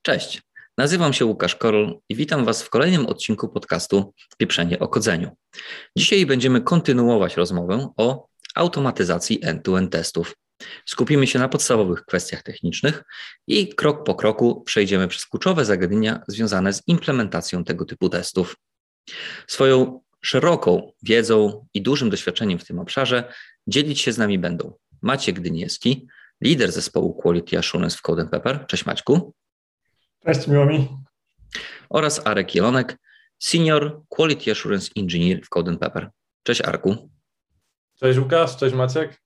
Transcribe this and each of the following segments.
Cześć, nazywam się Łukasz Korol i witam Was w kolejnym odcinku podcastu Pieprzenie o kodzeniu. Dzisiaj będziemy kontynuować rozmowę o automatyzacji end-to-end testów. Skupimy się na podstawowych kwestiach technicznych i krok po kroku przejdziemy przez kluczowe zagadnienia związane z implementacją tego typu testów. Swoją szeroką wiedzą i dużym doświadczeniem w tym obszarze dzielić się z nami będą Maciek Dyniewski, lider zespołu Quality Assurance w Code & Pepper. Cześć Maćku. Cześć, miło mi. Oraz Arek Jelonek, Senior Quality Assurance Engineer w Code & Pepper. Cześć Arku. Cześć Łukasz, cześć Maciek.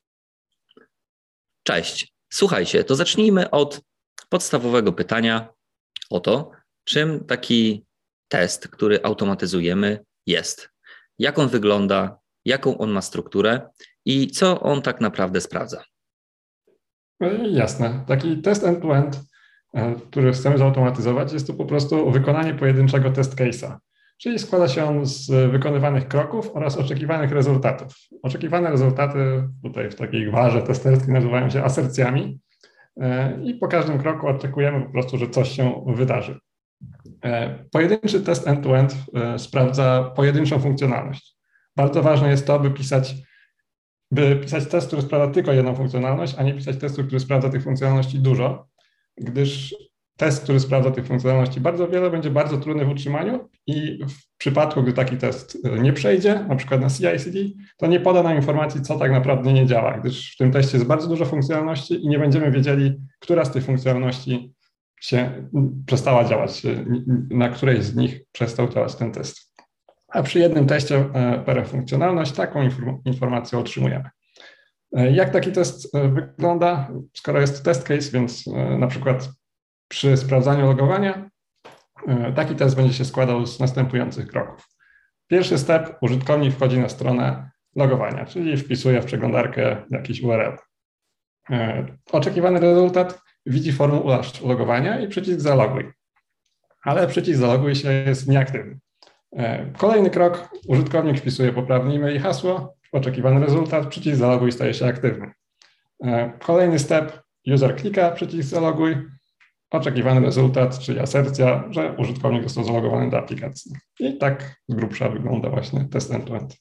Cześć. Słuchajcie, to zacznijmy od podstawowego pytania o to, czym taki test, który automatyzujemy, jest. Jak on wygląda, jaką on ma strukturę i co on tak naprawdę sprawdza. Jasne. Taki test end-to-end, który chcemy zautomatyzować, jest to po prostu wykonanie pojedynczego test case'a, czyli składa się on z wykonywanych kroków oraz oczekiwanych rezultatów. Oczekiwane rezultaty tutaj w takiej gwarze testerskiej nazywają się asercjami i po każdym kroku oczekujemy po prostu, że coś się wydarzy. Pojedynczy test end-to-end sprawdza pojedynczą funkcjonalność. Bardzo ważne jest to, by pisać test, który sprawdza tylko jedną funkcjonalność, a nie pisać testu, który sprawdza tych funkcjonalności dużo, gdyż test, który sprawdza tych funkcjonalności bardzo wiele, będzie bardzo trudny w utrzymaniu i w przypadku, gdy taki test nie przejdzie, na przykład na CI/CD, to nie poda nam informacji, co tak naprawdę nie działa, gdyż w tym teście jest bardzo dużo funkcjonalności i nie będziemy wiedzieli, która z tych funkcjonalności się przestała działać, na której z nich przestał działać ten test. A przy jednym teście per funkcjonalność taką informację otrzymujemy. Jak taki test wygląda? Skoro jest test case, więc na przykład przy sprawdzaniu logowania, taki test będzie się składał z następujących kroków. Pierwszy step, użytkownik wchodzi na stronę logowania, czyli wpisuje w przeglądarkę jakiś URL. Oczekiwany rezultat widzi formularz logowania i przycisk zaloguj, ale przycisk zaloguj się jest nieaktywny. Kolejny krok, użytkownik wpisuje poprawny e-mail i hasło, oczekiwany rezultat, przycisk zaloguj staje się aktywny. Kolejny step, user klika przycisk zaloguj, oczekiwany rezultat, czyli asercja, że użytkownik został zalogowany do aplikacji. I tak z grubsza wygląda właśnie test end-to-end.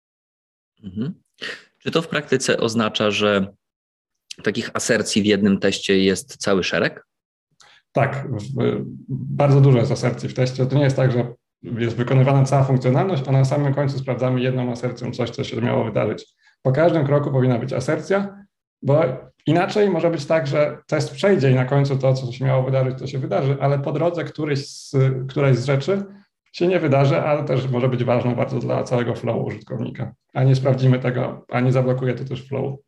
Czy to w praktyce oznacza, że takich asercji w jednym teście jest cały szereg? Tak, bardzo dużo jest asercji w teście. To nie jest tak, że jest wykonywana cała funkcjonalność, a na samym końcu sprawdzamy jedną asercją coś, co się miało wydarzyć. Po każdym kroku powinna być asercja, bo inaczej może być tak, że test przejdzie i na końcu to, co się miało wydarzyć, to się wydarzy, ale po drodze którejś z rzeczy się nie wydarzy, ale też może być ważne bardzo dla całego flowu użytkownika. A nie sprawdzimy tego, a nie zablokuje to też flowu.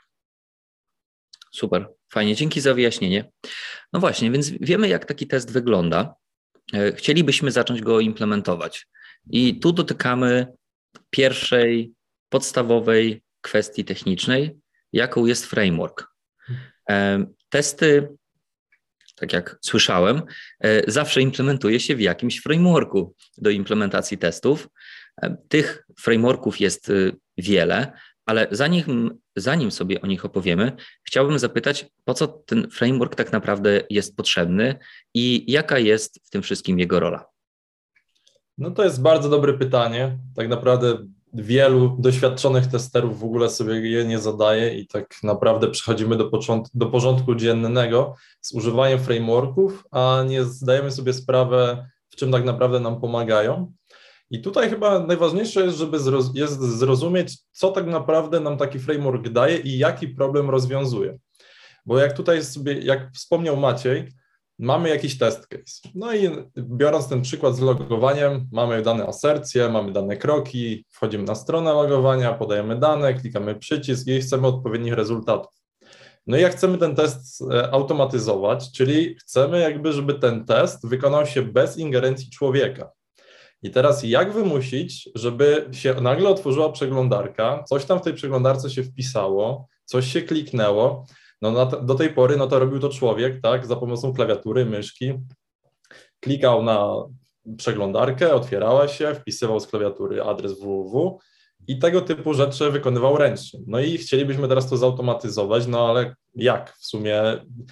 Super, fajnie, dzięki za wyjaśnienie. No właśnie, więc wiemy, jak taki test wygląda. Chcielibyśmy zacząć go implementować. I tu dotykamy pierwszej, podstawowej kwestii technicznej, jaką jest framework. Testy, tak jak słyszałem, zawsze implementuje się w jakimś frameworku do implementacji testów. Tych frameworków jest wiele, ale zanim sobie o nich opowiemy, chciałbym zapytać, po co ten framework tak naprawdę jest potrzebny i jaka jest w tym wszystkim jego rola? No to jest bardzo dobre pytanie. Tak naprawdę wielu doświadczonych testerów w ogóle sobie je nie zadaje i tak naprawdę przechodzimy do porządku dziennego z używaniem frameworków, a nie zdajemy sobie sprawę, w czym tak naprawdę nam pomagają. I tutaj chyba najważniejsze jest, żeby zrozumieć, co tak naprawdę nam taki framework daje i jaki problem rozwiązuje. Bo jak wspomniał Maciej, mamy jakiś test case. No i biorąc ten przykład z logowaniem, mamy dane asercje, mamy dane kroki, wchodzimy na stronę logowania, podajemy dane, klikamy przycisk i chcemy odpowiednich rezultatów. No i jak chcemy ten test automatyzować, czyli chcemy żeby ten test wykonał się bez ingerencji człowieka. I teraz jak wymusić, żeby się nagle otworzyła przeglądarka, coś tam w tej przeglądarce się wpisało, coś się kliknęło, do tej pory to robił to człowiek, tak, za pomocą klawiatury, myszki, klikał na przeglądarkę, otwierała się, wpisywał z klawiatury adres www i tego typu rzeczy wykonywał ręcznie. No i chcielibyśmy teraz to zautomatyzować, ale jak w sumie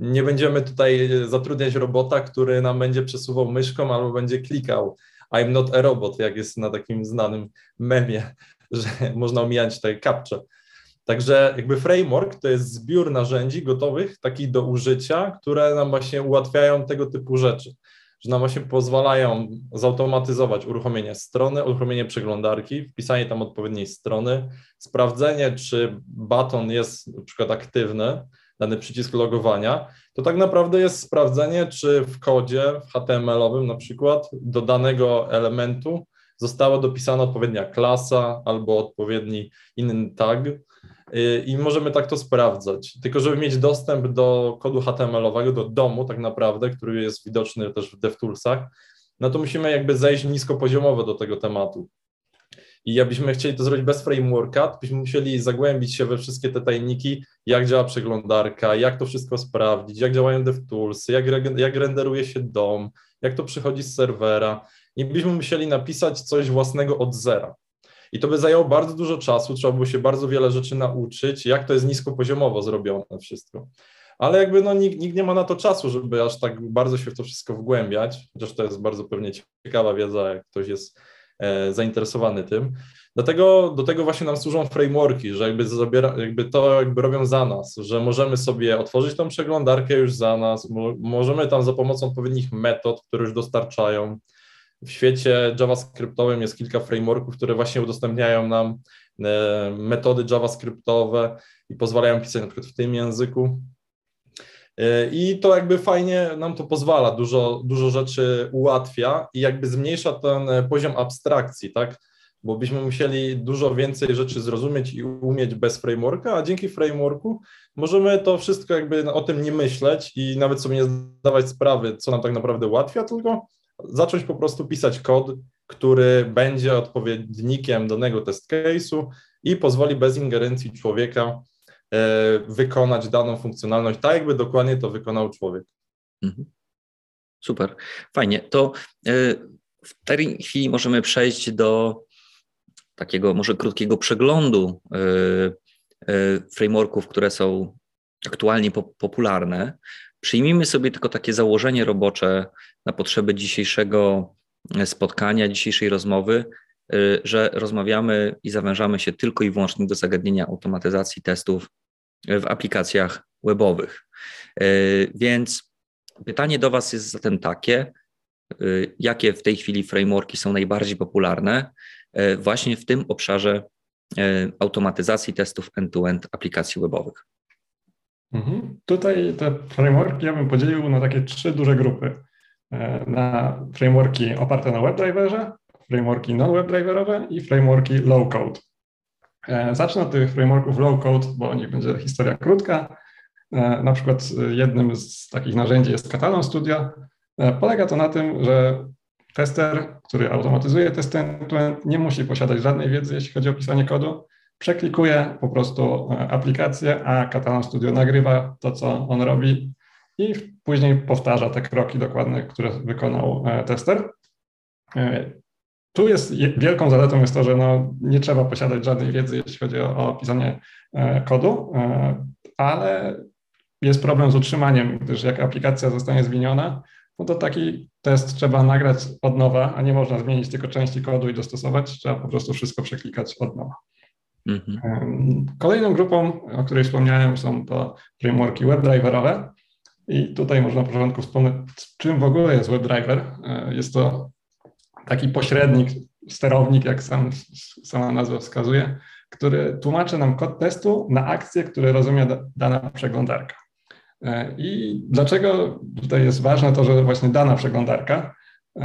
nie będziemy tutaj zatrudniać robota, który nam będzie przesuwał myszką albo będzie klikał I'm not a robot, jak jest na takim znanym memie, że można omijać tutaj captcha. Także jakby framework to jest zbiór narzędzi gotowych, takich do użycia, które nam właśnie ułatwiają tego typu rzeczy, że nam właśnie pozwalają zautomatyzować uruchomienie strony, uruchomienie przeglądarki, wpisanie tam odpowiedniej strony, sprawdzenie, czy baton jest na przykład aktywny, dany przycisk logowania, to tak naprawdę jest sprawdzenie, czy w kodzie w HTML-owym na przykład do danego elementu została dopisana odpowiednia klasa albo odpowiedni inny tag i możemy tak to sprawdzać. Tylko żeby mieć dostęp do kodu HTML-owego, do DOM-u tak naprawdę, który jest widoczny też w DevToolsach, no to musimy jakby zejść niskopoziomowo do tego tematu. I jakbyśmy chcieli to zrobić bez frameworka, to byśmy musieli zagłębić się we wszystkie te tajniki, jak działa przeglądarka, jak to wszystko sprawdzić, jak działają DevToolsy, jak renderuje się DOM, jak to przychodzi z serwera. I byśmy musieli napisać coś własnego od zera. I to by zajęło bardzo dużo czasu, trzeba było się bardzo wiele rzeczy nauczyć, jak to jest niskopoziomowo zrobione wszystko. Ale jakby no, nikt nie ma na to czasu, żeby aż tak bardzo się w to wszystko wgłębiać, chociaż to jest bardzo pewnie ciekawa wiedza, jak ktoś jest zainteresowany tym. Dlatego do tego właśnie nam służą frameworki, że jakby robią za nas, że możemy sobie otworzyć tą przeglądarkę już za nas, możemy tam za pomocą odpowiednich metod, które już dostarczają. W świecie javascriptowym jest kilka frameworków, które właśnie udostępniają nam metody javascriptowe i pozwalają pisać na przykład w tym języku. I to jakby fajnie nam to pozwala, dużo rzeczy ułatwia i jakby zmniejsza ten poziom abstrakcji, tak? Bo byśmy musieli dużo więcej rzeczy zrozumieć i umieć bez frameworka, a dzięki frameworku możemy to wszystko jakby o tym nie myśleć i nawet sobie nie zdawać sprawy, co nam tak naprawdę ułatwia, tylko zacząć po prostu pisać kod, który będzie odpowiednikiem danego test case'u i pozwoli bez ingerencji człowieka wykonać daną funkcjonalność, tak jakby dokładnie to wykonał człowiek. Super, fajnie. To w tej chwili możemy przejść do takiego może krótkiego przeglądu frameworków, które są aktualnie popularne. Przyjmijmy sobie tylko takie założenie robocze na potrzeby dzisiejszego spotkania, dzisiejszej rozmowy, że rozmawiamy i zawężamy się tylko i wyłącznie do zagadnienia automatyzacji testów w aplikacjach webowych. Więc pytanie do Was jest zatem takie, jakie w tej chwili frameworki są najbardziej popularne właśnie w tym obszarze automatyzacji testów end-to-end aplikacji webowych? Tutaj te frameworki ja bym podzielił na takie 3 duże grupy. Na frameworki oparte na WebDriverze, frameworki non-WebDriverowe i frameworki low-code. Zacznę od tych frameworków low-code, bo niech będzie historia krótka. Na przykład jednym z takich narzędzi jest Catalan Studio. Polega to na tym, że tester, który automatyzuje testy end-to-end, nie musi posiadać żadnej wiedzy, jeśli chodzi o pisanie kodu. Przeklikuje po prostu aplikację, a Catalan Studio nagrywa to, co on robi i później powtarza te kroki dokładne, które wykonał tester. Tu jest wielką zaletą jest to, że nie trzeba posiadać żadnej wiedzy, jeśli chodzi o pisanie kodu, ale jest problem z utrzymaniem, gdyż jak aplikacja zostanie zmieniona, no to taki test trzeba nagrać od nowa, a nie można zmienić tylko części kodu i dostosować, trzeba po prostu wszystko przeklikać od nowa. Kolejną grupą, o której wspomniałem, są to frameworki WebDriverowe i tutaj można na początku wspomnieć, czym w ogóle jest WebDriver. Jest to taki pośrednik, sterownik, jak sama nazwa wskazuje, który tłumaczy nam kod testu na akcje, które rozumie dana przeglądarka. I dlaczego tutaj jest ważne to, że właśnie dana przeglądarka,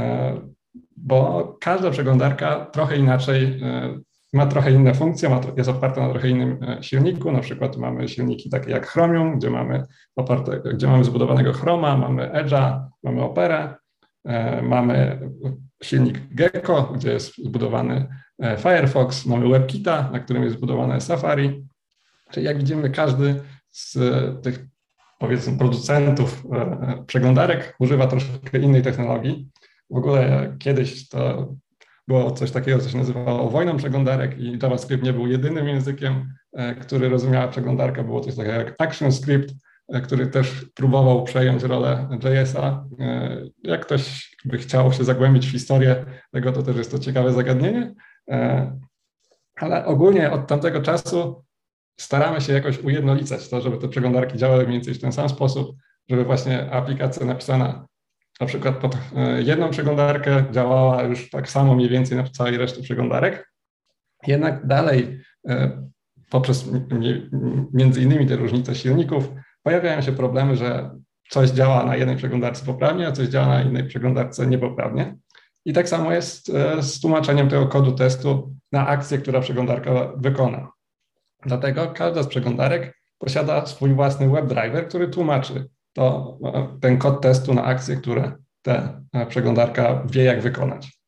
bo każda przeglądarka trochę inaczej ma trochę inne funkcje, jest oparta na trochę innym silniku, na przykład mamy silniki takie jak Chromium, gdzie mamy zbudowanego Chroma, mamy Edge'a, mamy Operę, mamy silnik Gecko, gdzie jest zbudowany Firefox, mamy WebKita, na którym jest zbudowane Safari. Czyli jak widzimy, każdy z tych, powiedzmy, producentów przeglądarek używa troszkę innej technologii. W ogóle kiedyś to było coś takiego, co się nazywało wojną przeglądarek i JavaScript nie był jedynym językiem, który rozumiała przeglądarka. Było coś takiego jak ActionScript, który też próbował przejąć rolę JS-a. Jak ktoś by chciał się zagłębić w historię tego, to też jest to ciekawe zagadnienie. Ale ogólnie od tamtego czasu staramy się jakoś ujednolicać to, żeby te przeglądarki działały mniej więcej w ten sam sposób, żeby właśnie aplikacja napisana na przykład pod jedną przeglądarkę działała już tak samo mniej więcej na całej reszcie przeglądarek. Jednak dalej poprzez między innymi te różnice silników pojawiają się problemy, że coś działa na jednej przeglądarce poprawnie, a coś działa na innej przeglądarce niepoprawnie. I tak samo jest z tłumaczeniem tego kodu testu na akcję, która przeglądarka wykona. Dlatego każda z przeglądarek posiada swój własny WebDriver, który tłumaczy ten kod testu na akcje, które ta przeglądarka wie, jak wykonać.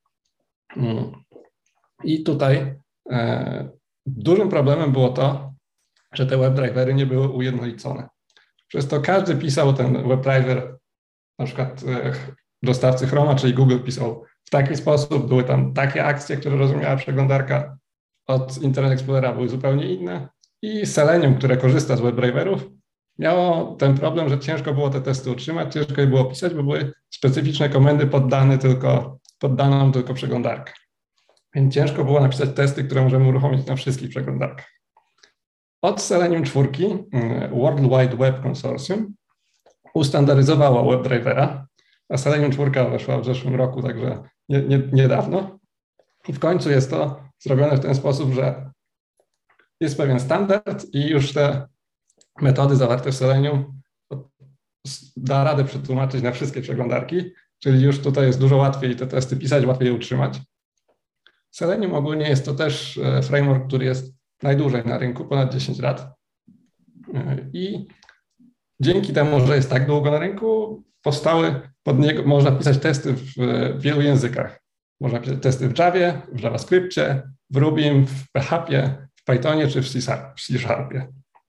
I tutaj dużym problemem było to, że te WebDrivery nie były ujednolicone. Przez to każdy pisał ten WebDriver, na przykład dostawcy Chroma, czyli Google pisał w taki sposób, były tam takie akcje, które rozumiała przeglądarka, od Internet Explorera były zupełnie inne i Selenium, które korzysta z WebDriverów, miało ten problem, że ciężko było te testy utrzymać, ciężko je było pisać, bo były specyficzne komendy pod daną tylko przeglądarkę. Więc ciężko było napisać testy, które możemy uruchomić na wszystkich przeglądarkach. Od Selenium 4 World Wide Web Consortium ustandaryzowało WebDrivera, a Selenium 4 weszła w zeszłym roku, także niedawno. I w końcu jest to zrobione w ten sposób, że jest pewien standard i już te metody zawarte w Selenium da radę przetłumaczyć na wszystkie przeglądarki, czyli już tutaj jest dużo łatwiej te testy pisać, łatwiej je utrzymać. Selenium ogólnie jest to też framework, który jest najdłużej na rynku, ponad 10 lat. I dzięki temu, że jest tak długo na rynku, powstały pod niego, można pisać testy w wielu językach. Można pisać testy w Javie, w JavaScriptie, w Rubim, w PHP, w Pythonie czy w C#.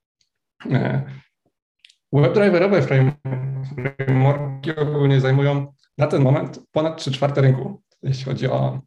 WebDriverowe frameworki ogólnie zajmują na ten moment ponad 3/4 rynku, jeśli chodzi o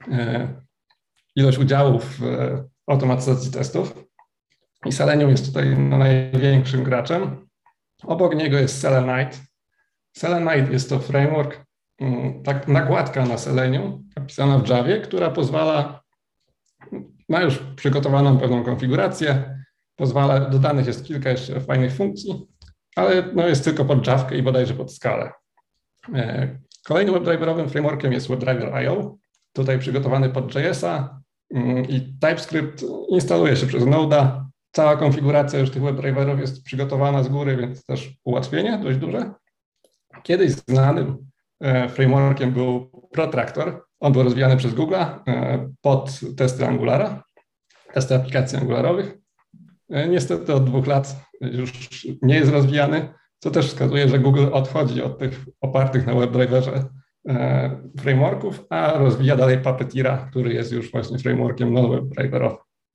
ilość udziałów w automatyzacji testów. I Selenium jest tutaj największym graczem. Obok niego jest Selenite. Selenite jest to framework, tak nakładka na Selenium, napisana w Javie, która pozwala, ma już przygotowaną pewną konfigurację, pozwala, dodanych jest kilka jeszcze fajnych funkcji, ale no jest tylko pod Javkę i bodajże pod Scalę. Kolejnym WebDriverowym frameworkiem jest WebDriver.io, tutaj przygotowany pod JS-a i TypeScript instaluje się przez Node'a. Cała konfiguracja już tych WebDriverów jest przygotowana z góry, więc też ułatwienie dość duże. Kiedyś znanym frameworkiem był Protractor. On był rozwijany przez Google'a pod testy Angulara, testy aplikacji angularowych. Niestety od 2 lat już nie jest rozwijany, co też wskazuje, że Google odchodzi od tych opartych na WebDriverze frameworków, a rozwija dalej Puppeteera, który jest już właśnie frameworkiem non-WebDriverowym.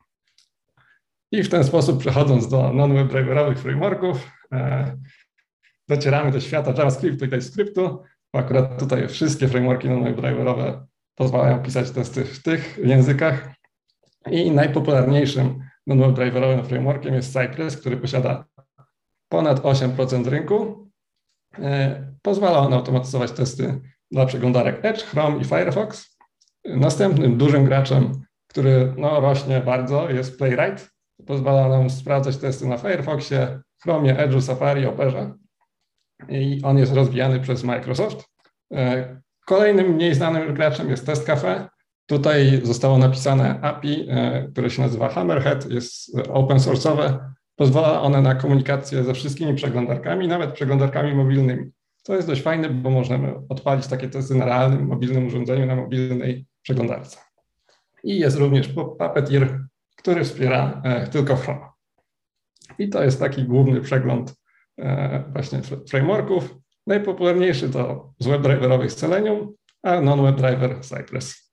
I w ten sposób, przechodząc do non-WebDriverowych frameworków, docieramy do świata JavaScriptu i TypeScriptu, bo akurat tutaj wszystkie frameworki non-WebDriverowe pozwalają pisać testy w tych językach. I najpopularniejszym non-WebDriverowym frameworkiem jest Cypress, który posiada ponad 8% rynku. Pozwala on automatyzować testy dla przeglądarek Edge, Chrome i Firefox. Następnym dużym graczem, który rośnie bardzo, jest Playwright. Pozwala nam sprawdzać testy na Firefoxie, Chromie, Edge'u, Safari, Operze. I on jest rozwijany przez Microsoft. Kolejnym mniej znanym graczem jest TestCafe. Tutaj zostało napisane API, które się nazywa Hammerhead, jest open source'owe. Pozwala one na komunikację ze wszystkimi przeglądarkami, nawet przeglądarkami mobilnymi. To jest dość fajne, bo możemy odpalić takie testy na realnym, mobilnym urządzeniu, na mobilnej przeglądarce. I jest również Puppeteer, który wspiera tylko Chrome. I to jest taki główny przegląd właśnie frameworków. Najpopularniejszy to z WebDriverowych Selenium, a non-WebDriver Cypress.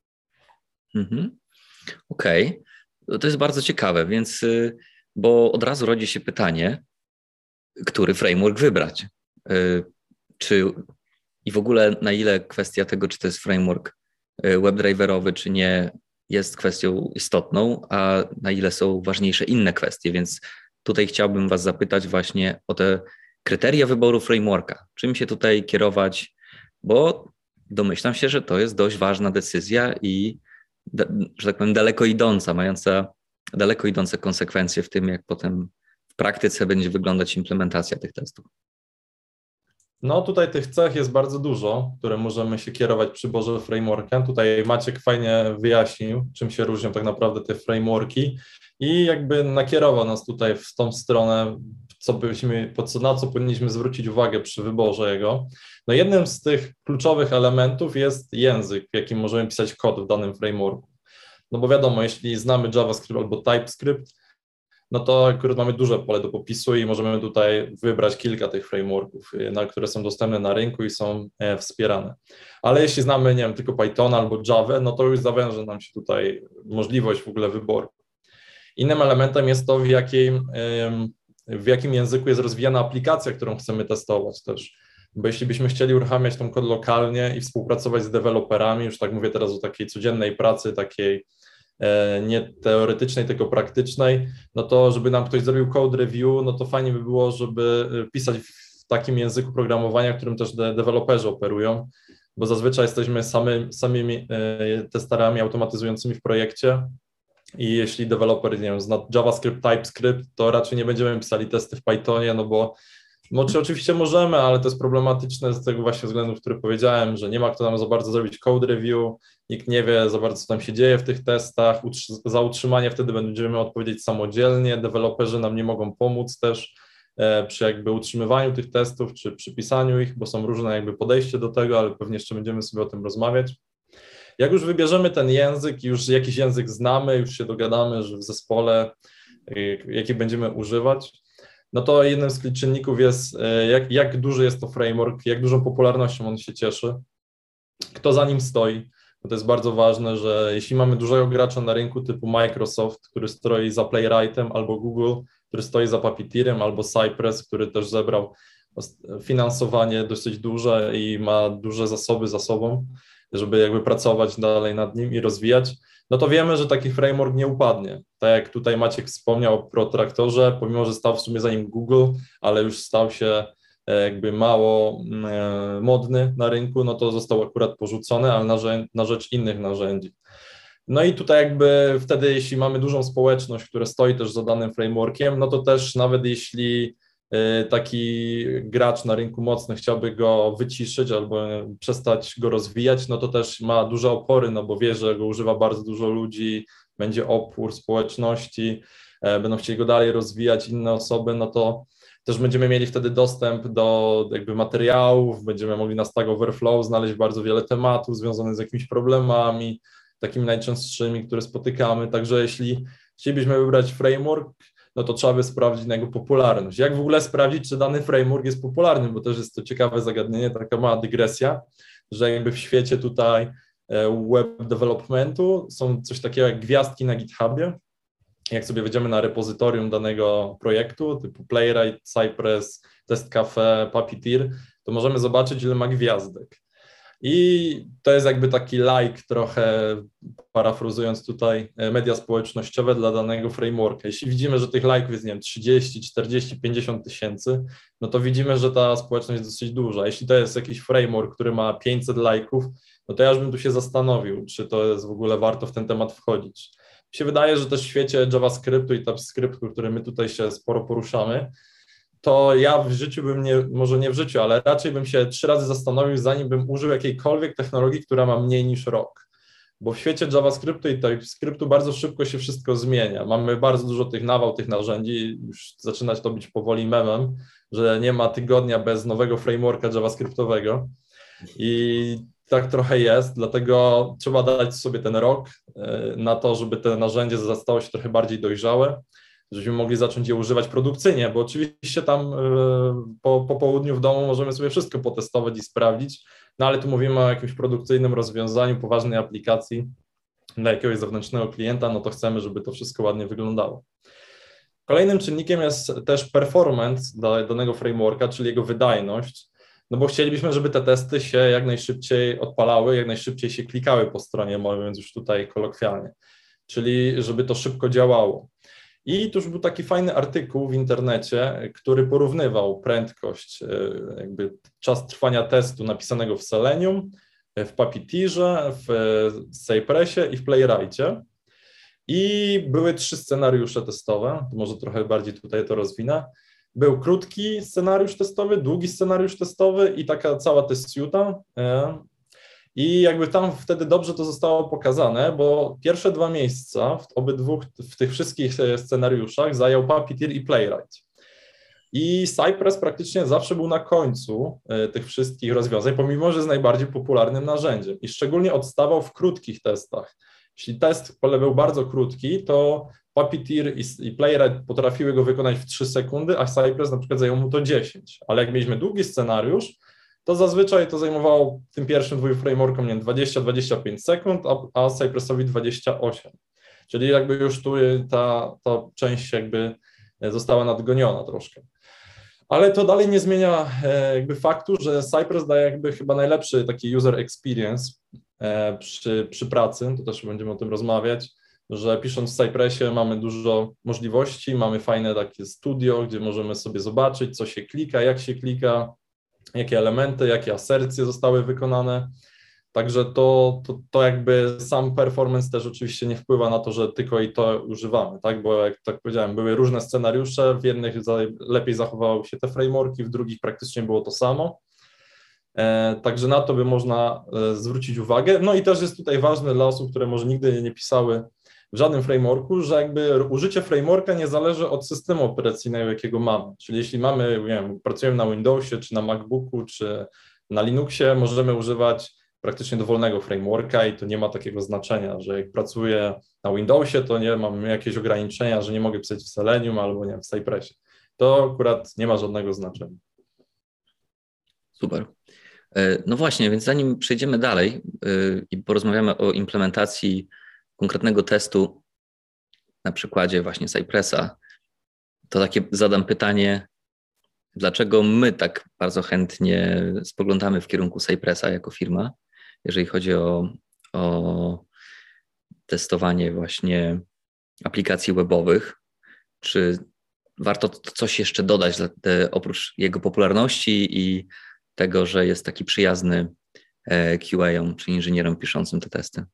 Okej. To jest bardzo ciekawe, więc, bo od razu rodzi się pytanie, który framework wybrać. I w ogóle na ile kwestia tego, czy to jest framework WebDriverowy, czy nie, jest kwestią istotną, a na ile są ważniejsze inne kwestie, więc tutaj chciałbym Was zapytać właśnie o te kryteria wyboru frameworka. Czym się tutaj kierować, bo domyślam się, że to jest dość ważna decyzja i, że tak powiem, mająca daleko idące konsekwencje w tym, jak potem w praktyce będzie wyglądać implementacja tych testów. No tutaj tych cech jest bardzo dużo, które możemy się kierować przy wyborze frameworka. Tutaj Maciek fajnie wyjaśnił, czym się różnią tak naprawdę te frameworki i jakby nakierował nas tutaj w tą stronę, na co powinniśmy zwrócić uwagę przy wyborze jego. No jednym z tych kluczowych elementów jest język, w jakim możemy pisać kod w danym frameworku. No bo wiadomo, jeśli znamy JavaScript albo TypeScript, no to akurat mamy duże pole do popisu i możemy tutaj wybrać kilka tych frameworków, które są dostępne na rynku i są wspierane. Ale jeśli znamy, nie wiem, tylko Pythona albo Java, no to już zawęża nam się tutaj możliwość w ogóle wyboru. Innym elementem jest to, w jakim języku jest rozwijana aplikacja, którą chcemy testować też. Bo jeśli byśmy chcieli uruchamiać ten kod lokalnie i współpracować z deweloperami, już tak mówię teraz o takiej codziennej pracy, takiej nie teoretycznej, tylko praktycznej, no to żeby nam ktoś zrobił code review, no to fajnie by było, żeby pisać w takim języku programowania, którym też deweloperzy operują, bo zazwyczaj jesteśmy samymi testerami automatyzującymi w projekcie i jeśli deweloper, nie wiem, zna JavaScript, TypeScript, to raczej nie będziemy pisali testy w Pythonie, no bo oczywiście możemy, ale to jest problematyczne z tego właśnie względu, który powiedziałem, że nie ma kto nam za bardzo zrobić code review, nikt nie wie za bardzo, co tam się dzieje w tych testach, za utrzymanie wtedy będziemy odpowiedzieć samodzielnie, deweloperzy nam nie mogą pomóc też przy jakby utrzymywaniu tych testów, czy przy pisaniu ich, bo są różne jakby podejście do tego, ale pewnie jeszcze będziemy sobie o tym rozmawiać. Jak już wybierzemy ten język, już jakiś język znamy, już się dogadamy, że w zespole jaki będziemy używać, no to jednym z czynników jest, jak duży jest to framework, jak dużą popularnością on się cieszy, kto za nim stoi, bo to jest bardzo ważne, że jeśli mamy dużego gracza na rynku typu Microsoft, który stoi za Playwrightem, albo Google, który stoi za Puppeteerem, albo Cypress, który też zebrał finansowanie dosyć duże i ma duże zasoby za sobą, żeby jakby pracować dalej nad nim i rozwijać, no to wiemy, że taki framework nie upadnie. Tak jak tutaj Maciek wspomniał o Protraktorze, pomimo że stał w sumie za nim Google, ale już stał się jakby mało modny na rynku, no to został akurat porzucony, ale na rzecz innych narzędzi. No i tutaj jakby wtedy, jeśli mamy dużą społeczność, która stoi też za danym frameworkiem, no to też nawet jeśli taki gracz na rynku mocny chciałby go wyciszyć albo przestać go rozwijać, no to też ma duże opory, no bo wie, że go używa bardzo dużo ludzi, będzie opór społeczności, będą chcieli go dalej rozwijać inne osoby, no to też będziemy mieli wtedy dostęp do jakby materiałów, będziemy mogli na Stack Overflow znaleźć bardzo wiele tematów związanych z jakimiś problemami, takimi najczęstszymi, które spotykamy, także jeśli chcielibyśmy wybrać framework, no to trzeba by sprawdzić na jego popularność. Jak w ogóle sprawdzić, czy dany framework jest popularny, bo też jest to ciekawe zagadnienie, taka mała dygresja, że jakby w świecie tutaj web developmentu są coś takiego jak gwiazdki na GitHubie. Jak sobie wejdziemy na repozytorium danego projektu typu Playwright, Cypress, Test Cafe, Puppeteer, to możemy zobaczyć, ile ma gwiazdek. I to jest jakby taki like trochę, parafrazując tutaj, media społecznościowe dla danego frameworka. Jeśli widzimy, że tych lajków jest, nie wiem, 30, 40, 50 tysięcy, no to widzimy, że ta społeczność jest dosyć duża. Jeśli to jest jakiś framework, który ma 500 lajków, no to ja już bym tu się zastanowił, czy to jest w ogóle warto w ten temat wchodzić. Mi się wydaje, że też w świecie JavaScriptu i TypeScriptu, który my tutaj się sporo poruszamy, to ja w życiu bym może nie w życiu, ale raczej bym się 3 razy zastanowił, zanim bym użył jakiejkolwiek technologii, która ma mniej niż rok. Bo w świecie JavaScriptu i TypeScriptu bardzo szybko się wszystko zmienia. Mamy bardzo dużo tych narzędzi, już zaczyna to być powoli memem, że nie ma tygodnia bez nowego frameworka JavaScriptowego i tak trochę jest, dlatego trzeba dać sobie ten rok na to, żeby te narzędzie stało się trochę bardziej dojrzałe, żebyśmy mogli zacząć je używać produkcyjnie, bo oczywiście tam po południu w domu możemy sobie wszystko potestować i sprawdzić, no ale tu mówimy o jakimś produkcyjnym rozwiązaniu, poważnej aplikacji dla jakiegoś zewnętrznego klienta, no to chcemy, żeby to wszystko ładnie wyglądało. Kolejnym czynnikiem jest też performance danego frameworka, czyli jego wydajność, no bo chcielibyśmy, żeby te testy się jak najszybciej odpalały, jak najszybciej się klikały po stronie, mówiąc już tutaj kolokwialnie, czyli żeby to szybko działało. I tuż był taki fajny artykuł w internecie, który porównywał prędkość, jakby czas trwania testu napisanego w Selenium, w Puppeteerze, w Cypressie i w Playwrightie. I były 3 scenariusze testowe, może trochę bardziej tutaj to rozwinę. Był krótki scenariusz testowy, długi scenariusz testowy i taka cała test suite'a. I jakby tam wtedy dobrze to zostało pokazane, bo pierwsze 2 miejsca w tych wszystkich scenariuszach zajął Puppeteer i Playwright. I Cypress praktycznie zawsze był na końcu tych wszystkich rozwiązań, pomimo że jest najbardziej popularnym narzędziem i szczególnie odstawał w krótkich testach. Jeśli test był bardzo krótki, to Puppeteer i Playwright potrafiły go wykonać w 3 sekundy, a Cypress na przykład zajęło mu to 10. Ale jak mieliśmy długi scenariusz, to zazwyczaj to zajmowało tym pierwszym 2 frameworkom, nie wiem, 20-25 sekund, a Cypressowi 28. Czyli jakby już tu ta część jakby została nadgoniona troszkę. Ale to dalej nie zmienia jakby faktu, że Cypress daje jakby chyba najlepszy taki user experience przy pracy, to też będziemy o tym rozmawiać, że pisząc w Cypressie mamy dużo możliwości, mamy fajne takie studio, gdzie możemy sobie zobaczyć, co się klika, jak się klika, jakie elementy, jakie asercje zostały wykonane. Także to jakby sam performance też oczywiście nie wpływa na to, że tylko i to używamy, tak? Bo jak tak powiedziałem, były różne scenariusze, w jednych lepiej zachowały się te frameworki, w drugich praktycznie było to samo. Także na to by można zwrócić uwagę. No i też jest tutaj ważne dla osób, które może nigdy nie pisały w żadnym frameworku, że jakby użycie frameworka nie zależy od systemu operacyjnego, jakiego mamy. Czyli jeśli mamy, nie wiem, pracujemy na Windowsie, czy na MacBooku, czy na Linuxie, możemy używać praktycznie dowolnego frameworka i to nie ma takiego znaczenia, że jak pracuję na Windowsie, to nie mam jakieś ograniczenia, że nie mogę pisać w Selenium albo nie w Cypressie. To akurat nie ma żadnego znaczenia. Super. No właśnie, więc zanim przejdziemy dalej i porozmawiamy o implementacji konkretnego testu na przykładzie właśnie Cypressa, to takie zadam pytanie, dlaczego my tak bardzo chętnie spoglądamy w kierunku Cypressa jako firma, jeżeli chodzi o testowanie właśnie aplikacji webowych. Czy warto coś jeszcze dodać oprócz jego popularności i tego, że jest taki przyjazny QA-om, czy inżynierom piszącym te testy?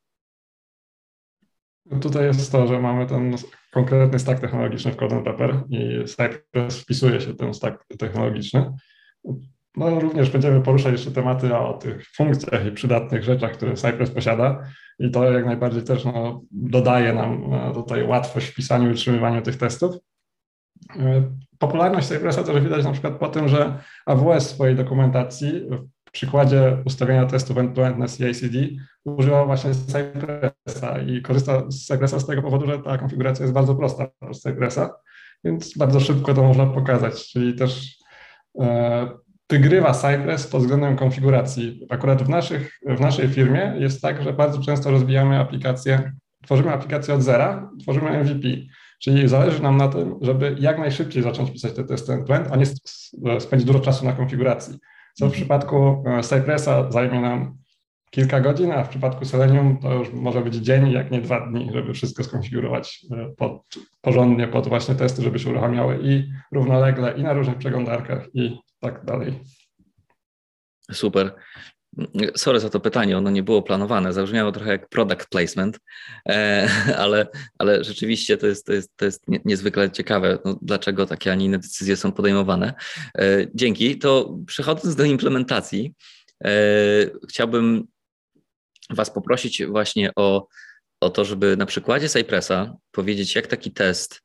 Tutaj jest to, że mamy ten konkretny stack technologiczny w Code & Pepper i Cypress wpisuje się w ten stack technologiczny. No, również będziemy poruszać jeszcze tematy o tych funkcjach i przydatnych rzeczach, które Cypress posiada i to jak najbardziej też dodaje nam tutaj łatwość w pisaniu i utrzymywaniu tych testów. Popularność Cypressa też widać na przykład po tym, że AWS w swojej dokumentacji w przykładzie ustawienia testów end-to-end na CI/CD używa właśnie Cypressa i korzysta z Cypressa z tego powodu, że ta konfiguracja jest bardzo prosta z Cypressa, więc bardzo szybko to można pokazać, czyli też wygrywa Cypress pod względem konfiguracji. Akurat w naszej firmie jest tak, że bardzo często rozwijamy aplikacje, tworzymy aplikację od zera, tworzymy MVP, czyli zależy nam na tym, żeby jak najszybciej zacząć pisać te testy end-to-end, a nie spędzić dużo czasu na konfiguracji. Co w przypadku Cypressa zajmie nam kilka godzin, a w przypadku Selenium to już może być dzień, jak nie 2 dni, żeby wszystko skonfigurować porządnie pod właśnie testy, żeby się uruchamiały i równolegle i na różnych przeglądarkach i tak dalej. Super. Sorry za to pytanie, ono nie było planowane, zabrzmiało trochę jak product placement, ale rzeczywiście to jest niezwykle ciekawe, no, dlaczego takie, a nie inne decyzje są podejmowane. Dzięki. To przechodząc do implementacji, chciałbym Was poprosić właśnie o to, żeby na przykładzie Cypressa powiedzieć, jak taki test,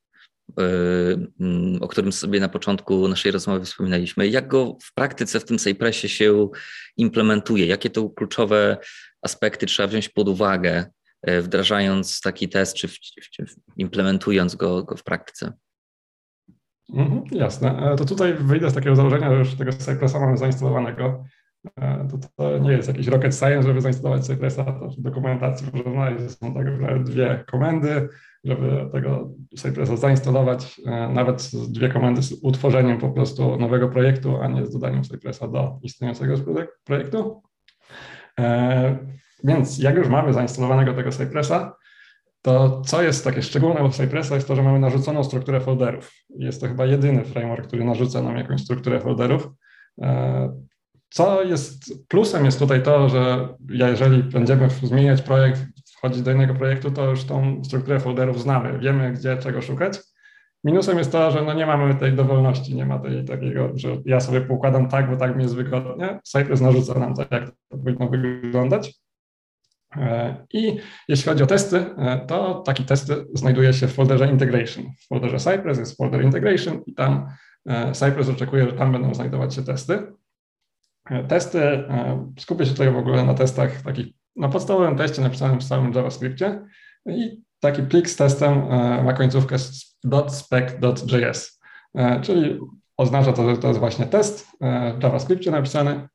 o którym sobie na początku naszej rozmowy wspominaliśmy, jak go w praktyce w tym Cypressie się implementuje, jakie to kluczowe aspekty trzeba wziąć pod uwagę, wdrażając taki test, czy implementując go w praktyce. Jasne. To tutaj wyjdę z takiego założenia, że już tego Cypressa mamy zainstalowanego. To nie jest jakiś rocket science, żeby zainstalować Cypressa, to w dokumentacji można znaleźć, są tak naprawdę 2 komendy, żeby tego Cypressa zainstalować, nawet 2 komendy z utworzeniem po prostu nowego projektu, a nie z dodaniem Cypressa do istniejącego projektu. Więc jak już mamy zainstalowanego tego Cypressa, to co jest takie szczególne u Cypressa jest to, że mamy narzuconą strukturę folderów. Jest to chyba jedyny framework, który narzuca nam jakąś strukturę folderów. Co jest plusem jest tutaj to, że jeżeli będziemy zmieniać projekt, wchodzić do innego projektu, to już tą strukturę folderów znamy, wiemy gdzie czego szukać. Minusem jest to, że no nie mamy tej dowolności, nie ma takiego, że ja sobie poukładam tak, bo tak mi jest wygodnie. Cypress narzuca nam to, jak to powinno wyglądać. I jeśli chodzi o testy, to taki test znajduje się w folderze Integration. W folderze Cypress jest folder Integration i tam Cypress oczekuje, że tam będą znajdować się testy. Testy, skupię się tutaj w ogóle na testach takich, na podstawowym teście napisanym w samym JavaScriptie i taki plik z testem ma końcówkę .spec.js, czyli oznacza to, że to jest właśnie test w JavaScriptie napisany.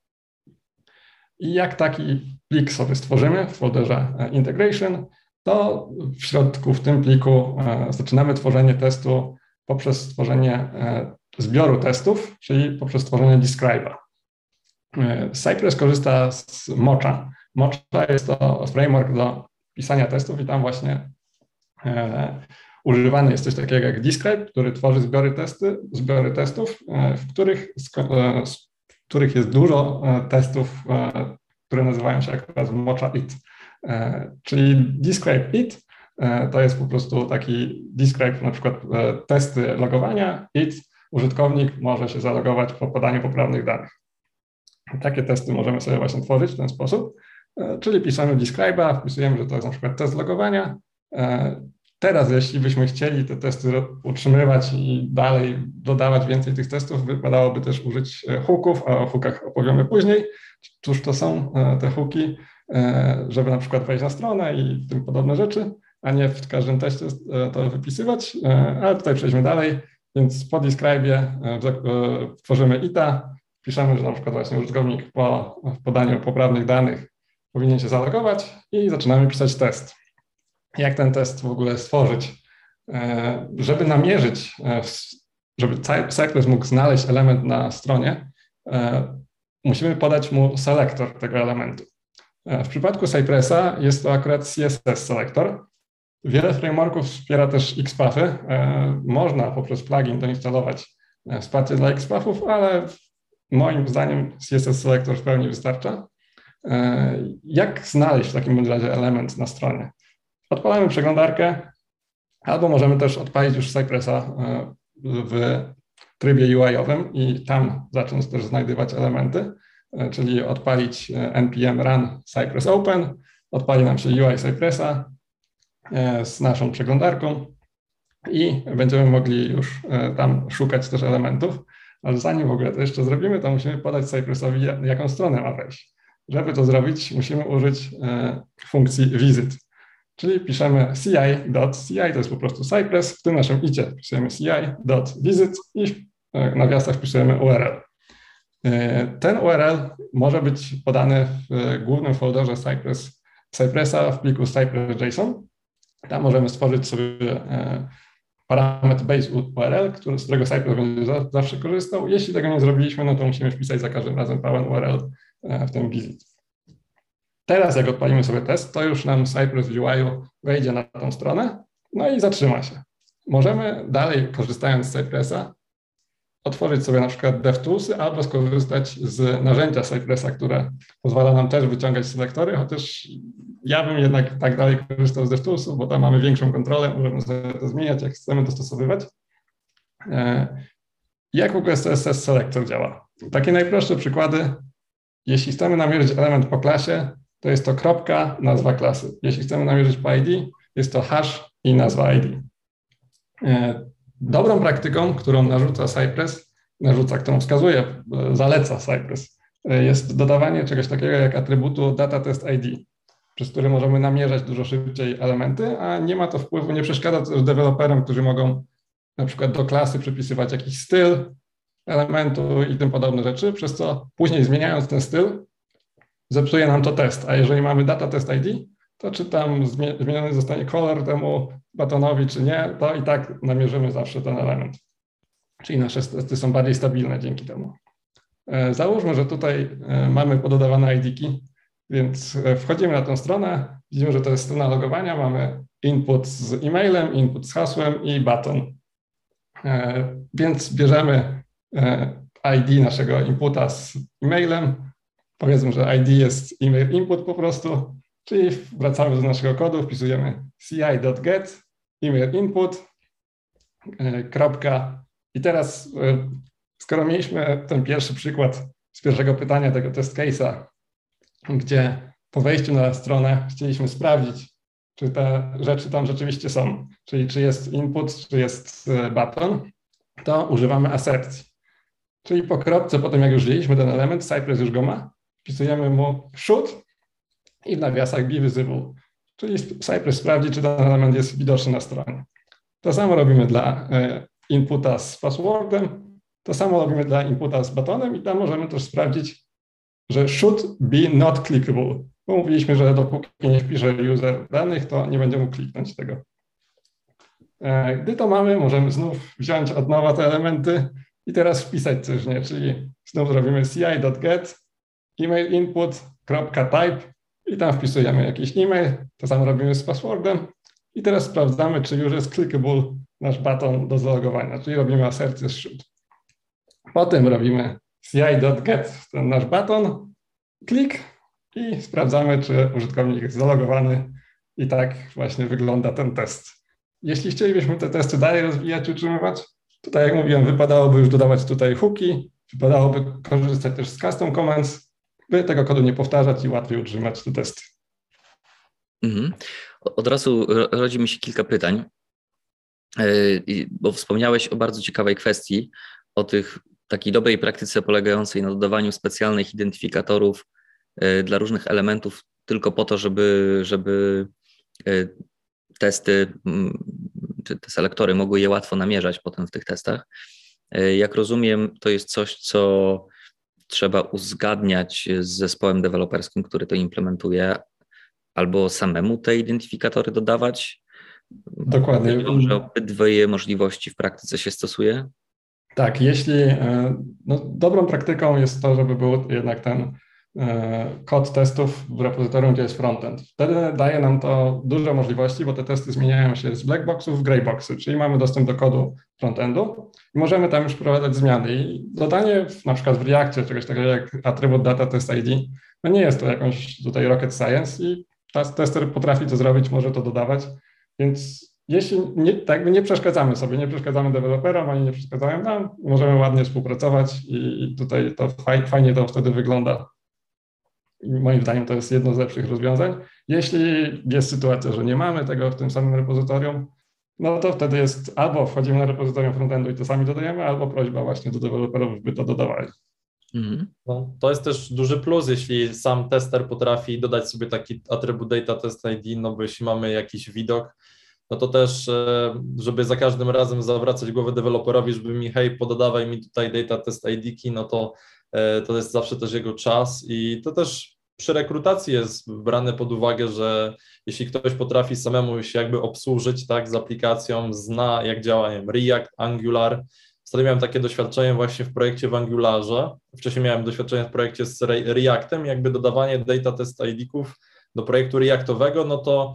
I jak taki plik sobie stworzymy w folderze Integration, to w środku, w tym pliku zaczynamy tworzenie testu poprzez stworzenie zbioru testów, czyli poprzez stworzenie describe'a. Cypress korzysta z Mocha. Mocha jest to framework do pisania testów i tam właśnie używany jest coś takiego jak describe, który tworzy zbiory testów, w których jest dużo testów, które nazywają się akurat Mocha it. Czyli describe it to jest po prostu taki describe, na przykład testy logowania it, użytkownik może się zalogować po podaniu poprawnych danych. Takie testy możemy sobie właśnie tworzyć w ten sposób, czyli pisamy describe'a, wpisujemy, że to jest na przykład test logowania. Teraz, jeśli byśmy chcieli te testy utrzymywać i dalej dodawać więcej tych testów, wypadałoby też użyć hooków, a o hookach opowiemy później. Cóż to są te hooki, żeby na przykład wejść na stronę i tym podobne rzeczy, a nie w każdym teście to wypisywać, ale tutaj przejdźmy dalej, więc po describe'ie tworzymy ita, piszemy, że na przykład właśnie użytkownik po podaniu poprawnych danych powinien się zalogować i zaczynamy pisać test. Jak ten test w ogóle stworzyć? Żeby namierzyć, żeby Cypress mógł znaleźć element na stronie, musimy podać mu selektor tego elementu. W przypadku Cypressa jest to akurat CSS selektor. Wiele frameworków wspiera też XPathy. Można poprzez plugin doinstalować wsparcie dla XPathów, ale moim zdaniem CSS selektor w pełni wystarcza. Jak znaleźć w takim razie element na stronie? Odpalamy przeglądarkę, albo możemy też odpalić już Cypressa w trybie UI-owym i tam zacząć też znajdywać elementy, czyli odpalić npm run Cypress open, odpali nam się UI Cypressa z naszą przeglądarką i będziemy mogli już tam szukać też elementów, ale zanim w ogóle to jeszcze zrobimy, to musimy podać Cypressowi, jaką stronę ma wejść. Żeby to zrobić, musimy użyć funkcji visit. Czyli piszemy ci.ci, to jest po prostu Cypress, w tym naszym icie piszemy ci.visit i w nawiasach wpisujemy URL. Ten URL może być podany w głównym folderze Cypressa w pliku Cypress.json. Tam możemy stworzyć sobie parametr base URL, z którego Cypress będzie zawsze korzystał. Jeśli tego nie zrobiliśmy, no to musimy wpisać za każdym razem pełen URL w tym visit. Teraz jak odpalimy sobie test, to już nam Cypress w UI-u wejdzie na tą stronę, no i zatrzyma się. Możemy dalej, korzystając z Cypressa, otworzyć sobie na przykład DevToolsy albo skorzystać z narzędzia Cypressa, które pozwala nam też wyciągać selektory, chociaż ja bym jednak tak dalej korzystał z DevToolsów, bo tam mamy większą kontrolę, możemy sobie to zmieniać, jak chcemy dostosowywać. Jak w ogóle CSS Selector działa? Takie najprostsze przykłady. Jeśli chcemy namierzyć element po klasie, to jest to kropka, nazwa klasy. Jeśli chcemy namierzyć po ID, jest to hash i nazwa ID. Dobrą praktyką, którą narzuca Cypress, którą wskazuje, zaleca Cypress, jest dodawanie czegoś takiego jak atrybutu data_test_id, przez który możemy namierzać dużo szybciej elementy, a nie ma to wpływu, nie przeszkadza to też deweloperom, którzy mogą na przykład do klasy przypisywać jakiś styl elementu i tym podobne rzeczy, przez co później zmieniając ten styl, zepsuje nam to test, a jeżeli mamy data_test_id, to czy tam zmieniony zostanie kolor temu batonowi, czy nie, to i tak namierzymy zawsze ten element. Czyli nasze testy są bardziej stabilne dzięki temu. Załóżmy, że tutaj mamy pododawane ID-ki Więc wchodzimy na tę stronę, widzimy, że to jest strona logowania, mamy input z e-mailem, input z hasłem i button. Więc bierzemy ID naszego inputa z e-mailem, powiedzmy, że ID jest email input po prostu, czyli wracamy do naszego kodu, wpisujemy ci.get email input, kropka. I teraz, skoro mieliśmy ten pierwszy przykład z pierwszego pytania tego test case'a, gdzie po wejściu na stronę chcieliśmy sprawdzić, czy te rzeczy tam rzeczywiście są, czyli czy jest input, czy jest button, to używamy asercji. Czyli po kropce, po tym jak już wzięliśmy ten element, Cypress już go ma, wpisujemy mu should i w nawiasach be visible, czyli Cypress sprawdzi, czy ten element jest widoczny na stronie. To samo robimy dla inputa z passwordem, to samo robimy dla inputa z buttonem i tam możemy też sprawdzić, że should be not clickable, bo mówiliśmy, że dopóki nie wpisze user danych, to nie będzie mógł kliknąć tego. Gdy to mamy, możemy znów wziąć od nowa te elementy i teraz wpisać coś, nie? Czyli znów robimy ci.get email input.type i tam wpisujemy jakiś e-mail, to samo robimy z passwordem i teraz sprawdzamy, czy już jest clickable nasz button do zalogowania, czyli robimy asercję z should. Potem robimy ci.get ten nasz button, klik i sprawdzamy, czy użytkownik jest zalogowany i tak właśnie wygląda ten test. Jeśli chcielibyśmy te testy dalej rozwijać i utrzymywać, to tak jak mówiłem, wypadałoby już dodawać tutaj hooki, wypadałoby korzystać też z custom commands, by tego kodu nie powtarzać i łatwiej utrzymać te testy. Od razu rodzi mi się kilka pytań, bo wspomniałeś o bardzo ciekawej kwestii, o tych takiej dobrej praktyce polegającej na dodawaniu specjalnych identyfikatorów dla różnych elementów tylko po to, żeby testy czy te selektory mogły je łatwo namierzać potem w tych testach. Jak rozumiem, to jest coś, co trzeba uzgadniać z zespołem deweloperskim, który to implementuje, albo samemu te identyfikatory dodawać. Dokładnie. Wiem, że obydwie możliwości w praktyce się stosuje. Tak, dobrą praktyką jest to, żeby był jednak ten kod testów w repozytorium, gdzie jest frontend. Wtedy daje nam to duże możliwości, bo te testy zmieniają się z blackboxów w greyboxy, czyli mamy dostęp do kodu frontendu i możemy tam już wprowadzać zmiany. I dodanie na przykład w Reactie czegoś takiego jak attribute data test ID, no nie jest to jakąś tutaj rocket science i tester potrafi to zrobić, może to dodawać, więc jeśli nie przeszkadzamy sobie, nie przeszkadzamy deweloperom, oni nie przeszkadzają nam, możemy ładnie współpracować i tutaj to fajnie to wtedy wygląda. I moim zdaniem to jest jedno z lepszych rozwiązań. Jeśli jest sytuacja, że nie mamy tego w tym samym repozytorium, no to wtedy jest albo wchodzimy na repozytorium frontendu i to sami dodajemy, albo prośba właśnie do deweloperów, by to dodawali. No, to jest też duży plus, jeśli sam tester potrafi dodać sobie taki attribut data test ID, no bo jeśli mamy jakiś widok, no to też, żeby za każdym razem zawracać głowę deweloperowi, żeby mi pododawaj mi tutaj data test ID-ki, no to jest zawsze też jego czas i to też przy rekrutacji jest brane pod uwagę, że jeśli ktoś potrafi samemu się jakby obsłużyć tak z aplikacją, zna jak działa, nie wiem, React, Angular. Wtedy miałem takie doświadczenie właśnie w projekcie w Angularze, wcześniej miałem doświadczenie w projekcie z Reactem, jakby dodawanie data test ID-ków do projektu Reactowego, no to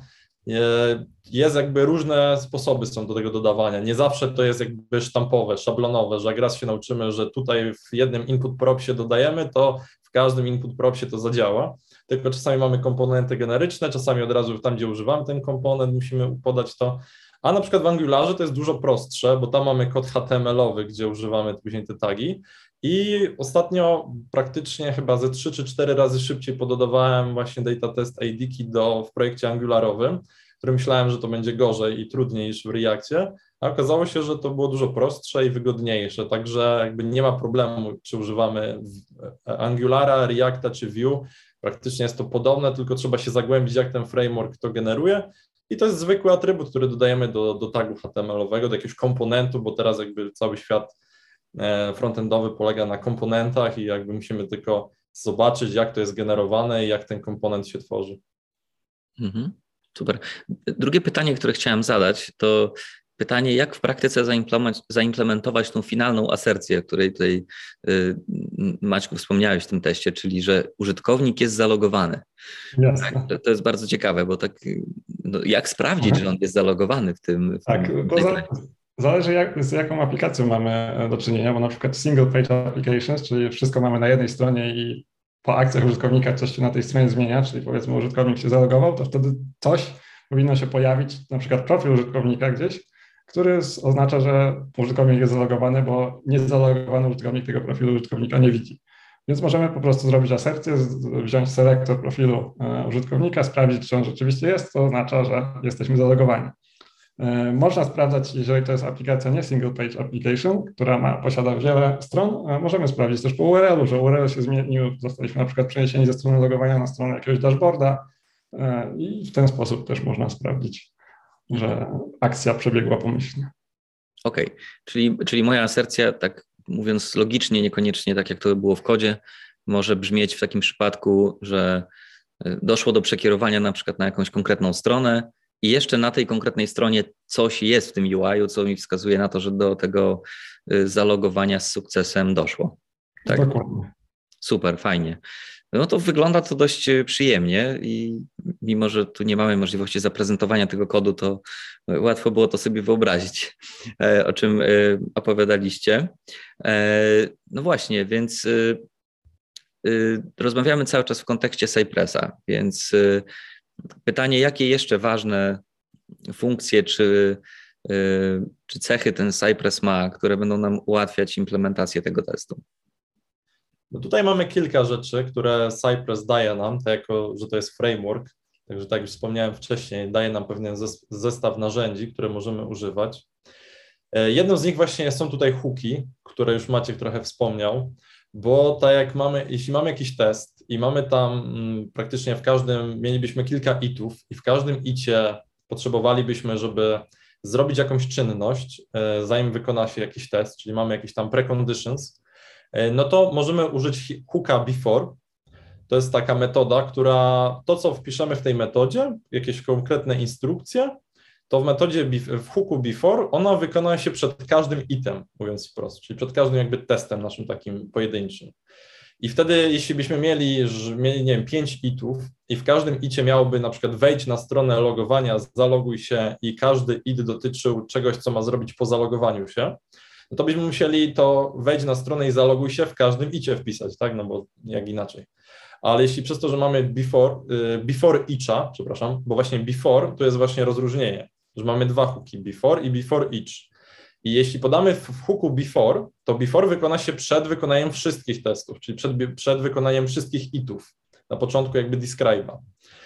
jest jakby różne sposoby są do tego dodawania. Nie zawsze to jest jakby sztampowe, szablonowe, że jak raz się nauczymy, że tutaj w jednym input propsie dodajemy, to w każdym input propsie to zadziała. Tylko czasami mamy komponenty generyczne, czasami od razu tam, gdzie używamy ten komponent, musimy podać to. A na przykład w Angularze to jest dużo prostsze, bo tam mamy kod HTML-owy, gdzie używamy później te tagi. I ostatnio praktycznie chyba ze 3 czy 4 razy szybciej pododawałem właśnie data test ID-ki w projekcie angularowym, który myślałem, że to będzie gorzej i trudniej niż w Reactie, a okazało się, że to było dużo prostsze i wygodniejsze, także jakby nie ma problemu, czy używamy Angulara, Reacta czy Vue, praktycznie jest to podobne, tylko trzeba się zagłębić, jak ten framework to generuje. I to jest zwykły atrybut, który dodajemy do tagu HTML-owego, do jakiegoś komponentu, bo teraz jakby cały świat frontendowy polega na komponentach i jakby musimy tylko zobaczyć, jak to jest generowane i jak ten komponent się tworzy. Super. Drugie pytanie, które chciałem zadać, to pytanie, jak w praktyce zaimplementować tą finalną asercję, o której tutaj Maćku wspomniałeś w tym teście, czyli że użytkownik jest zalogowany. Jasne. Tak, to jest bardzo ciekawe, bo tak jak sprawdzić, że on jest zalogowany w tym? Tak, zależy z jaką aplikacją mamy do czynienia, bo na przykład single page applications, czyli wszystko mamy na jednej stronie i po akcjach użytkownika coś się na tej stronie zmienia, czyli powiedzmy użytkownik się zalogował, to wtedy coś powinno się pojawić, na przykład profil użytkownika gdzieś, który oznacza, że użytkownik jest zalogowany, bo niezalogowany użytkownik tego profilu użytkownika nie widzi. Więc możemy po prostu zrobić asercję, wziąć selektor profilu użytkownika, sprawdzić, czy on rzeczywiście jest, to oznacza, że jesteśmy zalogowani. Można sprawdzać, jeżeli to jest aplikacja nie single page application, która posiada wiele stron, możemy sprawdzić też po URL-u, że URL się zmienił, zostaliśmy na przykład przeniesieni ze strony logowania na stronę jakiegoś dashboarda i w ten sposób też można sprawdzić, że akcja przebiegła pomyślnie. Okej, czyli moja asercja, tak mówiąc logicznie, niekoniecznie tak jak to było w kodzie, może brzmieć w takim przypadku, że doszło do przekierowania na przykład na jakąś konkretną stronę i jeszcze na tej konkretnej stronie coś jest w tym UI-u, co mi wskazuje na to, że do tego zalogowania z sukcesem doszło. Tak? Dokładnie. Super, fajnie. No to wygląda to dość przyjemnie i mimo, że tu nie mamy możliwości zaprezentowania tego kodu, to łatwo było to sobie wyobrazić, o czym opowiadaliście. No właśnie, więc rozmawiamy cały czas w kontekście Cypressa, więc pytanie, jakie jeszcze ważne funkcje czy cechy ten Cypress ma, które będą nam ułatwiać implementację tego testu? No tutaj mamy kilka rzeczy, które Cypress daje nam, tak jako, że to jest framework, także tak jak już wspomniałem wcześniej, daje nam pewien zestaw narzędzi, które możemy używać. Jedną z nich właśnie są tutaj hooki, które już Maciek trochę wspomniał, bo tak jak jeśli mamy jakiś test i mamy tam praktycznie w każdym, mielibyśmy kilka itów i w każdym icie potrzebowalibyśmy, żeby zrobić jakąś czynność, zanim wykona się jakiś test, czyli mamy jakieś tam preconditions, no to możemy użyć hooka before. To jest taka metoda, która to, co wpiszemy w tej metodzie, jakieś konkretne instrukcje, to w metodzie, w hooku before, ona wykona się przed każdym item, mówiąc wprost, czyli przed każdym jakby testem naszym takim pojedynczym. I wtedy, jeśli byśmy mieli, nie wiem, 5 itów i w każdym icie miałoby na przykład wejdź na stronę logowania, zaloguj się i każdy it dotyczył czegoś, co ma zrobić po zalogowaniu się, no to byśmy musieli to wejdź na stronę i zaloguj się w każdym icie wpisać, tak, no bo jak inaczej. Ale jeśli przez to, że mamy before eacha, przepraszam, bo właśnie before to jest właśnie rozróżnienie, że mamy dwa hooki, before i before each. I jeśli podamy w hooku before, to before wykona się przed wykonaniem wszystkich testów, czyli przed wykonaniem wszystkich itów, na początku jakby describe'a.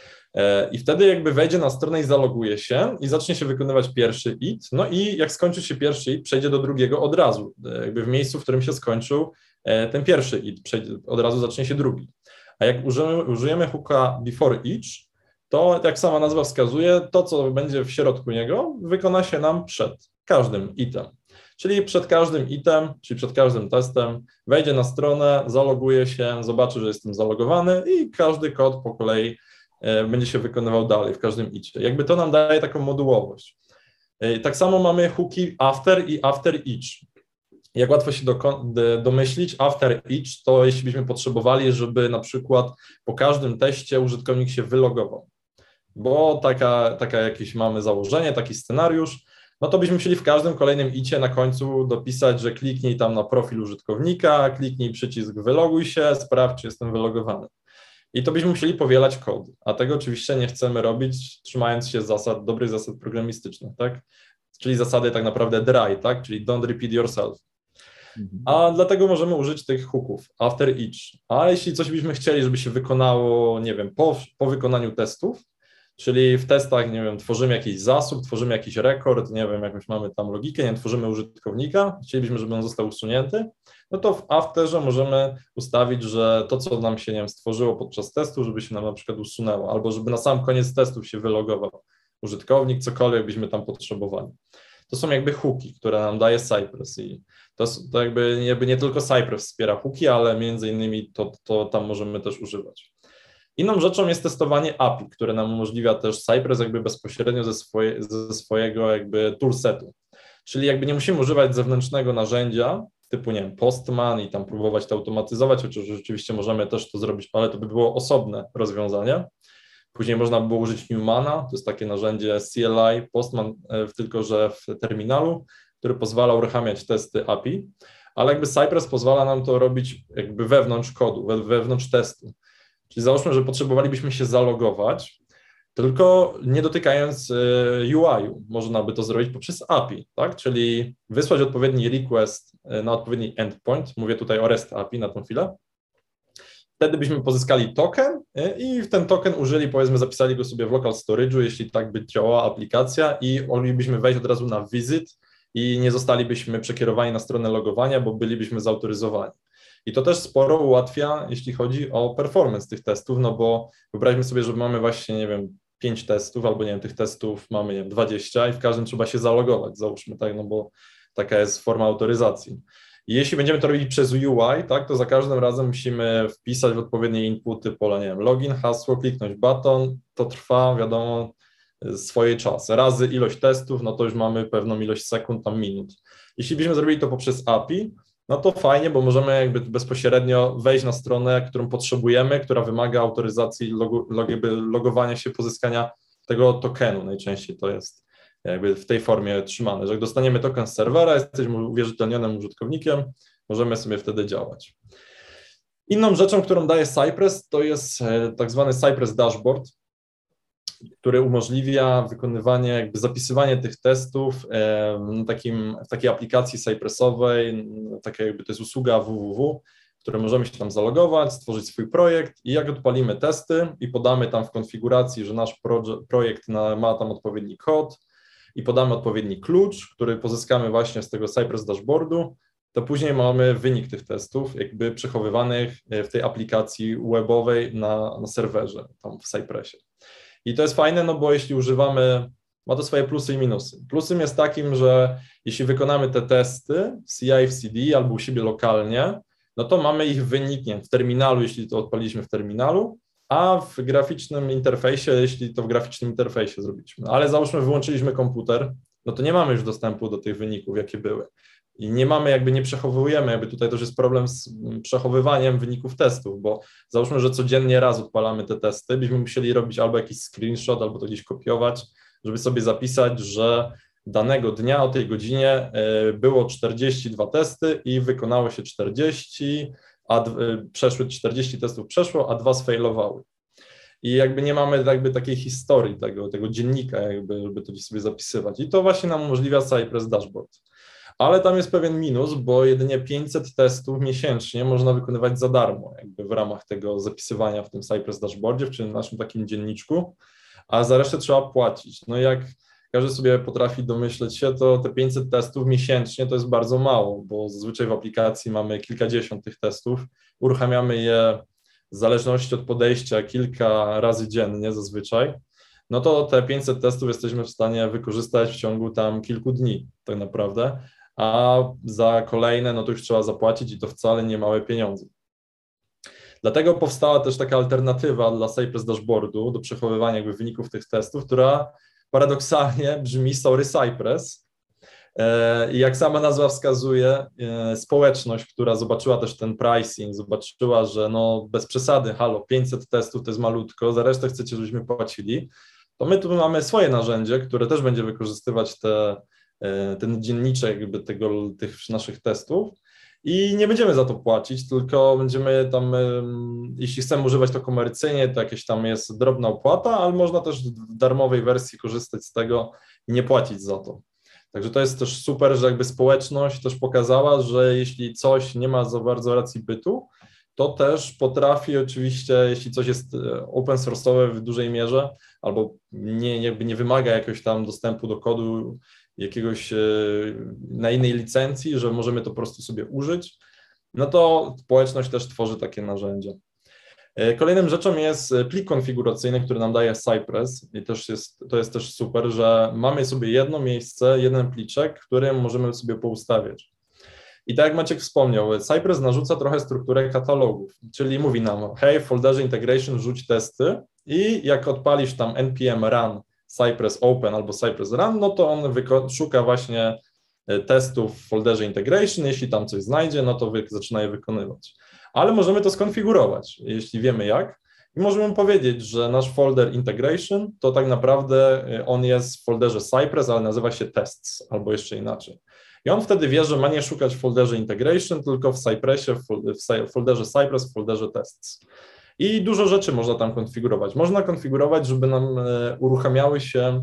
I wtedy jakby wejdzie na stronę i zaloguje się i zacznie się wykonywać pierwszy it, no i jak skończy się pierwszy it, przejdzie do drugiego od razu, jakby w miejscu, w którym się skończył ten pierwszy it, od razu zacznie się drugi. A jak użyjemy hooka before each, to jak sama nazwa wskazuje, to co będzie w środku niego wykona się nam przed każdym item. Czyli przed każdym item, czyli przed każdym testem wejdzie na stronę, zaloguje się, zobaczy, że jestem zalogowany i każdy kod po kolei będzie się wykonywał dalej w każdym icie. Jakby to nam daje taką modułowość. Tak samo mamy hooki after i after each. Jak łatwo się domyślić, after each to jeśli byśmy potrzebowali, żeby na przykład po każdym teście użytkownik się wylogował, bo taka jakieś mamy założenie, taki scenariusz, no to byśmy musieli w każdym kolejnym icie na końcu dopisać, że kliknij tam na profil użytkownika, kliknij przycisk wyloguj się, sprawdź, czy jestem wylogowany. I to byśmy musieli powielać kod, a tego oczywiście nie chcemy robić, trzymając się dobrych zasad programistycznych, tak? Czyli zasady tak naprawdę DRY, tak? Czyli don't repeat yourself. A dlatego możemy użyć tych hooków after each. A jeśli coś byśmy chcieli, żeby się wykonało, nie wiem, po wykonaniu testów, czyli w testach, nie wiem, tworzymy jakiś zasób, tworzymy jakiś rekord, nie wiem, jakąś mamy tam logikę, nie tworzymy użytkownika, chcielibyśmy, żeby on został usunięty, no to w afterze możemy ustawić, że to, co nam się, nie wiem, stworzyło podczas testu, żeby się nam na przykład usunęło, albo żeby na sam koniec testów się wylogował użytkownik, cokolwiek byśmy tam potrzebowali. To są jakby hooki, które nam daje Cypress i to jakby nie tylko Cypress wspiera hooki, ale między innymi to tam możemy też używać. Inną rzeczą jest testowanie API, które nam umożliwia też Cypress jakby bezpośrednio ze swojego jakby toolsetu. Czyli jakby nie musimy używać zewnętrznego narzędzia typu, nie wiem, Postman i tam próbować to automatyzować, chociaż rzeczywiście możemy też to zrobić, ale to by było osobne rozwiązanie. Później można by było użyć Newmana, to jest takie narzędzie CLI, Postman, tylko że w terminalu, który pozwala uruchamiać testy API, ale jakby Cypress pozwala nam to robić jakby wewnątrz kodu, wewnątrz testu. Czyli załóżmy, że potrzebowalibyśmy się zalogować, tylko nie dotykając UI-u. Można by to zrobić poprzez API, tak? Czyli wysłać odpowiedni request na odpowiedni endpoint, mówię tutaj o REST API na tą chwilę. Wtedy byśmy pozyskali token i w ten token użyli, powiedzmy, zapisali go sobie w local storage'u, jeśli tak by działała aplikacja i moglibyśmy wejść od razu na visit i nie zostalibyśmy przekierowani na stronę logowania, bo bylibyśmy zautoryzowani. I to też sporo ułatwia, jeśli chodzi o performance tych testów, no bo wyobraźmy sobie, że mamy właśnie, nie wiem, 5 testów, albo nie wiem, tych testów mamy, nie wiem, 20 i w każdym trzeba się zalogować, załóżmy, tak, no bo taka jest forma autoryzacji. I jeśli będziemy to robić przez UI, tak, to za każdym razem musimy wpisać w odpowiednie inputy pola, nie wiem, login, hasło, kliknąć baton, to trwa, wiadomo, swoje czasy. Razy ilość testów, no to już mamy pewną ilość sekund, tam minut. Jeśli byśmy zrobili to poprzez API, no to fajnie, bo możemy jakby bezpośrednio wejść na stronę, którą potrzebujemy, która wymaga autoryzacji, logowania się, pozyskania tego tokenu. Najczęściej to jest jakby w tej formie trzymane, że jak dostaniemy token z serwera, jesteśmy uwierzytelnionym użytkownikiem, możemy sobie wtedy działać. Inną rzeczą, którą daje Cypress, to jest tak zwany Cypress Dashboard, który umożliwia wykonywanie, jakby zapisywanie tych testów w takiej aplikacji Cypressowej, taka jakby to jest usługa www, w której możemy się tam zalogować, stworzyć swój projekt i jak odpalimy testy i podamy tam w konfiguracji, że nasz projekt ma tam odpowiedni kod i podamy odpowiedni klucz, który pozyskamy właśnie z tego Cypress Dashboardu, to później mamy wynik tych testów jakby przechowywanych w tej aplikacji webowej na serwerze, tam w Cypressie. I to jest fajne, no bo jeśli używamy, ma to swoje plusy i minusy. Plusem jest takim, że jeśli wykonamy te testy w CI, w CD albo u siebie lokalnie, no to mamy ich wynik, nie wiem, w terminalu, jeśli to odpaliliśmy w terminalu, a w graficznym interfejsie, jeśli to w graficznym interfejsie zrobiliśmy. Ale załóżmy, wyłączyliśmy komputer, no to nie mamy już dostępu do tych wyników, jakie były. I nie mamy, jakby nie przechowujemy, jakby tutaj też jest problem z przechowywaniem wyników testów, bo załóżmy, że codziennie raz odpalamy te testy, byśmy musieli robić albo jakiś screenshot, albo to gdzieś kopiować, żeby sobie zapisać, że danego dnia o tej godzinie było 42 testy i wykonało się 40, przeszły 40 testów przeszło, a 2 sfailowały. I jakby nie mamy jakby takiej historii tego dziennika, jakby, żeby to gdzieś sobie zapisywać. I to właśnie nam umożliwia Cypress Dashboard. Ale tam jest pewien minus, bo jedynie 500 testów miesięcznie można wykonywać za darmo, jakby w ramach tego zapisywania w tym Cypress Dashboardzie, czyli naszym takim dzienniczku, a za resztę trzeba płacić. No jak każdy sobie potrafi domyśleć się, to te 500 testów miesięcznie to jest bardzo mało, bo zazwyczaj w aplikacji mamy kilkadziesiąt tych testów, uruchamiamy je w zależności od podejścia kilka razy dziennie zazwyczaj, no to te 500 testów jesteśmy w stanie wykorzystać w ciągu tam kilku dni tak naprawdę, a za kolejne no to już trzeba zapłacić i to wcale nie małe pieniądze. Dlatego powstała też taka alternatywa dla Cypress Dashboardu do przechowywania jakby wyników tych testów, która paradoksalnie brzmi Sorry Cypress. I jak sama nazwa wskazuje, społeczność, która zobaczyła też ten pricing, zobaczyła, że no bez przesady, halo, 500 testów to jest malutko, za resztę chcecie, żebyśmy płacili, to my tu mamy swoje narzędzie, które też będzie wykorzystywać ten dzienniczek jakby tych naszych testów i nie będziemy za to płacić, tylko będziemy tam, jeśli chcemy używać to komercyjnie, to jakieś tam jest drobna opłata, ale można też w darmowej wersji korzystać z tego i nie płacić za to. Także to jest też super, że jakby społeczność też pokazała, że jeśli coś nie ma za bardzo racji bytu, to też potrafi oczywiście, jeśli coś jest open source'owe w dużej mierze albo nie wymaga jakiegoś tam dostępu do kodu jakiegoś na innej licencji, że możemy to po prostu sobie użyć, no to społeczność też tworzy takie narzędzia. Kolejną rzeczą jest plik konfiguracyjny, który nam daje Cypress i to jest też super, że mamy sobie jedno miejsce, jeden pliczek, w którym możemy sobie poustawiać. I tak jak Maciek wspomniał, Cypress narzuca trochę strukturę katalogów, czyli mówi nam, hej, w folderze integration rzuć testy i jak odpalisz tam npm run Cypress open albo Cypress run, no to on szuka właśnie testów w folderze integration, jeśli tam coś znajdzie, no to zaczyna je wykonywać. Ale możemy to skonfigurować, jeśli wiemy jak. I możemy powiedzieć, że nasz folder integration to tak naprawdę on jest w folderze Cypress, ale nazywa się tests albo jeszcze inaczej. I on wtedy wie, że ma nie szukać w folderze integration, tylko w Cypressie, w folderze Cypress, w folderze tests. I dużo rzeczy można tam konfigurować. Można konfigurować, żeby nam uruchamiały się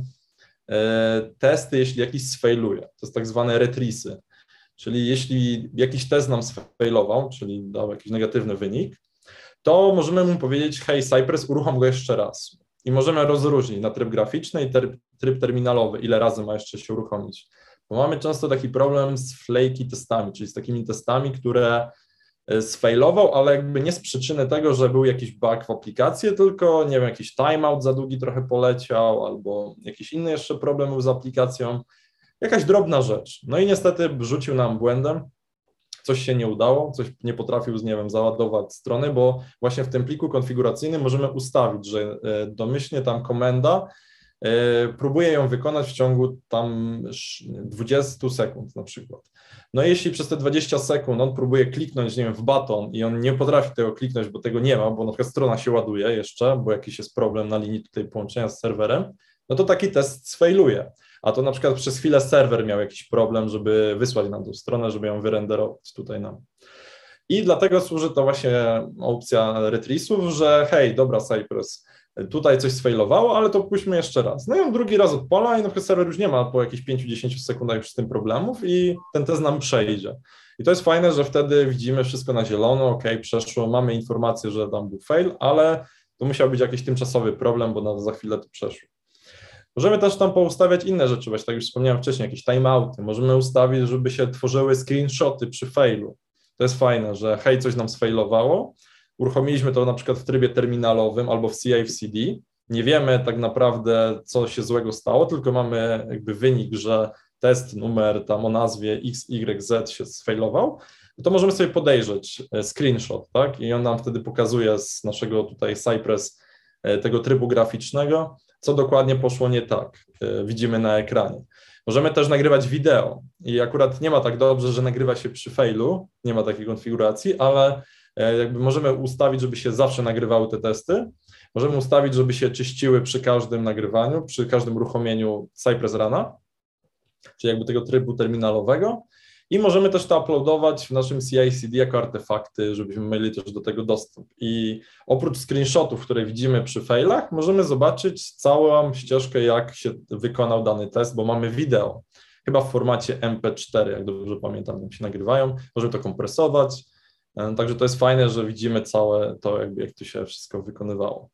testy, jeśli jakiś sfailuje. To jest tak zwane retrisy. Czyli jeśli jakiś test nam sfailował, czyli dał jakiś negatywny wynik, to możemy mu powiedzieć, hej Cypress, uruchom go jeszcze raz. I możemy rozróżnić na tryb graficzny i tryb terminalowy, ile razy ma jeszcze się uruchomić. Bo mamy często taki problem z flaky testami, czyli z takimi testami, które sfailował, ale jakby nie z przyczyny tego, że był jakiś bug w aplikacji, tylko nie wiem, jakiś timeout za długi trochę poleciał, albo jakiś inny jeszcze problem był z aplikacją, jakaś drobna rzecz. No i niestety rzucił nam błędem, coś się nie udało, coś nie potrafił, nie wiem, załadować strony, bo właśnie w tym pliku konfiguracyjnym możemy ustawić, że domyślnie tam komenda próbuje ją wykonać w ciągu tam 20 sekund na przykład. No i jeśli przez te 20 sekund on próbuje kliknąć, nie wiem, w baton i on nie potrafi tego kliknąć, bo tego nie ma, bo na przykład strona się ładuje jeszcze, bo jakiś jest problem na linii tutaj połączenia z serwerem, no to taki test sfailuje. A to na przykład przez chwilę serwer miał jakiś problem, żeby wysłać nam tą stronę, żeby ją wyrenderować tutaj nam. I dlatego służy to właśnie opcja retrisów, że hej, dobra Cypress, tutaj coś sfailowało, ale to puśćmy jeszcze raz. No i on drugi raz odpala i na przykład serwer już nie ma po jakichś 5-10 sekundach już z tym problemów i ten test nam przejdzie. I to jest fajne, że wtedy widzimy wszystko na zielono, ok, przeszło, mamy informację, że tam był fail, ale to musiał być jakiś tymczasowy problem, bo za chwilę to przeszło. Możemy też tam poustawiać inne rzeczy, właśnie tak już wspomniałem wcześniej, jakieś timeouty. Możemy ustawić, żeby się tworzyły screenshoty przy failu. To jest fajne, że hej, coś nam sfailowało, uruchomiliśmy to na przykład w trybie terminalowym albo w CI/CD. Nie wiemy tak naprawdę, co się złego stało, tylko mamy jakby wynik, że test numer tam o nazwie XYZ się sfailował. To możemy sobie podejrzeć screenshot, tak? I on nam wtedy pokazuje z naszego tutaj Cypress tego trybu graficznego, co dokładnie poszło nie tak, widzimy na ekranie. Możemy też nagrywać wideo i akurat nie ma tak dobrze, że nagrywa się przy failu, nie ma takiej konfiguracji, ale jakby możemy ustawić, żeby się zawsze nagrywały te testy, możemy ustawić, żeby się czyściły przy każdym nagrywaniu, przy każdym uruchomieniu Cypress Runa, czyli jakby tego trybu terminalowego. I możemy też to uploadować w naszym CI/CD jako artefakty, żebyśmy mieli też do tego dostęp. I oprócz screenshotów, które widzimy przy failach, możemy zobaczyć całą ścieżkę, jak się wykonał dany test, bo mamy wideo. Chyba w formacie MP4, jak dobrze pamiętam, jak się nagrywają. Możemy to kompresować. Także to jest fajne, że widzimy całe to, jakby jak to się wszystko wykonywało.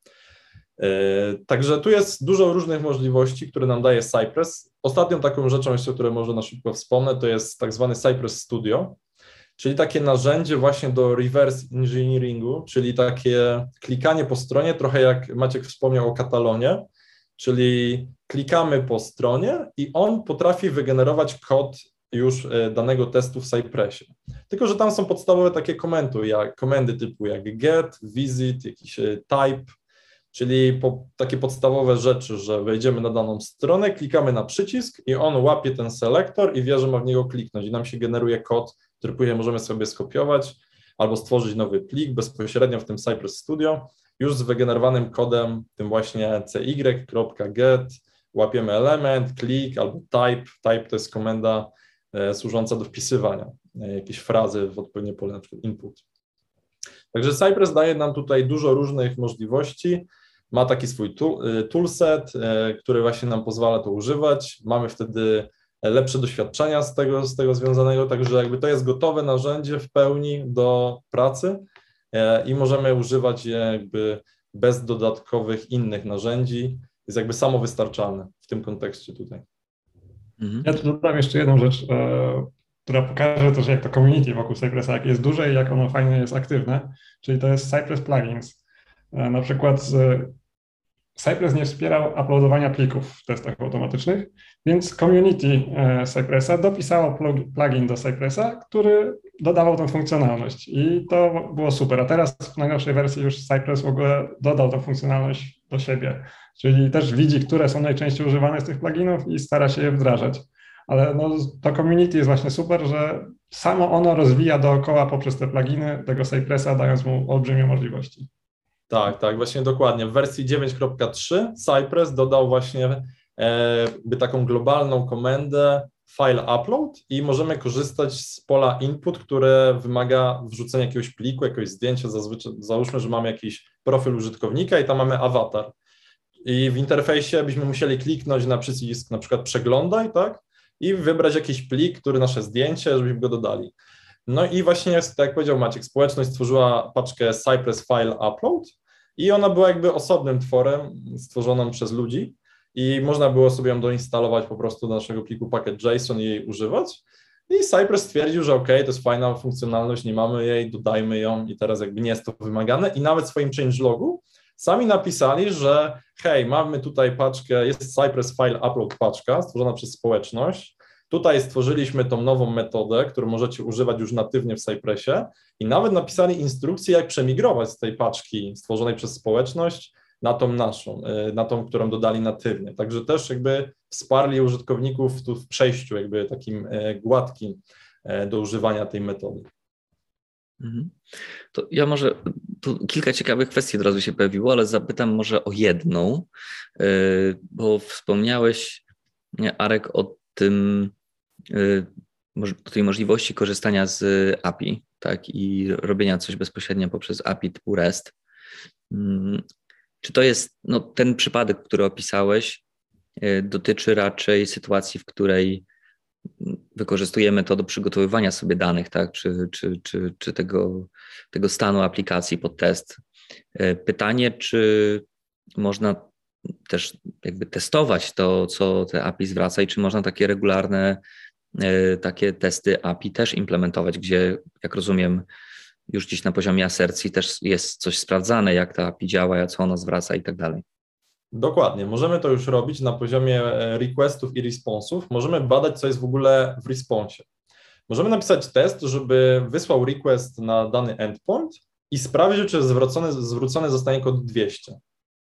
Także tu jest dużo różnych możliwości, które nam daje Cypress. Ostatnią taką rzeczą jeszcze, którą może na szybko wspomnę, to jest tak zwany Cypress Studio, czyli takie narzędzie właśnie do reverse engineeringu, czyli takie klikanie po stronie, trochę jak Maciek wspomniał o Katalonie, czyli klikamy po stronie i on potrafi wygenerować kod już danego testu w Cypressie. Tylko że tam są podstawowe takie komendy typu jak get, visit, jakiś type, czyli takie podstawowe rzeczy, że wejdziemy na daną stronę, klikamy na przycisk i on łapie ten selektor i wie, że ma w niego kliknąć i nam się generuje kod, który później możemy sobie skopiować albo stworzyć nowy plik bezpośrednio w tym Cypress Studio, już z wygenerowanym kodem, tym właśnie cy.get, łapiemy element, klik albo type. Type to jest komenda służąca do wpisywania jakiejś frazy w odpowiednie pole, na przykład input. Także Cypress daje nam tutaj dużo różnych możliwości, ma taki swój toolset, który właśnie nam pozwala to używać, mamy wtedy lepsze doświadczenia z tego związanego, także jakby to jest gotowe narzędzie w pełni do pracy i możemy używać je jakby bez dodatkowych innych narzędzi, jest jakby samowystarczalne w tym kontekście tutaj. Ja tu dodam jeszcze jedną rzecz, która pokaże też, jak to community wokół Cypressa, jak jest duże i jak ono fajnie jest aktywne, czyli to jest Cypress Plugins. Na przykład Cypress nie wspierał uploadowania plików w testach automatycznych, więc community Cypressa dopisało plugin do Cypressa, który dodawał tę funkcjonalność i to było super. A teraz w najnowszej wersji już Cypress w ogóle dodał tę funkcjonalność do siebie, czyli też widzi, które są najczęściej używane z tych pluginów i stara się je wdrażać. Ale no, to community jest właśnie super, że samo ono rozwija dookoła poprzez te pluginy tego Cypressa, dając mu olbrzymie możliwości. Tak, właśnie dokładnie. W wersji 9.3 Cypress dodał właśnie taką globalną komendę file upload i możemy korzystać z pola input, które wymaga wrzucenia jakiegoś pliku, jakiegoś zdjęcia. Zazwyczaj załóżmy, że mamy jakiś profil użytkownika i tam mamy awatar. I w interfejsie byśmy musieli kliknąć na przycisk na przykład przeglądaj, tak? I wybrać jakiś plik, który nasze zdjęcie, żebyśmy go dodali. No i właśnie, tak jak powiedział Maciek, społeczność stworzyła paczkę Cypress File Upload i ona była jakby osobnym tworem stworzoną przez ludzi i można było sobie ją doinstalować po prostu do naszego pliku package.json i jej używać. I Cypress stwierdził, że to jest fajna funkcjonalność, nie mamy jej, dodajmy ją i teraz jakby nie jest to wymagane i nawet w swoim changelogu sami napisali, że hej, mamy tutaj paczkę, jest Cypress File Upload paczka stworzona przez społeczność. Tutaj stworzyliśmy tą nową metodę, którą możecie używać już natywnie w Cypressie i nawet napisali instrukcję, jak przemigrować z tej paczki stworzonej przez społeczność na tą naszą, na tą, którą dodali natywnie. Także też jakby wsparli użytkowników tu w przejściu jakby takim gładkim do używania tej metody. To ja może, tu kilka ciekawych kwestii od razu się pojawiło, ale zapytam może o jedną, bo wspomniałeś, Arek, o tej możliwości korzystania z API, tak, i robienia coś bezpośrednio poprzez API typu REST. Czy to jest, ten przypadek, który opisałeś, dotyczy raczej sytuacji, w której wykorzystujemy to do przygotowywania sobie danych, tak, czy tego stanu aplikacji pod test. Pytanie, czy można też jakby testować to, co te API zwraca i czy można takie regularne takie testy API też implementować, gdzie, jak rozumiem, już gdzieś na poziomie asercji też jest coś sprawdzane, jak ta API działa, co ona zwraca i tak dalej. Dokładnie, możemy to już robić na poziomie requestów i responsów. Możemy badać, co jest w ogóle w responsie. Możemy napisać test, żeby wysłał request na dany endpoint i sprawdzić, czy zwrócony zostanie kod 200.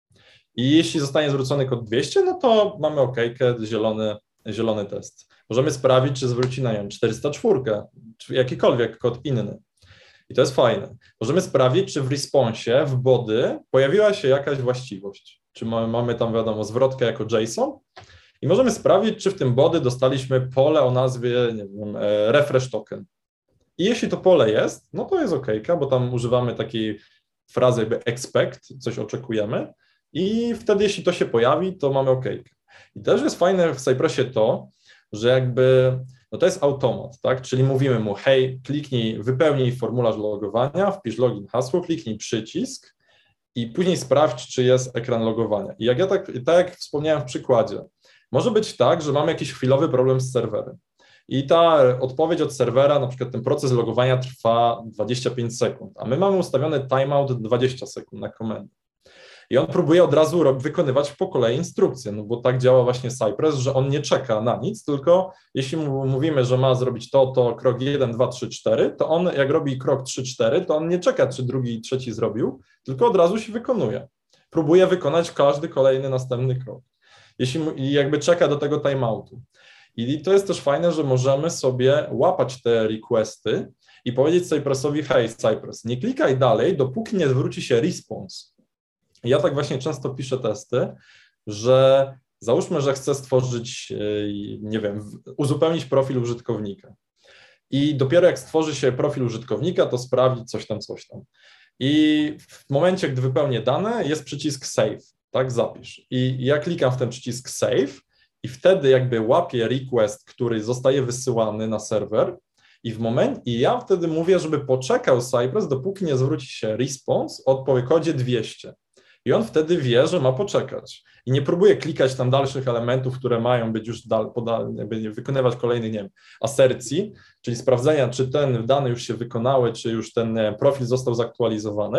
I jeśli zostanie zwrócony kod 200, no to mamy okejkę, zielony test. Możemy sprawdzić, czy zwróci na nią 404, czy jakikolwiek kod inny. I to jest fajne. Możemy sprawdzić, czy w responsie, w body pojawiła się jakaś właściwość. Czy mamy tam, wiadomo, zwrotkę jako JSON i możemy sprawdzić, czy w tym body dostaliśmy pole o nazwie, nie wiem, refresh token. I jeśli to pole jest, no to jest okejka, bo tam używamy takiej frazy jakby expect, coś oczekujemy i wtedy jeśli to się pojawi, to mamy okejkę. I też jest fajne w Cypressie to, że jakby to jest automat, tak? Czyli mówimy mu, hej, kliknij, wypełnij formularz logowania, wpisz login, hasło, kliknij przycisk i później sprawdź, czy jest ekran logowania. I tak jak wspomniałem w przykładzie, może być tak, że mamy jakiś chwilowy problem z serwerem i ta odpowiedź od serwera, na przykład ten proces logowania trwa 25 sekund, a my mamy ustawiony timeout 20 sekund na komendę. I on próbuje od razu wykonywać po kolei instrukcje, no bo tak działa właśnie Cypress, że on nie czeka na nic, tylko jeśli mu mówimy, że ma zrobić to krok 1, 2, 3, 4, to on jak robi krok 3, 4, to on nie czeka, czy drugi i trzeci zrobił, tylko od razu się wykonuje. Próbuje wykonać każdy kolejny następny krok. I jakby czeka do tego timeoutu. I to jest też fajne, że możemy sobie łapać te requesty i powiedzieć Cypressowi, hej Cypress, nie klikaj dalej, dopóki nie zwróci się response. Ja tak właśnie często piszę testy, że załóżmy, że chcę stworzyć, nie wiem, uzupełnić profil użytkownika. I dopiero jak stworzy się profil użytkownika, to sprawdzić coś tam. I w momencie, gdy wypełnię dane, jest przycisk save, tak, zapisz. I ja klikam w ten przycisk save i wtedy jakby łapię request, który zostaje wysyłany na serwer i ja wtedy mówię, żeby poczekał Cypress, dopóki nie zwróci się response o kodzie 200. I on wtedy wie, że ma poczekać. I nie próbuje klikać tam dalszych elementów, które mają być już wykonywać kolejnych, nie wiem, asercji, czyli sprawdzenia, czy ten dane już się wykonały, czy już ten profil został zaktualizowany,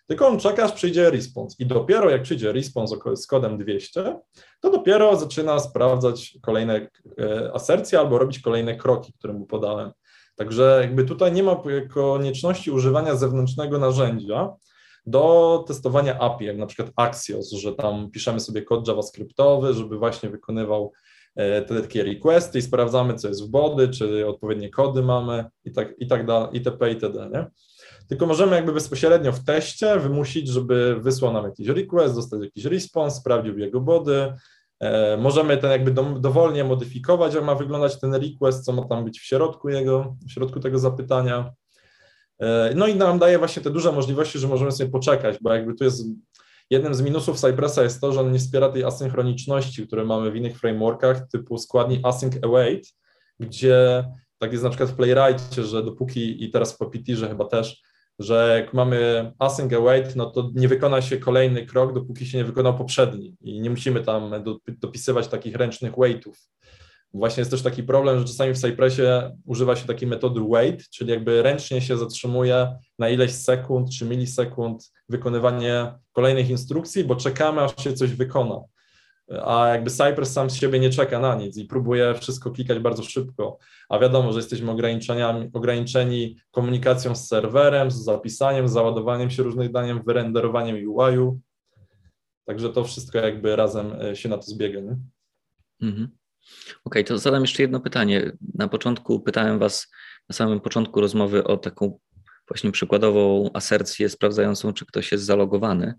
tylko on czeka, aż przyjdzie response i dopiero jak przyjdzie response z kodem 200, to dopiero zaczyna sprawdzać kolejne asercje albo robić kolejne kroki, które mu podałem. Także jakby tutaj nie ma konieczności używania zewnętrznego narzędzia do testowania API, jak na przykład Axios, że tam piszemy sobie kod javascriptowy, żeby właśnie wykonywał te takie requesty i sprawdzamy, co jest w body, czy odpowiednie kody mamy i tak dalej, itp. itd., nie? Tylko możemy jakby bezpośrednio w teście wymusić, żeby wysłał nam jakiś request, dostać jakiś response, sprawdził jego body. Możemy ten jakby dowolnie modyfikować, jak ma wyglądać ten request, co ma tam być w środku tego zapytania. No i nam daje właśnie te duże możliwości, że możemy sobie poczekać, bo jakby tu jest jednym z minusów Cypressa jest to, że on nie wspiera tej asynchroniczności, które mamy w innych frameworkach typu składni async await, gdzie tak jest na przykład w Playwrightie, że dopóki i teraz w Puppeteerze chyba też, że jak mamy async await, no to nie wykona się kolejny krok, dopóki się nie wykonał poprzedni i nie musimy tam dopisywać takich ręcznych waitów. Właśnie jest też taki problem, że czasami w Cypressie używa się takiej metody wait, czyli jakby ręcznie się zatrzymuje na ileś sekund czy milisekund wykonywanie kolejnych instrukcji, bo czekamy, aż się coś wykona. A jakby Cypress sam z siebie nie czeka na nic i próbuje wszystko klikać bardzo szybko, a wiadomo, że jesteśmy ograniczeni komunikacją z serwerem, z zapisaniem, z załadowaniem się różnych danych, wyrenderowaniem UI-u, także to wszystko jakby razem się na to zbiega, nie? Mhm. Okej, to zadam jeszcze jedno pytanie. Na początku pytałem Was, na samym początku rozmowy o taką właśnie przykładową asercję sprawdzającą, czy ktoś jest zalogowany,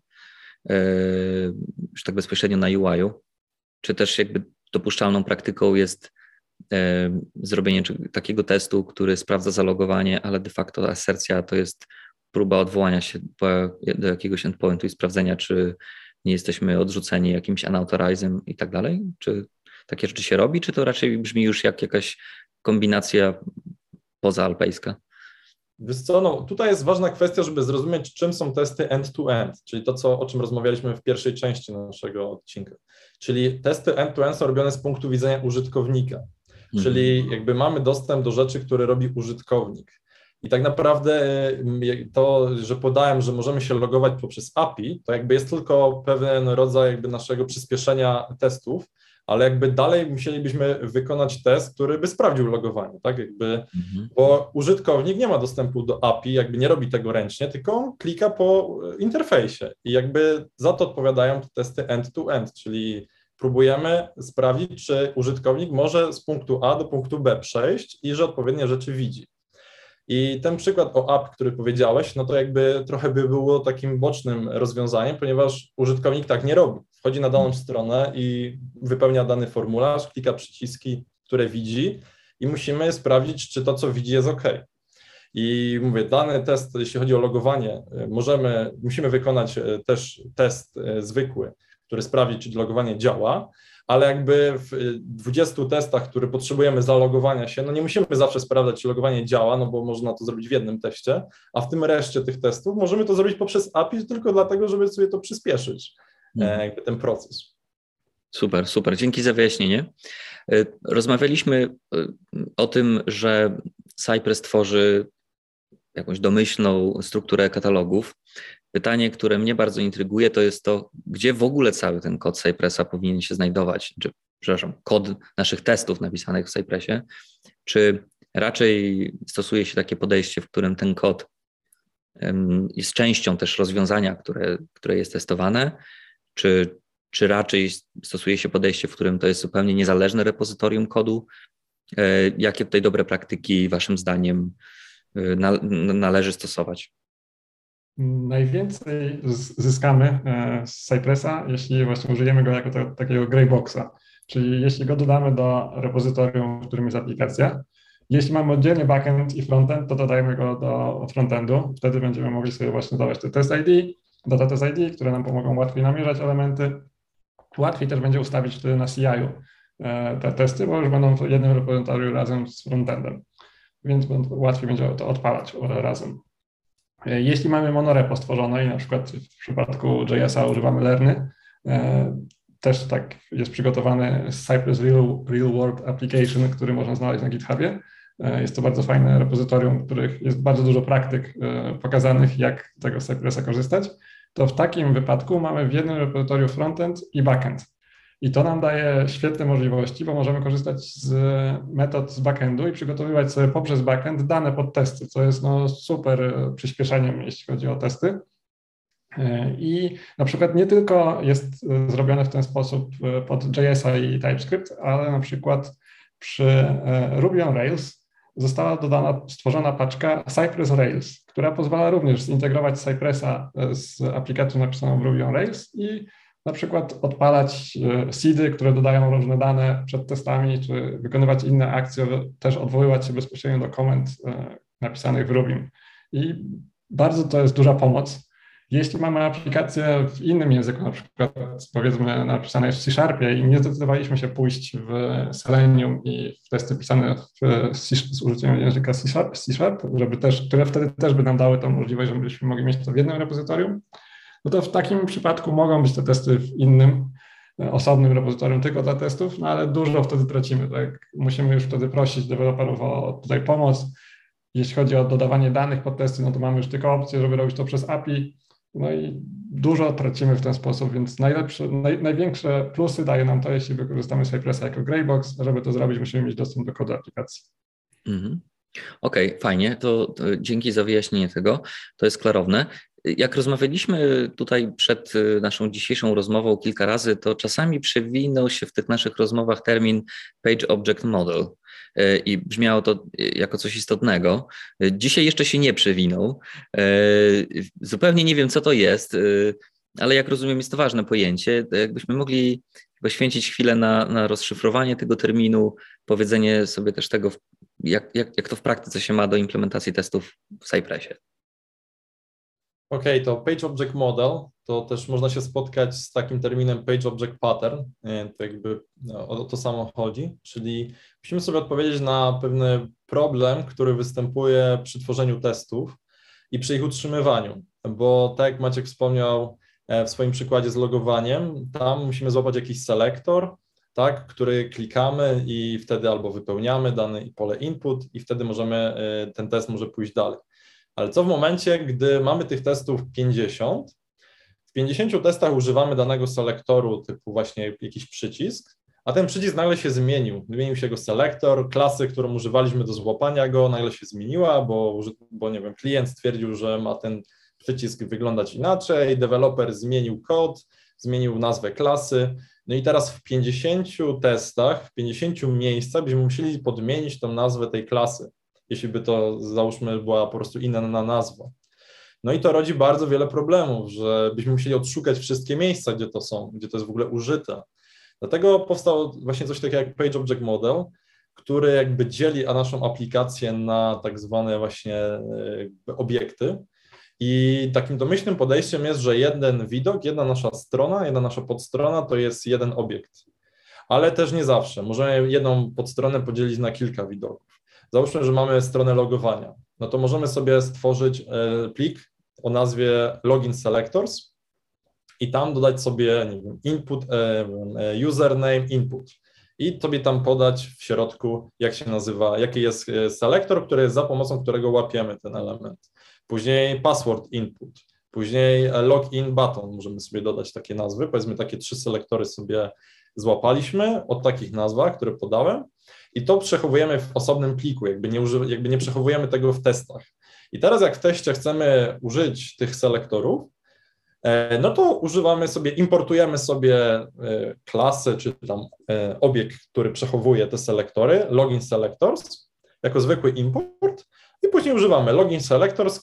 już tak bezpośrednio na UI-u, czy też jakby dopuszczalną praktyką jest zrobienie takiego testu, który sprawdza zalogowanie, ale de facto asercja to jest próba odwołania się do jakiegoś endpointu i sprawdzenia, czy nie jesteśmy odrzuceni jakimś unauthorizem i tak dalej? Czy takie rzeczy się robi, czy to raczej brzmi już jak jakaś kombinacja pozaalpejska? Wiesz co, no tutaj jest ważna kwestia, żeby zrozumieć, czym są testy end-to-end, czyli to, o czym rozmawialiśmy w pierwszej części naszego odcinka. Czyli testy end-to-end są robione z punktu widzenia użytkownika, czyli jakby mamy dostęp do rzeczy, które robi użytkownik. I tak naprawdę to, że podałem, że możemy się logować poprzez API, to jakby jest tylko pewien rodzaj jakby naszego przyspieszenia testów, ale jakby dalej musielibyśmy wykonać test, który by sprawdził logowanie, tak, jakby, bo użytkownik nie ma dostępu do API, jakby nie robi tego ręcznie, tylko on klika po interfejsie i jakby za to odpowiadają te testy end-to-end, czyli próbujemy sprawdzić, czy użytkownik może z punktu A do punktu B przejść i że odpowiednie rzeczy widzi. I ten przykład o app, który powiedziałeś, no to jakby trochę by było takim bocznym rozwiązaniem, ponieważ użytkownik tak nie robi. Wchodzi na daną stronę i wypełnia dany formularz, klika przyciski, które widzi i musimy sprawdzić, czy to, co widzi, jest OK. I mówię, dany test, jeśli chodzi o logowanie, musimy wykonać też test zwykły, który sprawdzi, czy logowanie działa, ale jakby w 20 testach, które potrzebujemy zalogowania się, no nie musimy zawsze sprawdzać, czy logowanie działa, no bo można to zrobić w jednym teście, a w tym reszcie tych testów możemy to zrobić poprzez API tylko dlatego, żeby sobie to przyspieszyć, jakby ten proces. Super, super. Dzięki za wyjaśnienie. Rozmawialiśmy o tym, że Cypress tworzy jakąś domyślną strukturę katalogów. Pytanie, które mnie bardzo intryguje, to jest to, gdzie w ogóle cały ten kod Cypressa powinien się znajdować, kod naszych testów napisanych w Cypressie, czy raczej stosuje się takie podejście, w którym ten kod jest częścią też rozwiązania, które jest testowane, czy raczej stosuje się podejście, w którym to jest zupełnie niezależne repozytorium kodu? Jakie tutaj dobre praktyki waszym zdaniem należy stosować? Najwięcej zyskamy z Cypressa, jeśli właśnie użyjemy go jako takiego grey boxa, czyli jeśli go dodamy do repozytorium, w którym jest aplikacja. Jeśli mamy oddzielnie backend i frontend, to dodajemy go do frontendu. Wtedy będziemy mogli sobie właśnie dawać te test ID, data test ID, które nam pomogą łatwiej namierzać elementy. Łatwiej też będzie ustawić wtedy na CI-u te testy, bo już będą w jednym repozytorium razem z frontendem, więc łatwiej będzie to odpalać razem. Jeśli mamy monorepo stworzone i na przykład w przypadku JS-a używamy Lerny, też tak jest przygotowany Cypress Real World Application, który można znaleźć na GitHubie, Jest to bardzo fajne repozytorium, w których jest bardzo dużo praktyk pokazanych, jak z tego Cypressa korzystać. To w takim wypadku mamy w jednym repozytorium frontend i backend. I to nam daje świetne możliwości, bo możemy korzystać z metod z backendu i przygotowywać sobie poprzez backend dane pod testy, co jest super przyspieszeniem, jeśli chodzi o testy. I na przykład nie tylko jest zrobione w ten sposób pod JS-a i TypeScript, ale na przykład przy Ruby on Rails została stworzona paczka Cypress Rails, która pozwala również zintegrować Cypressa z aplikacją napisaną w Ruby on Rails i na przykład odpalać seedy, które dodają różne dane przed testami, czy wykonywać inne akcje, też odwoływać się bezpośrednio do komend napisanych w Ruby. I bardzo to jest duża pomoc. Jeśli mamy aplikację w innym języku, na przykład powiedzmy napisane w C# i nie zdecydowaliśmy się pójść w Selenium i w testy pisane z użyciem języka C#, które wtedy też by nam dały tą możliwość, żebyśmy mogli mieć to w jednym repozytorium, no to w takim przypadku mogą być te testy w innym, osobnym repozytorium tylko dla testów, no ale dużo wtedy tracimy. Tak? Musimy już wtedy prosić deweloperów o tutaj pomoc. Jeśli chodzi o dodawanie danych pod testy, no to mamy już tylko opcję, żeby robić to przez API, no i dużo tracimy w ten sposób, więc największe plusy daje nam to, jeśli wykorzystamy Cypressa jako greybox. Żeby to zrobić, musimy mieć dostęp do kodu aplikacji. Okej, fajnie, to dzięki za wyjaśnienie tego, to jest klarowne. Jak rozmawialiśmy tutaj przed naszą dzisiejszą rozmową kilka razy, to czasami przewinął się w tych naszych rozmowach termin Page Object Model i brzmiało to jako coś istotnego. Dzisiaj jeszcze się nie przewinął. Zupełnie nie wiem, co to jest, ale jak rozumiem, jest to ważne pojęcie. Jakbyśmy mogli poświęcić chwilę na rozszyfrowanie tego terminu, powiedzenie sobie też tego, jak to w praktyce się ma do implementacji testów w Cypressie. Okej, to Page Object Model, to też można się spotkać z takim terminem Page Object Pattern, to jakby o to samo chodzi, czyli musimy sobie odpowiedzieć na pewien problem, który występuje przy tworzeniu testów i przy ich utrzymywaniu, bo tak jak Maciek wspomniał w swoim przykładzie z logowaniem, tam musimy złapać jakiś selektor, tak, który klikamy i wtedy albo wypełniamy dane pole input i wtedy ten test może pójść dalej. Ale co w momencie, gdy mamy tych testów 50, w 50 testach używamy danego selektoru typu właśnie jakiś przycisk, a ten przycisk nagle się zmienił się jego selektor, klasy, którą używaliśmy do złapania go, nagle się zmieniła, bo nie wiem, klient stwierdził, że ma ten przycisk wyglądać inaczej, deweloper zmienił kod, zmienił nazwę klasy, no i teraz w 50 testach, w 50 miejscach byśmy musieli podmienić tą nazwę tej klasy, jeśli by to, załóżmy, była po prostu inna nazwa. No i to rodzi bardzo wiele problemów, że byśmy musieli odszukać wszystkie miejsca, gdzie to są, gdzie to jest w ogóle użyte. Dlatego powstało właśnie coś takiego jak Page Object Model, który jakby dzieli naszą aplikację na tak zwane właśnie obiekty. I takim domyślnym podejściem jest, że jeden widok, jedna nasza strona, jedna nasza podstrona to jest jeden obiekt. Ale też nie zawsze. Możemy jedną podstronę podzielić na kilka widoków. Załóżmy, że mamy stronę logowania. No to możemy sobie stworzyć plik o nazwie login selectors i tam dodać sobie, nie wiem, input, username, input. I sobie tam podać w środku, jak się nazywa, jaki jest selektor, za pomocą którego łapiemy ten element. Później password input, później login button, możemy sobie dodać takie nazwy, powiedzmy takie 3 selektory sobie złapaliśmy o takich nazwach, które podałem i to przechowujemy w osobnym pliku, jakby nie przechowujemy tego w testach. I teraz jak w teście chcemy użyć tych selektorów, no to importujemy sobie klasę, czy tam obiekt, który przechowuje te selektory, login selectors, jako zwykły import i później używamy login selectors,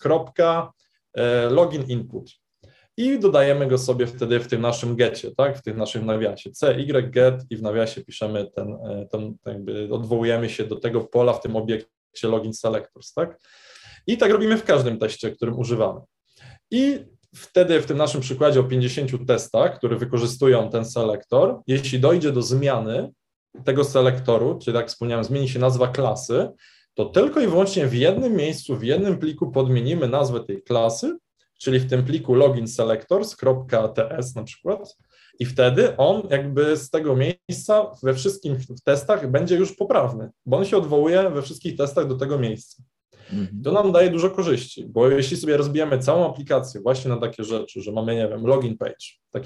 login input i dodajemy go sobie wtedy w tym naszym getcie, tak, w tym naszym nawiasie, get i w nawiasie piszemy jakby odwołujemy się do tego pola w tym obiekcie login selectors, tak, i tak robimy w każdym teście, którym używamy. I wtedy w tym naszym przykładzie o 50 testach, które wykorzystują ten selektor, jeśli dojdzie do zmiany tego selektoru, czyli tak jak wspomniałem, zmieni się nazwa klasy, to tylko i wyłącznie w jednym miejscu, w jednym pliku podmienimy nazwę tej klasy, czyli w tym pliku login selectors.ts na przykład I wtedy on jakby z tego miejsca we wszystkich testach będzie już poprawny, bo on się odwołuje we wszystkich testach do tego miejsca. To nam daje dużo korzyści, bo jeśli sobie rozbijemy całą aplikację właśnie na takie rzeczy, że mamy, nie wiem, login page,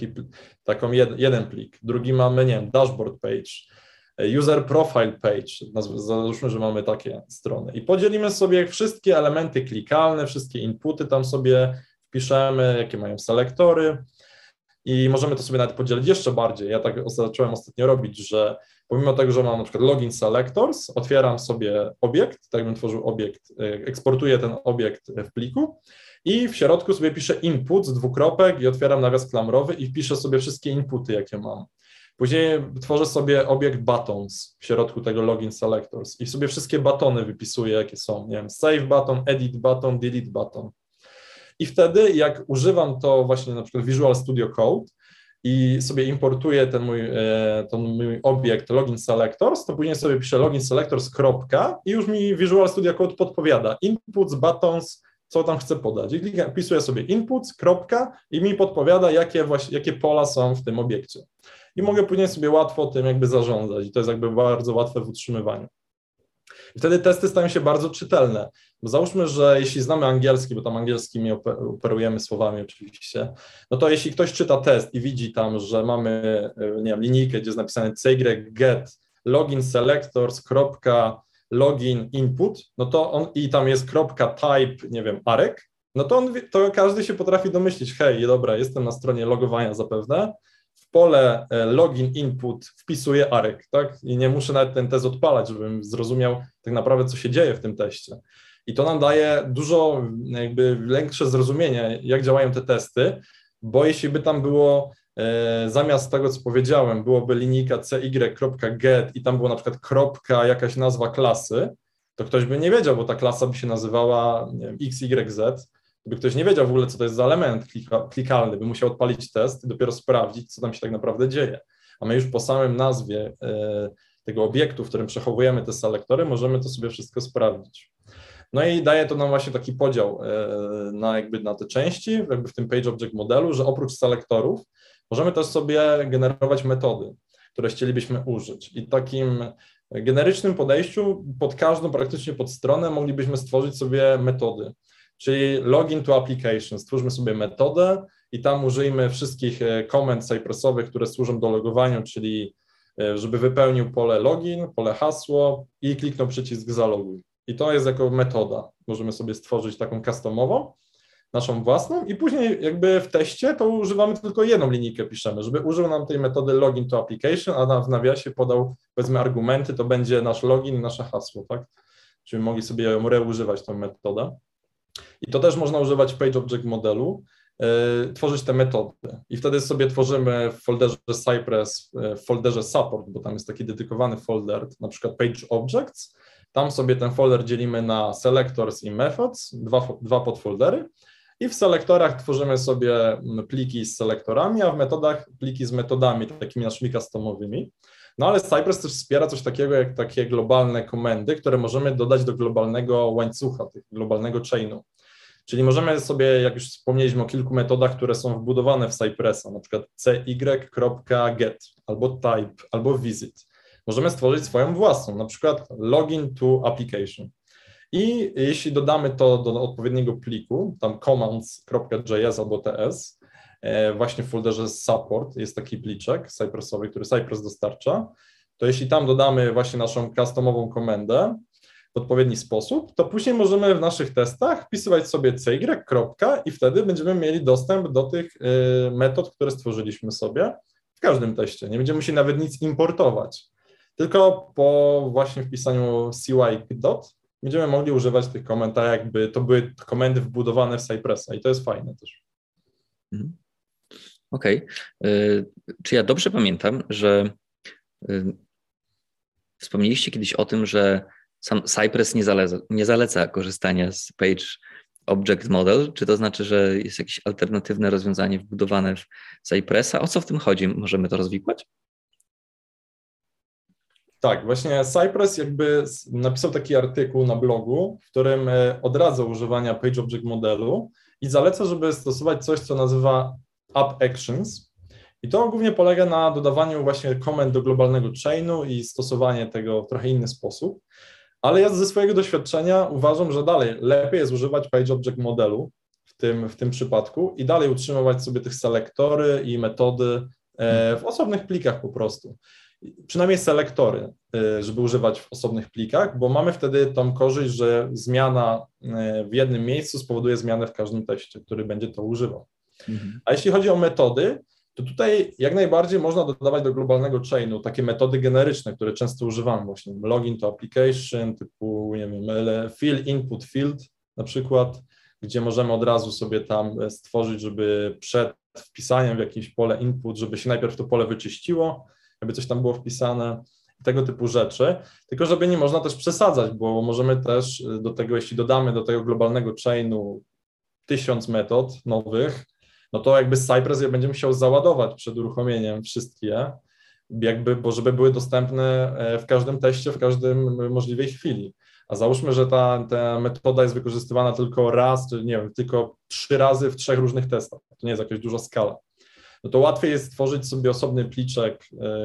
jeden plik, drugi mamy, nie wiem, dashboard page, user profile page, załóżmy, że mamy takie strony i podzielimy sobie wszystkie elementy klikalne, wszystkie inputy tam sobie wpiszemy, jakie mają selektory i możemy to sobie nawet podzielić jeszcze bardziej. Ja tak zacząłem ostatnio robić, że pomimo tego, że mam na przykład login selectors, otwieram sobie obiekt, tak bym tworzył obiekt, eksportuję ten obiekt w pliku i w środku sobie piszę input z dwukropek i otwieram nawias klamrowy i wpiszę sobie wszystkie inputy, jakie mam. Później tworzę sobie obiekt buttons w środku tego login selectors i sobie wszystkie batony wypisuję, jakie są, nie wiem, save button, edit button, delete button. I wtedy jak używam to właśnie na przykład Visual Studio Code i sobie importuję ten mój obiekt login selectors, to później sobie piszę login selectors kropka i już mi Visual Studio Code podpowiada inputs, buttons, co tam chcę podać. I wpisuję sobie inputs, kropka i mi podpowiada, jakie pola są w tym obiekcie. I mogę później sobie łatwo tym jakby zarządzać i to jest jakby bardzo łatwe w utrzymywaniu. I wtedy testy stają się bardzo czytelne, bo załóżmy, że jeśli znamy angielski, bo tam angielskimi operujemy słowami oczywiście, no to jeśli ktoś czyta test i widzi tam, że mamy, nie wiem, linijkę, gdzie jest napisane CY get login selectors login input, no to on i tam jest .type, nie wiem, arek, no to każdy się potrafi domyślić, hej, dobra, jestem na stronie logowania zapewne, w pole login input wpisuję arek, tak? I nie muszę nawet ten test odpalać, żebym zrozumiał tak naprawdę, co się dzieje w tym teście. I to nam daje dużo jakby większe zrozumienie, jak działają te testy, bo jeśli by tam było zamiast tego, co powiedziałem, byłoby linijka cy.get i tam było na przykład kropka, jakaś nazwa klasy, to ktoś by nie wiedział, bo ta klasa by się nazywała, nie wiem, XYZ, by ktoś nie wiedział w ogóle, co to jest za element klikalny, by musiał odpalić test i dopiero sprawdzić, co tam się tak naprawdę dzieje. A my już po samym nazwie tego obiektu, w którym przechowujemy te selektory, możemy to sobie wszystko sprawdzić. No i daje to nam właśnie taki podział na te części, jakby w tym Page Object modelu, że oprócz selektorów możemy też sobie generować metody, które chcielibyśmy użyć. I takim generycznym podejściu pod każdą praktycznie podstronę moglibyśmy stworzyć sobie metody. Czyli login to application, stwórzmy sobie metodę i tam użyjmy wszystkich komend cypressowych, które służą do logowania, czyli żeby wypełnił pole login, pole hasło i kliknął przycisk zaloguj. I to jest jako metoda. Możemy sobie stworzyć taką customową, naszą własną i później jakby w teście to używamy tylko jedną linijkę piszemy, żeby użył nam tej metody login to application, a w nawiasie podał powiedzmy argumenty, to będzie nasz login i nasze hasło, tak? Czyli mogli sobie ją reużywać tą metodę. I to też można używać w Page Object modelu, tworzyć te metody. I wtedy sobie tworzymy w folderze Cypress, w folderze support, bo tam jest taki dedykowany folder, na przykład Page Objects. Tam sobie ten folder dzielimy na selectors i methods, dwa podfoldery. I w selektorach tworzymy sobie pliki z selektorami, a w metodach pliki z metodami, takimi naszymi customowymi. No ale Cypress też wspiera coś takiego jak takie globalne komendy, które możemy dodać do globalnego łańcucha, globalnego chainu. Czyli możemy sobie, jak już wspomnieliśmy o kilku metodach, które są wbudowane w Cypressa, na przykład cy.get, albo type, albo visit. Możemy stworzyć swoją własną, na przykład login to application. I jeśli dodamy to do odpowiedniego pliku, tam commands.js albo ts, właśnie w folderze support jest taki pliczek cypressowy, który Cypress dostarcza, to jeśli tam dodamy właśnie naszą customową komendę w odpowiedni sposób, to później możemy w naszych testach wpisywać sobie cy, i wtedy będziemy mieli dostęp do tych metod, które stworzyliśmy sobie w każdym teście. Nie będziemy musieli nawet nic importować, tylko po właśnie wpisaniu cy dot będziemy mogli używać tych komend, tak jakby to były komendy wbudowane w Cypressa i to jest fajne też. Okej. Czy ja dobrze pamiętam, że wspomnieliście kiedyś o tym, że sam Cypress nie zaleca korzystania z Page Object Model? Czy to znaczy, że jest jakieś alternatywne rozwiązanie wbudowane w Cypressa? O co w tym chodzi? Możemy to rozwikłać? Tak, właśnie Cypress jakby napisał taki artykuł na blogu, w którym odradza używania Page Object Modelu i zaleca, żeby stosować coś, co nazywa App Actions. I to głównie polega na dodawaniu właśnie komend do globalnego chainu i stosowanie tego w trochę inny sposób. Ale ja ze swojego doświadczenia uważam, że dalej lepiej jest używać PageObject modelu w tym przypadku i dalej utrzymywać sobie tych selektory i metody w osobnych plikach po prostu. Przynajmniej selektory, żeby używać w osobnych plikach, bo mamy wtedy tą korzyść, że zmiana w jednym miejscu spowoduje zmianę w każdym teście, który będzie to używał. A jeśli chodzi o metody, to tutaj jak najbardziej można dodawać do globalnego chainu takie metody generyczne, które często używamy właśnie, login to application, typu, nie wiem, fill input field na przykład, gdzie możemy od razu sobie tam stworzyć, żeby przed wpisaniem w jakieś pole input, żeby się najpierw to pole wyczyściło, jakby coś tam było wpisane, tego typu rzeczy, tylko żeby nie można też przesadzać, bo możemy też do tego, jeśli dodamy do tego globalnego chainu 1000 metod nowych, no to jakby Cypress je będzie musiał załadować przed uruchomieniem wszystkie, jakby, bo żeby były dostępne w każdym teście, w każdym możliwej chwili. A załóżmy, że ta metoda jest wykorzystywana tylko raz, czy nie wiem, tylko 3 razy w 3 różnych testach. To nie jest jakaś duża skala. No to łatwiej jest stworzyć sobie osobny pliczek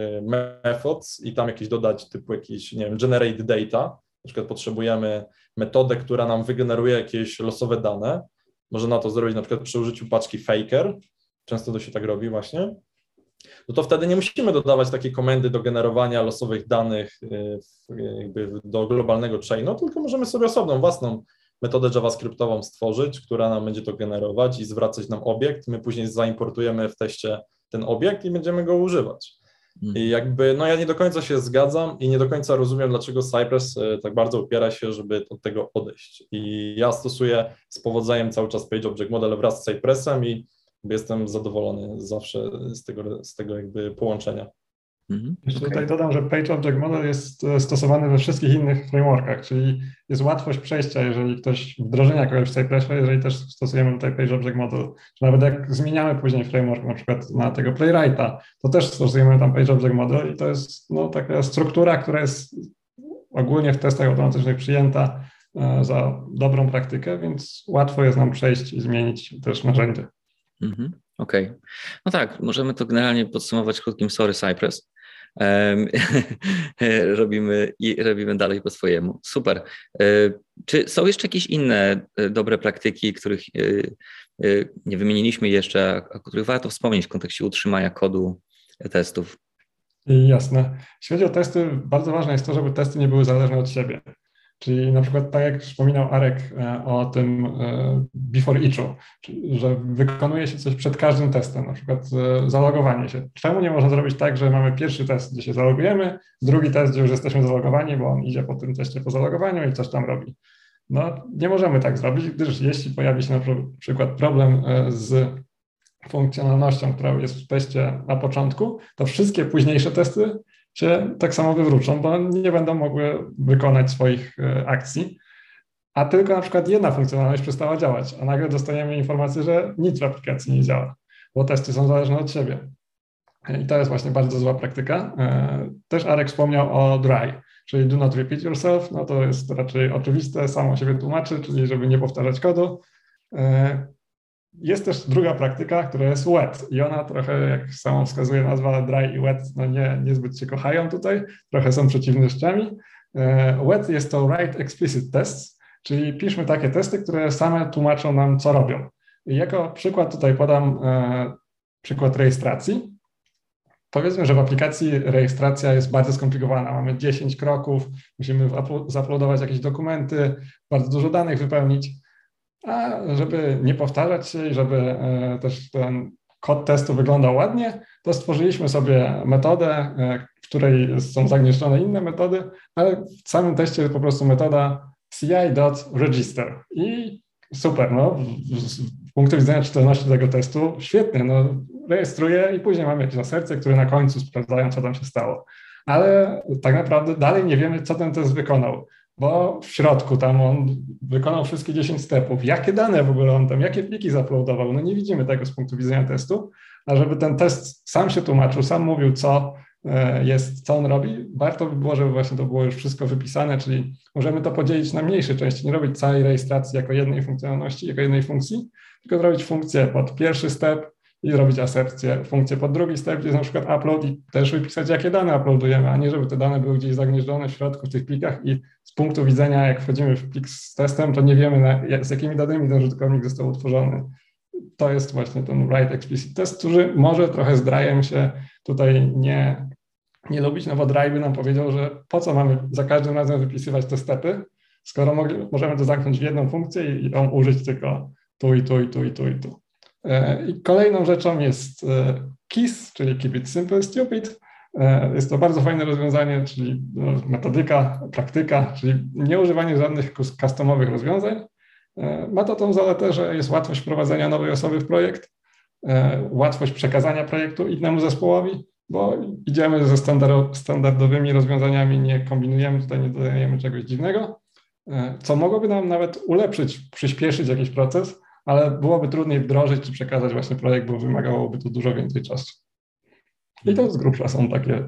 methods i tam jakieś dodać typu jakiś, nie wiem, generate data. Na przykład potrzebujemy metodę, która nam wygeneruje jakieś losowe dane. Można to zrobić na przykład przy użyciu paczki faker. Często to się tak robi właśnie. No to wtedy nie musimy dodawać takiej komendy do generowania losowych danych jakby do globalnego chainu, tylko możemy sobie osobną, własną metodę javascriptową stworzyć, która nam będzie to generować i zwracać nam obiekt. My później zaimportujemy w teście ten obiekt i będziemy go używać. I jakby, no ja nie do końca się zgadzam i nie do końca rozumiem, dlaczego Cypress tak bardzo upiera się, żeby od tego odejść. I ja stosuję z powodzeniem cały czas PageObject Model wraz z Cypressem i jestem zadowolony zawsze z tego jakby połączenia. Jeszcze tutaj dodam, że PageObject Model jest stosowany we wszystkich innych frameworkach, czyli jest łatwość przejścia, jeżeli ktoś wdrożenia kogoś w Cypressie, jeżeli też stosujemy tutaj PageObject Model, czy nawet jak zmieniamy później framework na przykład na tego Playwrighta, to też stosujemy tam PageObject Model i to jest no, taka struktura, która jest ogólnie w testach automatycznych przyjęta za dobrą praktykę, więc łatwo jest nam przejść i zmienić też narzędzie. Okej. No tak, możemy to generalnie podsumować krótkim sorry Cypress. Robimy dalej po swojemu. Super. Czy są jeszcze jakieś inne dobre praktyki, których nie wymieniliśmy jeszcze, o których warto wspomnieć w kontekście utrzymania kodu testów? Jasne. Jeśli chodzi o testy, bardzo ważne jest to, żeby testy nie były zależne od siebie. Czyli na przykład tak jak wspominał Arek o tym before eachu, że wykonuje się coś przed każdym testem, na przykład zalogowanie się. Czemu nie można zrobić tak, że mamy pierwszy test, gdzie się zalogujemy, drugi test, gdzie już jesteśmy zalogowani, bo on idzie po tym teście po zalogowaniu i coś tam robi. No nie możemy tak zrobić, gdyż jeśli pojawi się na przykład problem z funkcjonalnością, która jest w teście na początku, to wszystkie późniejsze testy się tak samo wywrócą, bo nie będą mogły wykonać swoich akcji, a tylko na przykład jedna funkcjonalność przestała działać, a nagle dostajemy informację, że nic w aplikacji nie działa, bo testy są zależne od siebie. I to jest właśnie bardzo zła praktyka. Też Arek wspomniał o dry, czyli do not repeat yourself, no to jest raczej oczywiste, samo siebie tłumaczy, czyli żeby nie powtarzać kodu. Jest też druga praktyka, która jest wet i ona trochę, jak samo wskazuje nazwa, dry i wet, no niezbyt się kochają tutaj, trochę są przeciwnościami. Wet jest to write explicit tests, czyli piszmy takie testy, które same tłumaczą nam, co robią. I jako przykład tutaj podam przykład rejestracji. Powiedzmy, że w aplikacji rejestracja jest bardzo skomplikowana. Mamy 10 kroków, musimy zuploadować jakieś dokumenty, bardzo dużo danych wypełnić. A żeby nie powtarzać się i żeby też ten kod testu wyglądał ładnie, to stworzyliśmy sobie metodę, w której są zagnieżdżone inne metody, ale w samym teście jest po prostu metoda ci.register i super, no, z punktu widzenia czytelności tego testu świetnie, no, rejestruję i później mamy jakieś asercje, które na końcu sprawdzają, co tam się stało. Ale tak naprawdę dalej nie wiemy, co ten test wykonał, bo w środku tam on wykonał wszystkie 10 stepów. Jakie dane w ogóle on tam, jakie pliki zaploadował? No nie widzimy tego z punktu widzenia testu, a żeby ten test sam się tłumaczył, sam mówił, co on robi, warto by było, żeby właśnie to było już wszystko wypisane, czyli możemy to podzielić na mniejsze części, nie robić całej rejestracji jako jednej funkcjonalności, jako jednej funkcji, tylko zrobić funkcję pod pierwszy step, i zrobić asercję, funkcję pod drugi step, gdzie jest na przykład upload i też wypisać, jakie dane uploadujemy, a nie żeby te dane były gdzieś zagnieżdżone w środku w tych plikach i z punktu widzenia, jak wchodzimy w plik z testem, to nie wiemy, z jakimi danymi ten użytkownik został utworzony. To jest właśnie ten write explicit test, który może trochę z Dryem się tutaj nie lubić, no bo Dry by nam powiedział, że po co mamy za każdym razem wypisywać te stepy, skoro możemy to zamknąć w jedną funkcję i ją użyć tylko tu i tu i tu i tu i tu. I kolejną rzeczą jest KISS, czyli Keep It Simple Stupid. Jest to bardzo fajne rozwiązanie, czyli metodyka, praktyka, czyli nieużywanie żadnych customowych rozwiązań. Ma to tą zaletę, że jest łatwość wprowadzenia nowej osoby w projekt, łatwość przekazania projektu innemu zespołowi, bo idziemy ze standardowymi rozwiązaniami, nie kombinujemy, tutaj nie dodajemy czegoś dziwnego, co mogłoby nam nawet ulepszyć, przyspieszyć jakiś proces, ale byłoby trudniej wdrożyć czy przekazać właśnie projekt, bo wymagałoby to dużo więcej czasu. I to z grubsza są takie.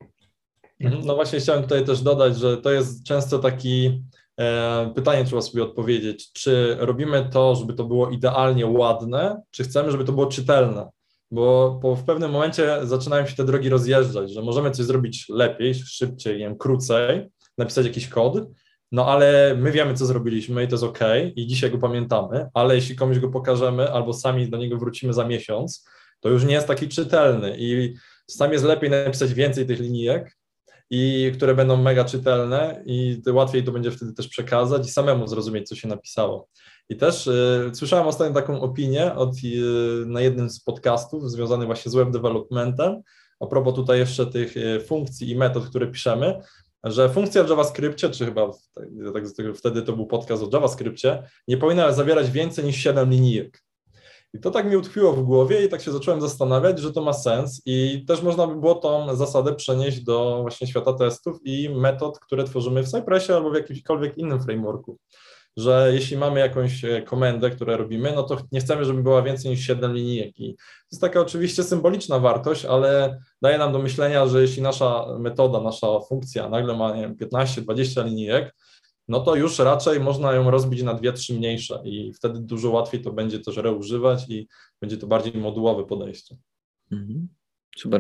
No właśnie chciałem tutaj też dodać, że to jest często taki pytanie trzeba sobie odpowiedzieć, czy robimy to, żeby to było idealnie ładne, czy chcemy, żeby to było czytelne, bo w pewnym momencie zaczynają się te drogi rozjeżdżać, że możemy coś zrobić lepiej, szybciej, nie wiem, krócej, napisać jakiś kod, no ale my wiemy, co zrobiliśmy i to jest OK i dzisiaj go pamiętamy, ale jeśli komuś go pokażemy albo sami do niego wrócimy za miesiąc, to już nie jest taki czytelny i czasami jest lepiej napisać więcej tych linijek, i które będą mega czytelne i łatwiej to będzie wtedy też przekazać i samemu zrozumieć, co się napisało. I też słyszałem ostatnio taką opinię na jednym z podcastów związanych właśnie z web developmentem, a propos tutaj jeszcze tych funkcji i metod, które piszemy, że funkcja w JavaScriptie, czy chyba wtedy to był podcast o JavaScriptie, nie powinna zawierać więcej niż 7 linijek. I to tak mi utkwiło w głowie i tak się zacząłem zastanawiać, że to ma sens i też można by było tą zasadę przenieść do właśnie świata testów i metod, które tworzymy w Cypressie albo w jakimkolwiek innym frameworku. Że jeśli mamy jakąś komendę, którą robimy, no to nie chcemy, żeby była więcej niż 7 linijek. I to jest taka oczywiście symboliczna wartość, ale daje nam do myślenia, że jeśli nasza metoda, nasza funkcja nagle ma 15-20 linijek, no to już raczej można ją rozbić na 2-3 mniejsze i wtedy dużo łatwiej to będzie też reużywać i będzie to bardziej modułowe podejście. Super.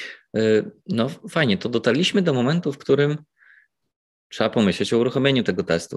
No fajnie, to dotarliśmy do momentu, w którym trzeba pomyśleć o uruchomieniu tego testu.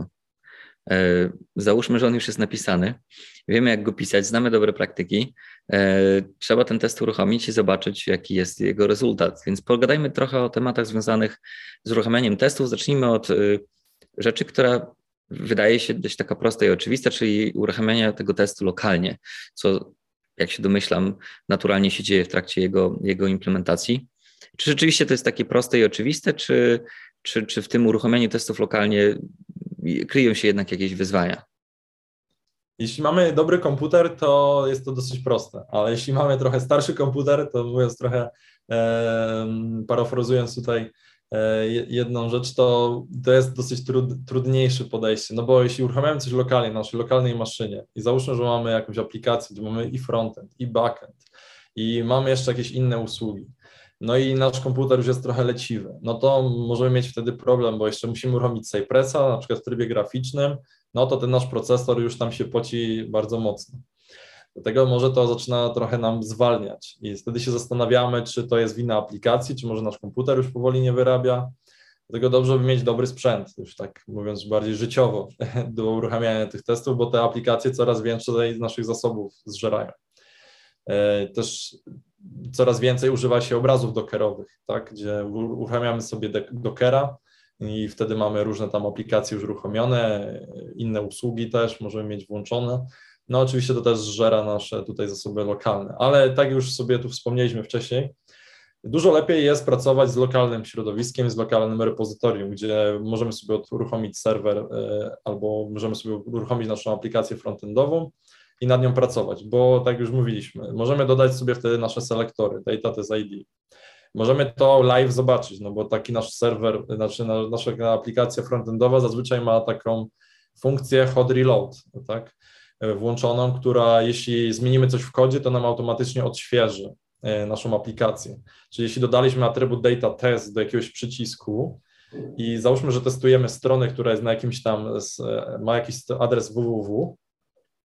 Załóżmy, że on już jest napisany, wiemy jak go pisać, znamy dobre praktyki, trzeba ten test uruchomić i zobaczyć jaki jest jego rezultat, więc pogadajmy trochę o tematach związanych z uruchamianiem testów. Zacznijmy od rzeczy, która wydaje się dość taka prosta i oczywista, czyli uruchamiania tego testu lokalnie, co jak się domyślam naturalnie się dzieje w trakcie jego implementacji. Czy rzeczywiście to jest takie proste i oczywiste, czy w tym uruchomieniu testów lokalnie kryją się jednak jakieś wyzwania? Jeśli mamy dobry komputer, to jest to dosyć proste, ale jeśli mamy trochę starszy komputer, to mówiąc trochę, parafrazując tutaj jedną rzecz, to jest dosyć trudniejsze podejście, no bo jeśli uruchamiamy coś lokalnie na naszej lokalnej maszynie i załóżmy, że mamy jakąś aplikację, gdzie mamy i frontend, i backend i mamy jeszcze jakieś inne usługi, no i nasz komputer już jest trochę leciwy, no to możemy mieć wtedy problem, bo jeszcze musimy uruchomić Cypressa, na przykład w trybie graficznym, no to ten nasz procesor już tam się poci bardzo mocno. Dlatego może to zaczyna trochę nam zwalniać i wtedy się zastanawiamy, czy to jest wina aplikacji, czy może nasz komputer już powoli nie wyrabia. Dlatego dobrze by mieć dobry sprzęt, już tak mówiąc bardziej życiowo, do uruchamiania tych testów, bo te aplikacje coraz więcej z naszych zasobów zżerają. Też coraz więcej używa się obrazów dockerowych, tak, gdzie uruchamiamy sobie Dockera i wtedy mamy różne tam aplikacje już uruchomione, inne usługi też możemy mieć włączone. No oczywiście to też zżera nasze tutaj zasoby lokalne, ale tak już sobie tu wspomnieliśmy wcześniej, dużo lepiej jest pracować z lokalnym środowiskiem, z lokalnym repozytorium, gdzie możemy sobie uruchomić serwer albo możemy sobie uruchomić naszą aplikację frontendową i nad nią pracować, bo tak już mówiliśmy, możemy dodać sobie wtedy nasze selektory, data test ID. Możemy to live zobaczyć, no bo taki nasz serwer, znaczy nasza aplikacja frontendowa zazwyczaj ma taką funkcję hot reload, tak, włączoną, która jeśli zmienimy coś w kodzie, to nam automatycznie odświeży naszą aplikację. Czyli jeśli dodaliśmy atrybut data test do jakiegoś przycisku i załóżmy, że testujemy stronę, która jest na jakimś tam, ma jakiś adres www,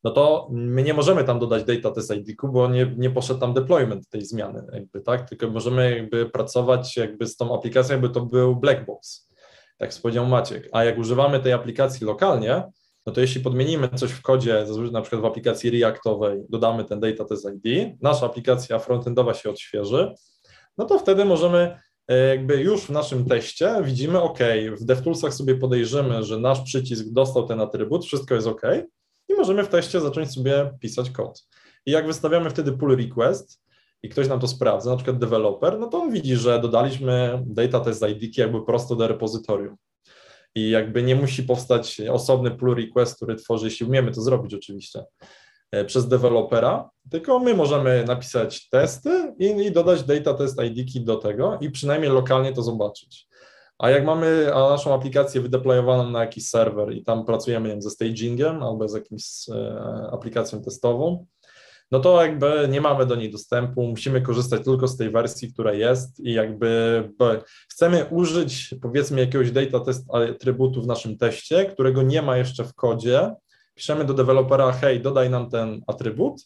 no to my nie możemy tam dodać data test ID-ku, bo nie poszedł tam deployment tej zmiany, jakby, tak? Tylko możemy jakby pracować jakby z tą aplikacją, jakby to był black box, tak wspomniał Maciek. A jak używamy tej aplikacji lokalnie, no to jeśli podmienimy coś w kodzie, na przykład w aplikacji Reactowej, dodamy ten data test ID, nasza aplikacja frontendowa się odświeży, no to wtedy możemy jakby już w naszym teście widzimy, OK, w DevToolsach sobie podejrzymy, że nasz przycisk dostał ten atrybut, wszystko jest OK i możemy w teście zacząć sobie pisać kod. I jak wystawiamy wtedy pull request i ktoś nam to sprawdza, na przykład deweloper, no to on widzi, że dodaliśmy data test ID jakby prosto do repozytorium. I jakby nie musi powstać osobny pull request, który tworzy, jeśli umiemy to zrobić oczywiście, przez dewelopera, tylko my możemy napisać testy i dodać data test ID do tego i przynajmniej lokalnie to zobaczyć. A jak mamy naszą aplikację wydeployowaną na jakiś serwer i tam pracujemy, nie wiem, ze stagingiem albo z jakimś aplikacją testową, no to jakby nie mamy do niej dostępu, musimy korzystać tylko z tej wersji, która jest i jakby chcemy użyć powiedzmy jakiegoś data test atrybutu w naszym teście, którego nie ma jeszcze w kodzie, piszemy do dewelopera, hej, dodaj nam ten atrybut,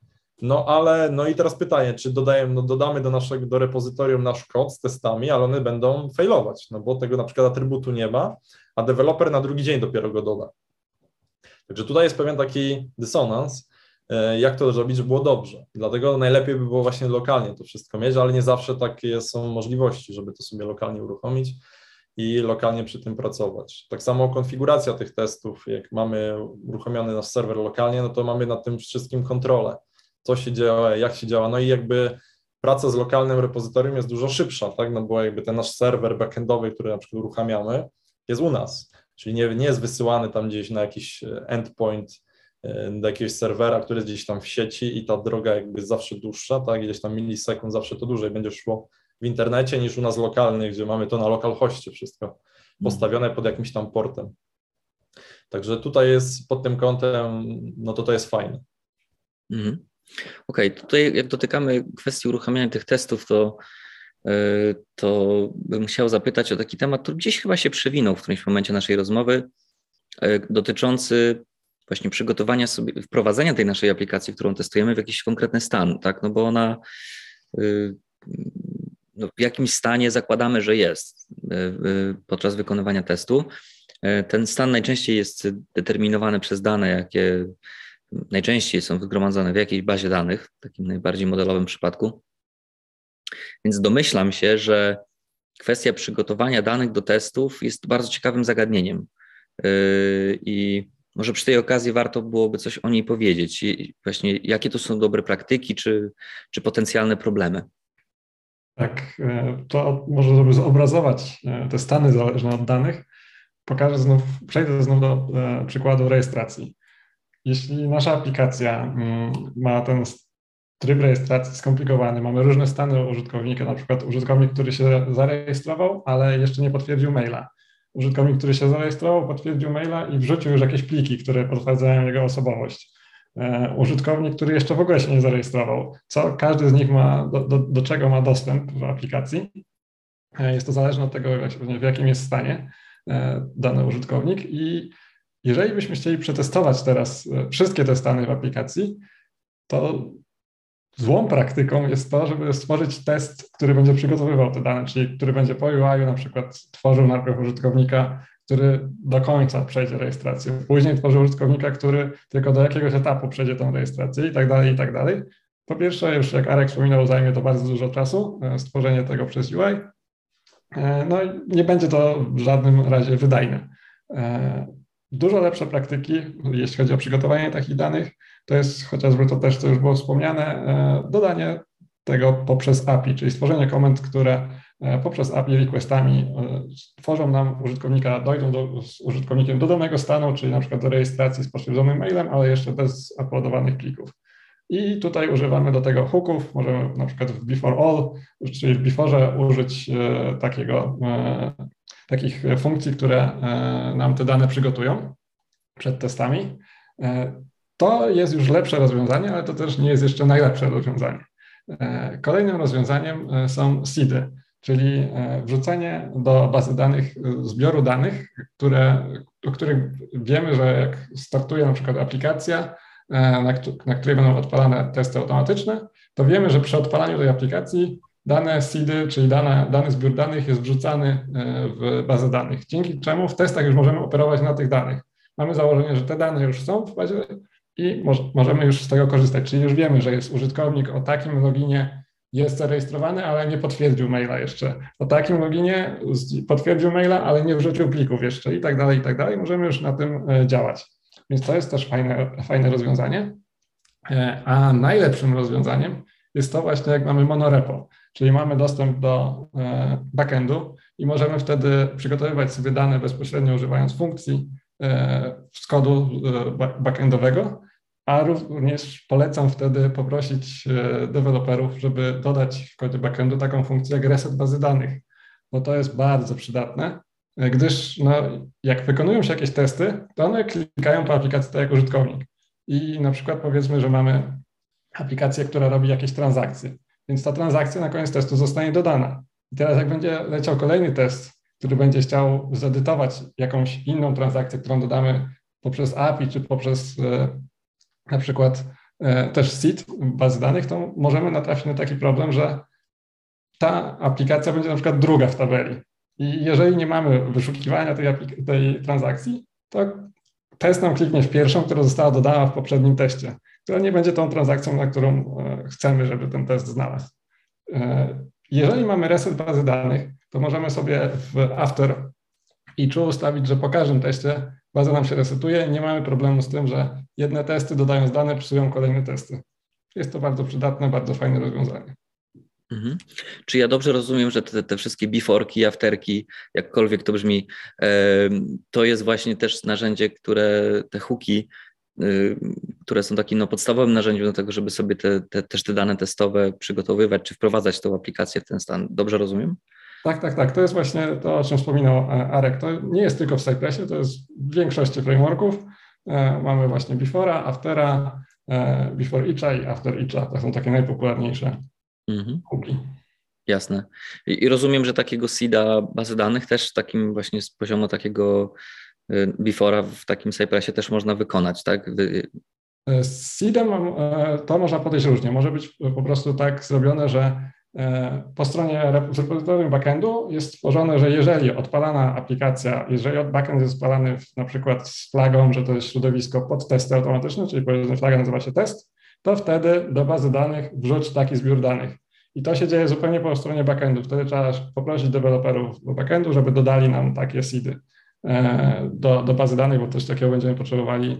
no i teraz pytanie, czy dodamy do repozytorium nasz kod z testami, ale one będą failować, no bo tego na przykład atrybutu nie ma, a deweloper na drugi dzień dopiero go doda. Także tutaj jest pewien taki dysonans, jak to zrobić, żeby było dobrze. Dlatego najlepiej by było właśnie lokalnie to wszystko mieć, ale nie zawsze takie są możliwości, żeby to sobie lokalnie uruchomić i lokalnie przy tym pracować. Tak samo konfiguracja tych testów, jak mamy uruchomiony nasz serwer lokalnie, no to mamy nad tym wszystkim kontrolę, co się dzieje, jak się działa, no i jakby praca z lokalnym repozytorium jest dużo szybsza, tak, no bo jakby ten nasz serwer backendowy, który na przykład uruchamiamy, jest u nas, czyli nie jest wysyłany tam gdzieś na jakiś endpoint do jakiegoś serwera, który jest gdzieś tam w sieci i ta droga jakby jest zawsze dłuższa, tak, gdzieś tam milisekund zawsze to dłużej będzie szło w internecie niż u nas lokalnych, gdzie mamy to na localhoście wszystko postawione pod jakimś tam portem. Także tutaj jest pod tym kątem, no to jest fajne. Okej, tutaj jak dotykamy kwestii uruchamiania tych testów, to bym chciał zapytać o taki temat, który gdzieś chyba się przewinął w którymś momencie naszej rozmowy, dotyczący właśnie przygotowania sobie, wprowadzenia tej naszej aplikacji, którą testujemy, w jakiś konkretny stan, tak, no bo ona w jakimś stanie zakładamy, że jest podczas wykonywania testu. Ten stan najczęściej jest determinowany przez dane, jakie najczęściej są wygromadzone w jakiejś bazie danych, w takim najbardziej modelowym przypadku. Więc domyślam się, że kwestia przygotowania danych do testów jest bardzo ciekawym zagadnieniem i może przy tej okazji warto byłoby coś o niej powiedzieć. I właśnie jakie to są dobre praktyki czy potencjalne problemy? Tak, to może zobrazować te stany zależne od danych. Przejdę znów do przykładu rejestracji. Jeśli nasza aplikacja ma ten tryb rejestracji skomplikowany, mamy różne stany użytkownika, na przykład użytkownik, który się zarejestrował, ale jeszcze nie potwierdził maila. Użytkownik, który się zarejestrował, potwierdził maila i wrzucił już jakieś pliki, które potwierdzają jego osobowość. Użytkownik, który jeszcze w ogóle się nie zarejestrował. Każdy z nich ma, do czego ma dostęp w aplikacji. Jest to zależne od tego, w jakim jest stanie dany użytkownik i jeżeli byśmy chcieli przetestować teraz wszystkie te stany w aplikacji, to złą praktyką jest to, żeby stworzyć test, który będzie przygotowywał te dane, czyli który będzie po UI na przykład tworzył najpierw użytkownika, który do końca przejdzie rejestrację, później tworzył użytkownika, który tylko do jakiegoś etapu przejdzie tą rejestrację i tak dalej, i tak dalej. Po pierwsze, już jak Arek wspominał, zajmie to bardzo dużo czasu, stworzenie tego przez UI, no i nie będzie to w żadnym razie wydajne. Dużo lepsze praktyki, jeśli chodzi o przygotowanie takich danych, to jest chociażby to też, co już było wspomniane, dodanie tego poprzez API, czyli stworzenie komend, które poprzez API requestami tworzą nam użytkownika, dojdą z użytkownikiem do danego stanu, czyli na przykład do rejestracji z potwierdzonym mailem, ale jeszcze bez uploadowanych plików. I tutaj używamy do tego hooków, możemy na przykład w before all, czyli w before'ze użyć takich funkcji, które nam te dane przygotują przed testami. To jest już lepsze rozwiązanie, ale to też nie jest jeszcze najlepsze rozwiązanie. Kolejnym rozwiązaniem są seedy, czyli wrzucenie do bazy danych zbioru danych, o których wiemy, że jak startuje na przykład aplikacja, na której będą odpalane testy automatyczne, to wiemy, że przy odpalaniu tej aplikacji dane seedy, czyli dany zbiór danych jest wrzucany w bazę danych, dzięki czemu w testach już możemy operować na tych danych. Mamy założenie, że te dane już są w bazie i możemy już z tego korzystać, czyli już wiemy, że jest użytkownik o takim loginie, jest zarejestrowany, ale nie potwierdził maila jeszcze. O takim loginie potwierdził maila, ale nie wrzucił plików jeszcze i tak dalej, i tak dalej. Możemy już na tym działać. Więc to jest też fajne rozwiązanie. A najlepszym rozwiązaniem jest to właśnie, jak mamy monorepo, czyli mamy dostęp do backendu i możemy wtedy przygotowywać sobie dane bezpośrednio używając funkcji z kodu backendowego, a również polecam wtedy poprosić deweloperów, żeby dodać w kodzie backendu taką funkcję jak reset bazy danych, bo to jest bardzo przydatne, gdyż jak wykonują się jakieś testy, to one klikają po aplikacji tak jak użytkownik i na przykład powiedzmy, że mamy aplikację, która robi jakieś transakcje, więc ta transakcja na koniec testu zostanie dodana. I teraz jak będzie leciał kolejny test, który będzie chciał zedytować jakąś inną transakcję, którą dodamy poprzez API czy poprzez na przykład też seed bazy danych, to możemy natrafić na taki problem, że ta aplikacja będzie na przykład druga w tabeli. I jeżeli nie mamy wyszukiwania tej transakcji, to test nam kliknie w pierwszą, która została dodana w poprzednim teście, która nie będzie tą transakcją, na którą chcemy, żeby ten test znalazł. Jeżeli mamy reset bazy danych, to możemy sobie w after eachu ustawić, że po każdym teście baza nam się resetuje. Nie mamy problemu z tym, że jedne testy dodając dane psują kolejne testy. Jest to bardzo przydatne, bardzo fajne rozwiązanie. Mhm. Czy ja dobrze rozumiem, że te wszystkie before'ki, afterki, jakkolwiek to brzmi, to jest właśnie też narzędzie, te hooki, które są takim podstawowym narzędziem do tego, żeby sobie też te dane testowe przygotowywać, czy wprowadzać tą aplikację w ten stan. Dobrze rozumiem? Tak. To jest właśnie to, o czym wspominał Arek. To nie jest tylko w Cypressie, to jest w większości frameworków. Mamy właśnie before'a, aftera, before eacha i after eacha. To są takie najpopularniejsze hooki. Jasne. I rozumiem, że takiego seeda bazy danych też takim właśnie z poziomu takiego before'a w takim Cypressie też można wykonać, tak? Z seedem to można podejść różnie. Może być po prostu tak zrobione, że po stronie repozytorium backendu jest stworzone, że jeżeli odpalana aplikacja, jeżeli backend jest odpalany na przykład z flagą, że to jest środowisko pod testy automatyczne, czyli powiedzmy flaga nazywa się test, to wtedy do bazy danych wrzuć taki zbiór danych. I to się dzieje zupełnie po stronie backendu. Wtedy trzeba poprosić deweloperów do backendu, żeby dodali nam takie seedy do bazy danych, bo coś takiego będziemy potrzebowali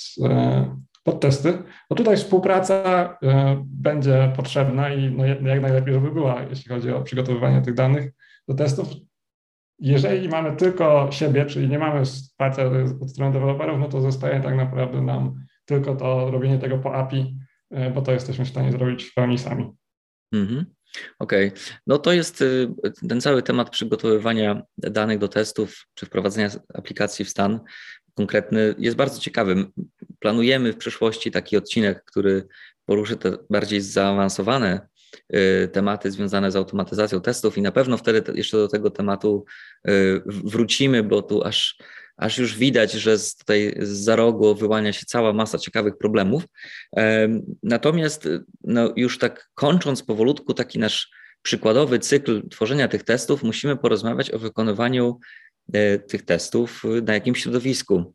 pod testy. No tutaj współpraca będzie potrzebna i jak najlepiej, żeby była, jeśli chodzi o przygotowywanie tych danych do testów. Jeżeli mamy tylko siebie, czyli nie mamy wsparcia od strony deweloperów, no to zostaje tak naprawdę nam tylko to robienie tego po API, bo to jesteśmy w stanie zrobić w pełni sami. Okej. No to jest ten cały temat przygotowywania danych do testów, czy wprowadzenia aplikacji w stan konkretny jest bardzo ciekawy. Planujemy w przyszłości taki odcinek, który poruszy te bardziej zaawansowane tematy związane z automatyzacją testów i na pewno wtedy jeszcze do tego tematu wrócimy, bo tu aż już widać, że tutaj za rogu wyłania się cała masa ciekawych problemów. Natomiast już tak kończąc powolutku taki nasz przykładowy cykl tworzenia tych testów, musimy porozmawiać o wykonywaniu tych testów na jakimś środowisku.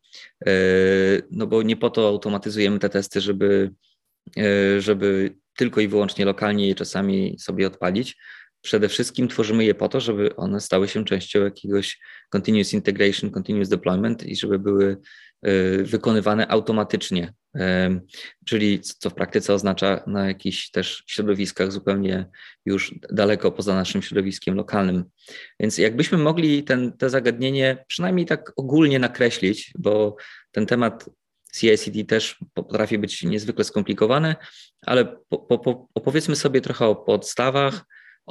No bo nie po to automatyzujemy te testy, żeby tylko i wyłącznie lokalnie je czasami sobie odpalić. Przede wszystkim tworzymy je po to, żeby one stały się częścią jakiegoś continuous integration, continuous deployment i żeby były wykonywane automatycznie, czyli co w praktyce oznacza na jakichś też środowiskach zupełnie już daleko poza naszym środowiskiem lokalnym. Więc jakbyśmy mogli te zagadnienie przynajmniej tak ogólnie nakreślić, bo ten temat CI/CD też potrafi być niezwykle skomplikowany, ale opowiedzmy sobie trochę o podstawach,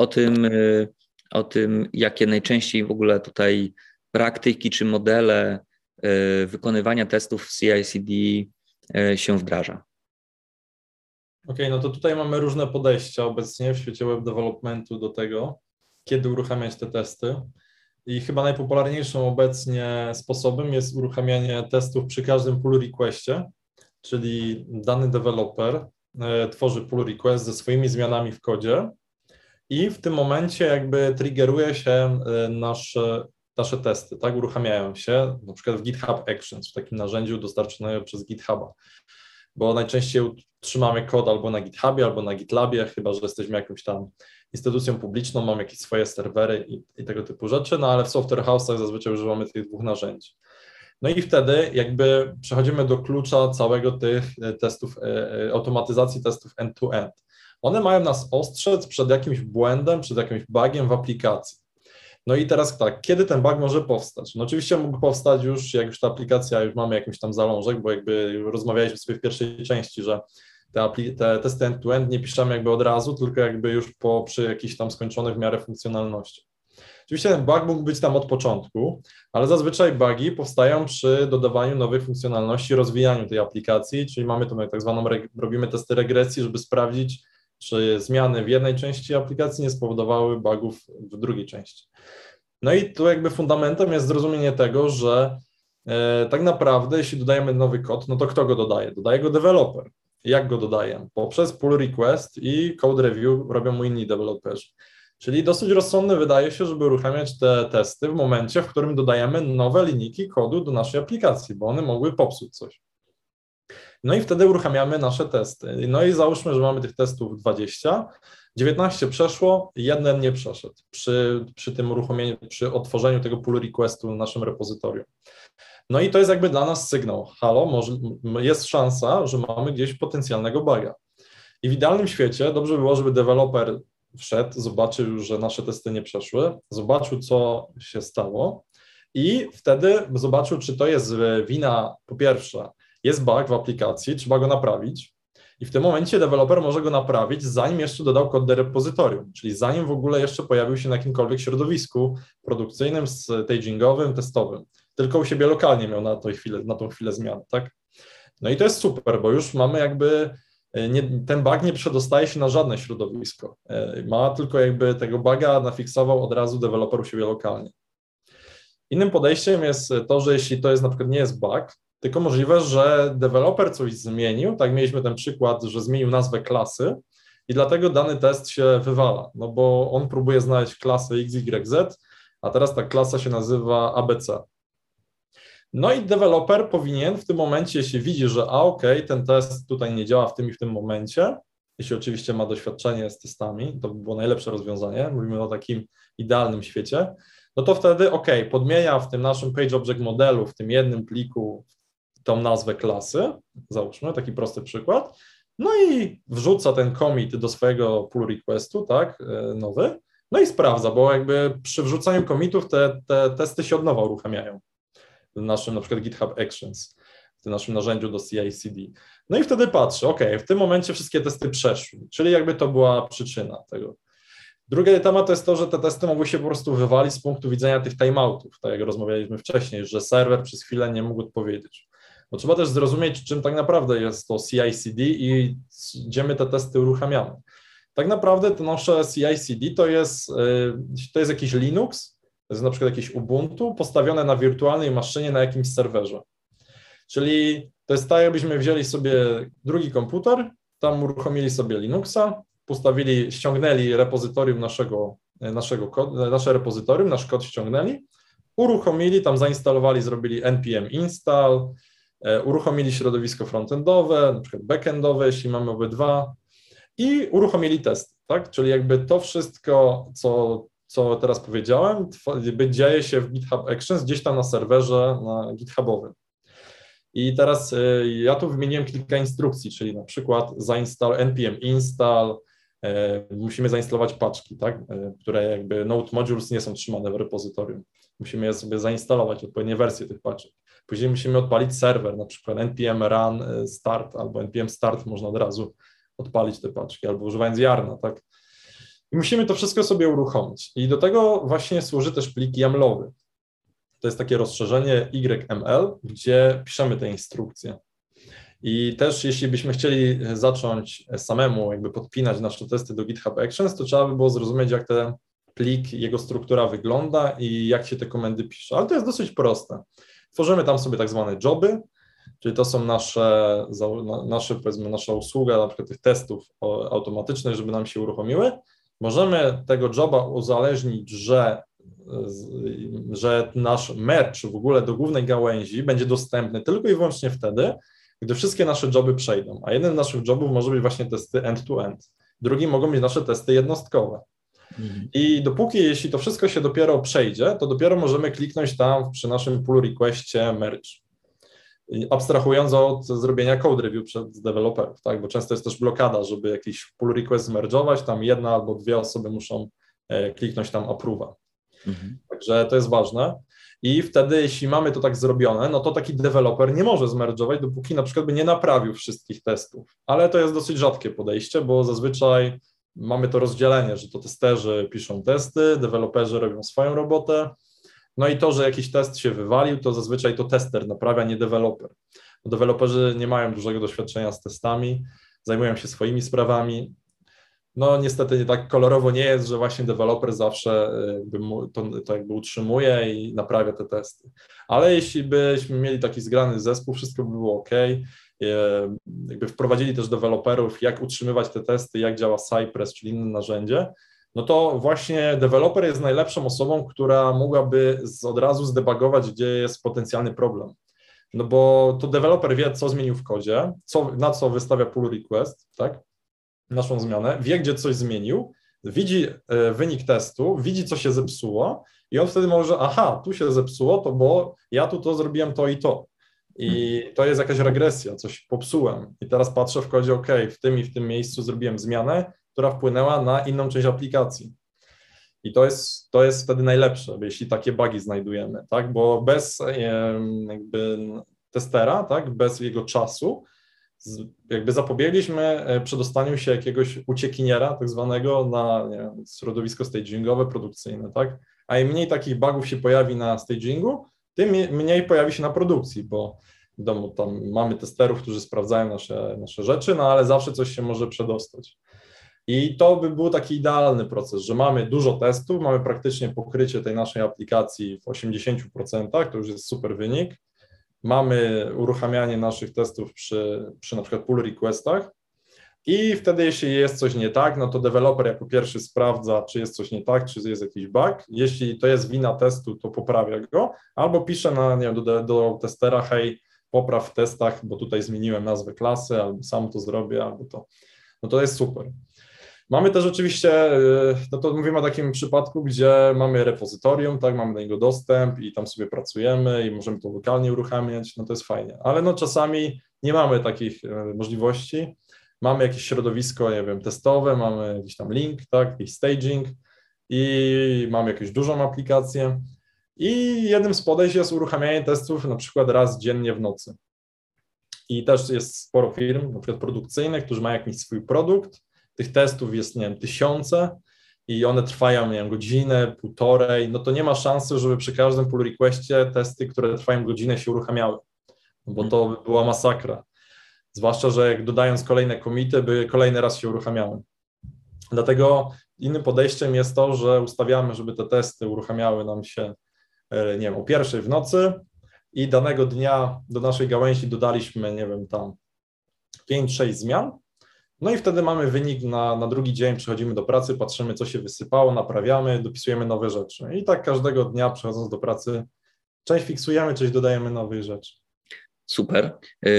o tym, jakie najczęściej w ogóle tutaj praktyki czy modele wykonywania testów w CI/CD się wdraża. Okej, no to tutaj mamy różne podejścia obecnie w świecie web developmentu do tego, kiedy uruchamiać te testy. I chyba najpopularniejszym obecnie sposobem jest uruchamianie testów przy każdym pull requestie, czyli dany deweloper tworzy pull request ze swoimi zmianami w kodzie i w tym momencie jakby triggeruje się nasze testy, tak, uruchamiają się na przykład w GitHub Actions, w takim narzędziu dostarczonego przez GitHuba, bo najczęściej trzymamy kod albo na GitHubie, albo na GitLabie, chyba że jesteśmy jakąś tam instytucją publiczną, mamy jakieś swoje serwery i tego typu rzeczy, no ale w software house'ach zazwyczaj używamy tych dwóch narzędzi. No i wtedy jakby przechodzimy do klucza całego tych testów, automatyzacji testów end-to-end. One mają nas ostrzec przed jakimś błędem, przed jakimś bugiem w aplikacji. No i teraz tak, kiedy ten bug może powstać? No oczywiście mógł powstać już, jak już ta aplikacja, już mamy jakiś tam zalążek, bo jakby rozmawialiśmy sobie w pierwszej części, że te testy end-to-end nie piszemy jakby od razu, tylko jakby już przy jakichś tam skończonych w miarę funkcjonalności. Oczywiście ten bug mógł być tam od początku, ale zazwyczaj bugi powstają przy dodawaniu nowych funkcjonalności, rozwijaniu tej aplikacji, czyli mamy tu tak zwaną, robimy testy regresji, żeby sprawdzić, czy zmiany w jednej części aplikacji nie spowodowały bugów w drugiej części. No i tu jakby fundamentem jest zrozumienie tego, że tak naprawdę jeśli dodajemy nowy kod, no to kto go dodaje? Dodaje go deweloper. Jak go dodaję? Poprzez pull request i code review robią mu inni deweloperzy. Czyli dosyć rozsądne wydaje się, żeby uruchamiać te testy w momencie, w którym dodajemy nowe linijki kodu do naszej aplikacji, bo one mogły popsuć coś. No i wtedy uruchamiamy nasze testy. No i załóżmy, że mamy tych testów 20, 19 przeszło, jeden nie przeszedł przy tym uruchomieniu, przy otworzeniu tego pull requestu w naszym repozytorium. No i to jest jakby dla nas sygnał, halo, może jest szansa, że mamy gdzieś potencjalnego buga. I w idealnym świecie dobrze by było, żeby deweloper wszedł, zobaczył, że nasze testy nie przeszły, zobaczył, co się stało i wtedy zobaczył, czy to jest wina, po pierwsze, jest bug w aplikacji, trzeba go naprawić i w tym momencie deweloper może go naprawić, zanim jeszcze dodał kod do repozytorium, czyli zanim w ogóle jeszcze pojawił się na jakimkolwiek środowisku produkcyjnym, stagingowym, testowym, tylko u siebie lokalnie miał na tą chwilę zmiany, tak? No i to jest super, bo już mamy jakby ten bug nie przedostaje się na żadne środowisko, ma tylko jakby tego buga nafiksował od razu deweloper u siebie lokalnie. Innym podejściem jest to, że jeśli to jest na przykład nie jest bug, tylko możliwe, że deweloper coś zmienił, tak mieliśmy ten przykład, że zmienił nazwę klasy i dlatego dany test się wywala, no bo on próbuje znaleźć klasę XYZ, a teraz ta klasa się nazywa ABC. No i deweloper powinien w tym momencie, jeśli widzi, że ten test tutaj nie działa w tym i w tym momencie, jeśli oczywiście ma doświadczenie z testami, to by było najlepsze rozwiązanie, mówimy o takim idealnym świecie, no to wtedy podmienia w tym naszym PageObject modelu, w tym jednym pliku tą nazwę klasy, załóżmy taki prosty przykład, no i wrzuca ten commit do swojego pull requestu, tak, nowy, no i sprawdza, bo jakby przy wrzucaniu commitów te testy się od nowa uruchamiają w naszym na przykład GitHub Actions, w tym naszym narzędziu do CI/CD. No i wtedy patrzy, w tym momencie wszystkie testy przeszły, czyli jakby to była przyczyna tego. Drugi temat to jest to, że te testy mogły się po prostu wywalić z punktu widzenia tych timeoutów, tak jak rozmawialiśmy wcześniej, że serwer przez chwilę nie mógł odpowiedzieć. Bo trzeba też zrozumieć, czym tak naprawdę jest to CI/CD i gdzie my te testy uruchamiamy. Tak naprawdę to nasze CI/CD to jest jakiś Linux, to jest na przykład jakieś Ubuntu postawione na wirtualnej maszynie na jakimś serwerze. Czyli to jest tak, jakbyśmy wzięli sobie drugi komputer, tam uruchomili sobie Linuxa, ściągnęli repozytorium nasze repozytorium, nasz kod ściągnęli, uruchomili, tam zainstalowali, zrobili npm install, uruchomili środowisko frontendowe, na przykład backendowe, jeśli mamy obydwa i uruchomili testy, tak? Czyli jakby to wszystko, co teraz powiedziałem, dzieje się w GitHub Actions gdzieś tam na serwerze na GitHubowym. I teraz ja tu wymieniłem kilka instrukcji, czyli na przykład npm install, musimy zainstalować paczki, tak, które jakby node modules nie są trzymane w repozytorium. Musimy je sobie zainstalować, odpowiednie wersje tych paczek. Później musimy odpalić serwer, na przykład npm run start albo npm start można od razu odpalić te paczki, albo używając yarna, tak. I musimy to wszystko sobie uruchomić. I do tego właśnie służy też plik YAML-owy. To jest takie rozszerzenie YML, gdzie piszemy te instrukcje. I też jeśli byśmy chcieli zacząć samemu jakby podpinać nasze testy do GitHub Actions, to trzeba by było zrozumieć, jak ten plik, jego struktura wygląda i jak się te komendy pisze. Ale to jest dosyć proste. Tworzymy tam sobie tak zwane joby, czyli to są nasza usługa, na przykład tych testów automatycznych, żeby nam się uruchomiły. Możemy tego joba uzależnić, że nasz merge w ogóle do głównej gałęzi będzie dostępny tylko i wyłącznie wtedy, gdy wszystkie nasze joby przejdą. A jeden z naszych jobów może być właśnie testy end-to-end. Drugi mogą być nasze testy jednostkowe. I jeśli to wszystko się dopiero przejdzie, to dopiero możemy kliknąć tam przy naszym pull requestie merge. Abstrahując od zrobienia code review przez deweloperów, tak? Bo często jest też blokada, żeby jakiś pull request zmerge'ować, tam jedna albo dwie osoby muszą kliknąć tam approve'a. Także to jest ważne. I wtedy, jeśli mamy to tak zrobione, no to taki deweloper nie może zmerge'ować, dopóki na przykład by nie naprawił wszystkich testów. Ale to jest dosyć rzadkie podejście, bo zazwyczaj mamy to rozdzielenie, że to testerzy piszą testy, deweloperzy robią swoją robotę. No i to, że jakiś test się wywalił, to zazwyczaj to tester naprawia, nie deweloper. Bo deweloperzy nie mają dużego doświadczenia z testami, zajmują się swoimi sprawami. No niestety nie tak kolorowo nie jest, że właśnie deweloper zawsze to jakby utrzymuje i naprawia te testy. Ale jeśli byśmy mieli taki zgrany zespół, wszystko by było ok, jakby wprowadzili też deweloperów, jak utrzymywać te testy, jak działa Cypress, czyli inne narzędzie, no to właśnie deweloper jest najlepszą osobą, która mogłaby od razu zdebugować, gdzie jest potencjalny problem. No bo to deweloper wie, co zmienił w kodzie, na co wystawia pull request, tak? Naszą zmianę, wie, gdzie coś zmienił, widzi wynik testu, widzi, co się zepsuło i on wtedy może, aha, tu się zepsuło, to bo ja tu to zrobiłem to i to. I to jest jakaś regresja, coś popsułem. I teraz patrzę w kodzie, ok, w tym i w tym miejscu zrobiłem zmianę, która wpłynęła na inną część aplikacji. I to jest wtedy najlepsze, jeśli takie bugi znajdujemy, tak? Bo bez jakby testera, tak, bez jego czasu, jakby zapobiegliśmy przedostaniu się jakiegoś uciekiniera tak zwanego na środowisko stagingowe, produkcyjne, tak? A im mniej takich bugów się pojawi na stagingu, tym mniej pojawi się na produkcji, bo w domu tam mamy testerów, którzy sprawdzają nasze rzeczy, no ale zawsze coś się może przedostać. I to by był taki idealny proces, że mamy dużo testów, mamy praktycznie pokrycie tej naszej aplikacji w 80%, to już jest super wynik. Mamy uruchamianie naszych testów przy na przykład pull requestach i wtedy jeśli jest coś nie tak, no to deweloper jako pierwszy sprawdza, czy jest coś nie tak, czy jest jakiś bug. Jeśli to jest wina testu, to poprawia go, albo pisze do testera, hej, popraw w testach, bo tutaj zmieniłem nazwę klasy, albo sam to zrobię, albo to. No to jest super. Mamy też oczywiście, no to mówimy o takim przypadku, gdzie mamy repozytorium, tak, mamy do niego dostęp i tam sobie pracujemy i możemy to lokalnie uruchamiać, no to jest fajnie, ale no czasami nie mamy takich możliwości, mamy jakieś środowisko, nie wiem, testowe, mamy jakiś tam link, tak, jakiś staging i mamy jakąś dużą aplikację i jednym z podejść jest uruchamianie testów na przykład raz dziennie w nocy. I też jest sporo firm, na przykład produkcyjnych, którzy mają jakiś swój produkt. Tych testów jest, nie wiem, tysiące i one trwają, nie wiem, godzinę, półtorej, no to nie ma szansy, żeby przy każdym pull requestie testy, które trwają godzinę, się uruchamiały, bo to by była masakra. Zwłaszcza, że jak dodając kolejne commity, by kolejny raz się uruchamiały. Dlatego innym podejściem jest to, że ustawiamy, żeby te testy uruchamiały nam się, nie wiem, o 1:00 w nocy i danego dnia do naszej gałęzi dodaliśmy, nie wiem, tam 5-6 zmian. No i wtedy mamy wynik na drugi dzień, przychodzimy do pracy, patrzymy, co się wysypało, naprawiamy, dopisujemy nowe rzeczy. I tak każdego dnia przychodząc do pracy, część fiksujemy, część dodajemy nowych rzeczy. Super.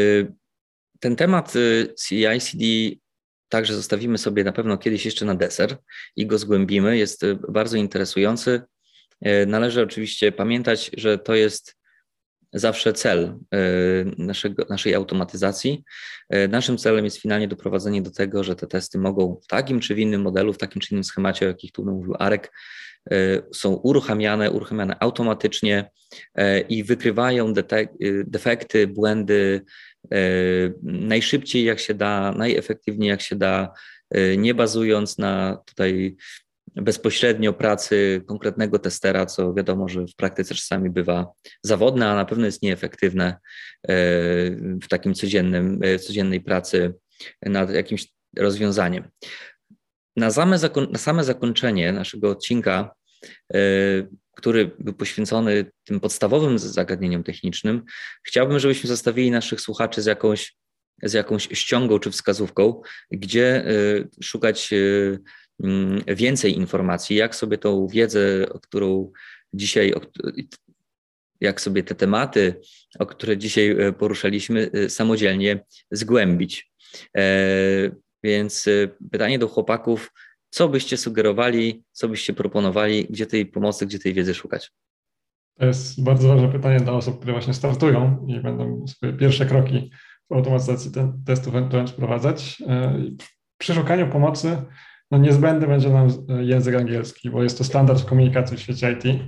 Ten temat CI/CD także zostawimy sobie na pewno kiedyś jeszcze na deser i go zgłębimy. Jest bardzo interesujący. Należy oczywiście pamiętać, że to jest zawsze cel naszej automatyzacji. Naszym celem jest finalnie doprowadzenie do tego, że te testy mogą w takim czy w innym modelu, w takim czy innym schemacie, o jakich tu mówił Arek, są uruchamiane automatycznie i wykrywają defekty, błędy najszybciej jak się da, najefektywniej jak się da, nie bazując na tutaj bezpośrednio pracy konkretnego testera, co wiadomo, że w praktyce czasami bywa zawodne, a na pewno jest nieefektywne w takim codziennej pracy nad jakimś rozwiązaniem. Na same zakończenie naszego odcinka który był poświęcony tym podstawowym zagadnieniom technicznym, chciałbym, żebyśmy zostawili naszych słuchaczy z jakąś ściągą czy wskazówką, gdzie szukać więcej informacji, jak sobie tą wiedzę, którą dzisiaj, jak sobie te tematy, o które dzisiaj poruszaliśmy, samodzielnie zgłębić. Więc pytanie do chłopaków, co byście sugerowali, co byście proponowali, gdzie tej pomocy, gdzie tej wiedzy szukać? To jest bardzo ważne pytanie dla osób, które właśnie startują i będą swoje pierwsze kroki w automatyzacji testów end-to-end wprowadzać. Przy szukaniu pomocy niezbędny będzie nam język angielski, bo jest to standard w komunikacji w świecie IT.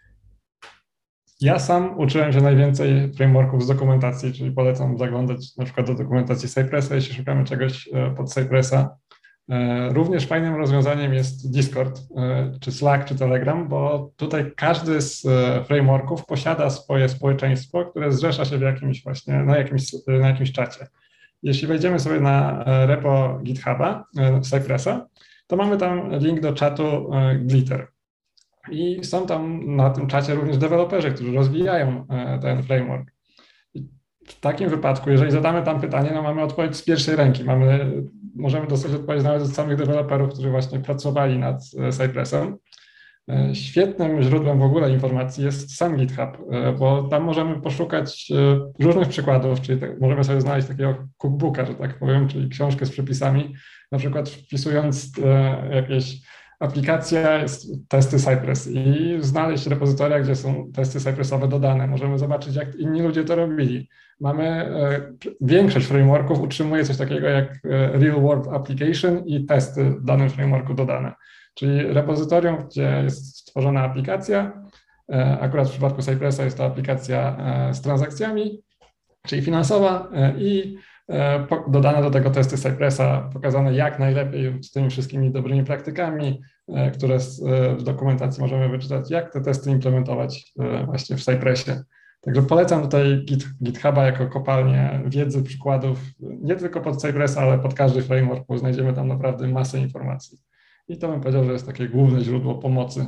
Ja sam uczyłem się najwięcej frameworków z dokumentacji, czyli polecam zaglądać na przykład do dokumentacji Cypressa, jeśli szukamy czegoś pod Cypressa. Również fajnym rozwiązaniem jest Discord, czy Slack, czy Telegram, bo tutaj każdy z frameworków posiada swoje społeczeństwo, które zrzesza się w jakimś właśnie, na jakimś czacie. Jeśli wejdziemy sobie na repo GitHuba Cypressa, to mamy tam link do czatu Glitter. I są tam na tym czacie również deweloperzy, którzy rozwijają ten framework. I w takim wypadku, jeżeli zadamy tam pytanie, mamy odpowiedź z pierwszej ręki. Możemy dostać odpowiedź nawet od samych deweloperów, którzy właśnie pracowali nad Cypressem. Świetnym źródłem w ogóle informacji jest sam GitHub, bo tam możemy poszukać różnych przykładów, czyli możemy sobie znaleźć takiego cookbooka, że tak powiem, czyli książkę z przepisami, na przykład wpisując jakieś aplikacja, jest testy Cypress i znaleźć repozytoria, gdzie są testy Cypressowe dodane. Możemy zobaczyć, jak inni ludzie to robili. Większość frameworków utrzymuje coś takiego jak Real World Application i testy w danym frameworku dodane. Czyli repozytorium, gdzie jest stworzona aplikacja, akurat w przypadku Cypressa jest to aplikacja z transakcjami, czyli finansowa i dodane do tego testy Cypressa, pokazane jak najlepiej z tymi wszystkimi dobrymi praktykami, które w dokumentacji możemy wyczytać, jak te testy implementować właśnie w Cypressie. Także polecam tutaj GitHuba jako kopalnię wiedzy, przykładów, nie tylko pod Cypressa, ale pod każdy framework, bo znajdziemy tam naprawdę masę informacji. I to bym powiedział, że jest takie główne źródło pomocy.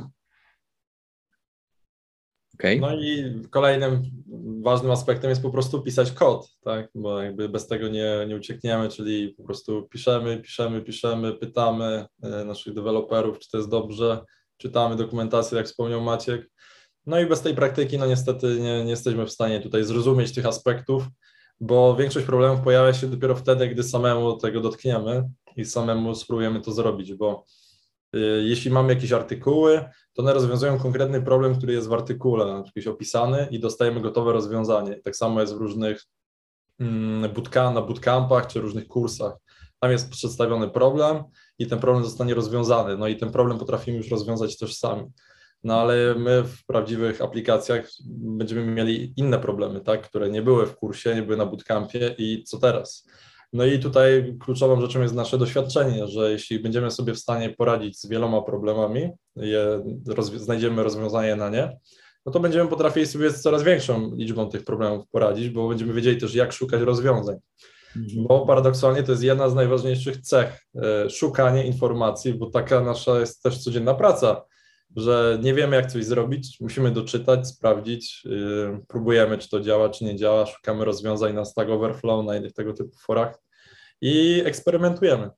Okay. No i kolejnym ważnym aspektem jest po prostu pisać kod, tak? Bo jakby bez tego nie uciekniemy, czyli po prostu piszemy, pytamy naszych deweloperów, czy to jest dobrze, czytamy dokumentację, jak wspomniał Maciek. No i bez tej praktyki, niestety nie jesteśmy w stanie tutaj zrozumieć tych aspektów, bo większość problemów pojawia się dopiero wtedy, gdy samemu tego dotkniemy i samemu spróbujemy to zrobić, bo jeśli mamy jakieś artykuły, to one rozwiązują konkretny problem, który jest w artykule jakiś opisany i dostajemy gotowe rozwiązanie. Tak samo jest w różnych na bootcampach czy różnych kursach. Tam jest przedstawiony problem i ten problem zostanie rozwiązany. No i ten problem potrafimy już rozwiązać też sami. No ale my w prawdziwych aplikacjach będziemy mieli inne problemy, tak, które nie były w kursie, nie były na bootcampie i co teraz? No i tutaj kluczową rzeczą jest nasze doświadczenie, że jeśli będziemy sobie w stanie poradzić z wieloma problemami, znajdziemy rozwiązanie na nie, no to będziemy potrafili sobie z coraz większą liczbą tych problemów poradzić, bo będziemy wiedzieli też, jak szukać rozwiązań. Bo paradoksalnie to jest jedna z najważniejszych cech, szukanie informacji, bo taka nasza jest też codzienna praca, że nie wiemy, jak coś zrobić, musimy doczytać, sprawdzić, próbujemy, czy to działa, czy nie działa, szukamy rozwiązań na Stack Overflow, na innych tego typu forach i eksperymentujemy.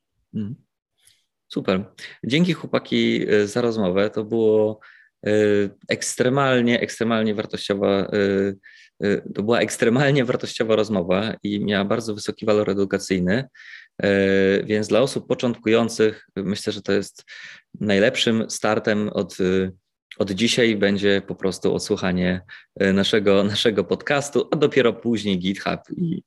Super. Dzięki chłopaki za rozmowę. To było ekstremalnie wartościowa, to była ekstremalnie wartościowa rozmowa i miała bardzo wysoki walor edukacyjny, więc dla osób początkujących myślę, że to jest najlepszym startem od dzisiaj będzie po prostu odsłuchanie naszego podcastu, a dopiero później GitHub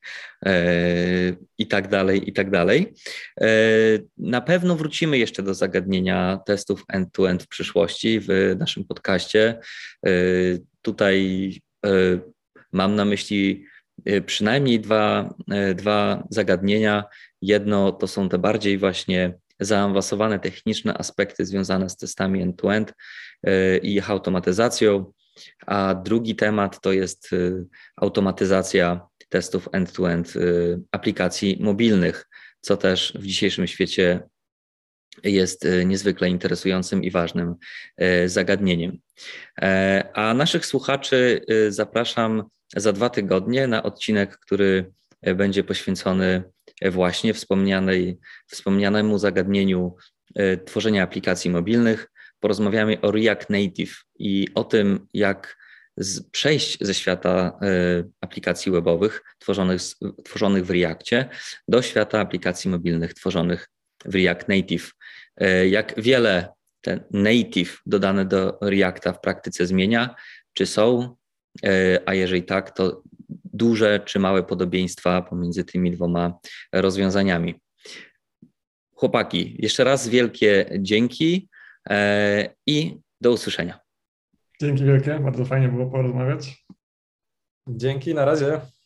i tak dalej, i tak dalej. Na pewno wrócimy jeszcze do zagadnienia testów end-to-end w przyszłości w naszym podcaście. Tutaj mam na myśli przynajmniej dwa zagadnienia. Jedno to są te bardziej właśnie zaawansowane techniczne aspekty związane z testami end-to-end i ich automatyzacją, a drugi temat to jest automatyzacja testów end-to-end aplikacji mobilnych, co też w dzisiejszym świecie jest niezwykle interesującym i ważnym zagadnieniem. A naszych słuchaczy zapraszam za 2 tygodnie na odcinek, który będzie poświęcony właśnie wspomnianemu zagadnieniu tworzenia aplikacji mobilnych. Porozmawiamy o React Native i o tym, jak przejść ze świata aplikacji webowych tworzonych w Reactie do świata aplikacji mobilnych tworzonych w React Native. Jak wiele ten native dodane do Reacta w praktyce zmienia, czy są, a jeżeli tak, to duże czy małe podobieństwa pomiędzy tymi 2 rozwiązaniami. Chłopaki, jeszcze raz wielkie dzięki i do usłyszenia. Dzięki wielkie, bardzo fajnie było porozmawiać. Dzięki, na razie.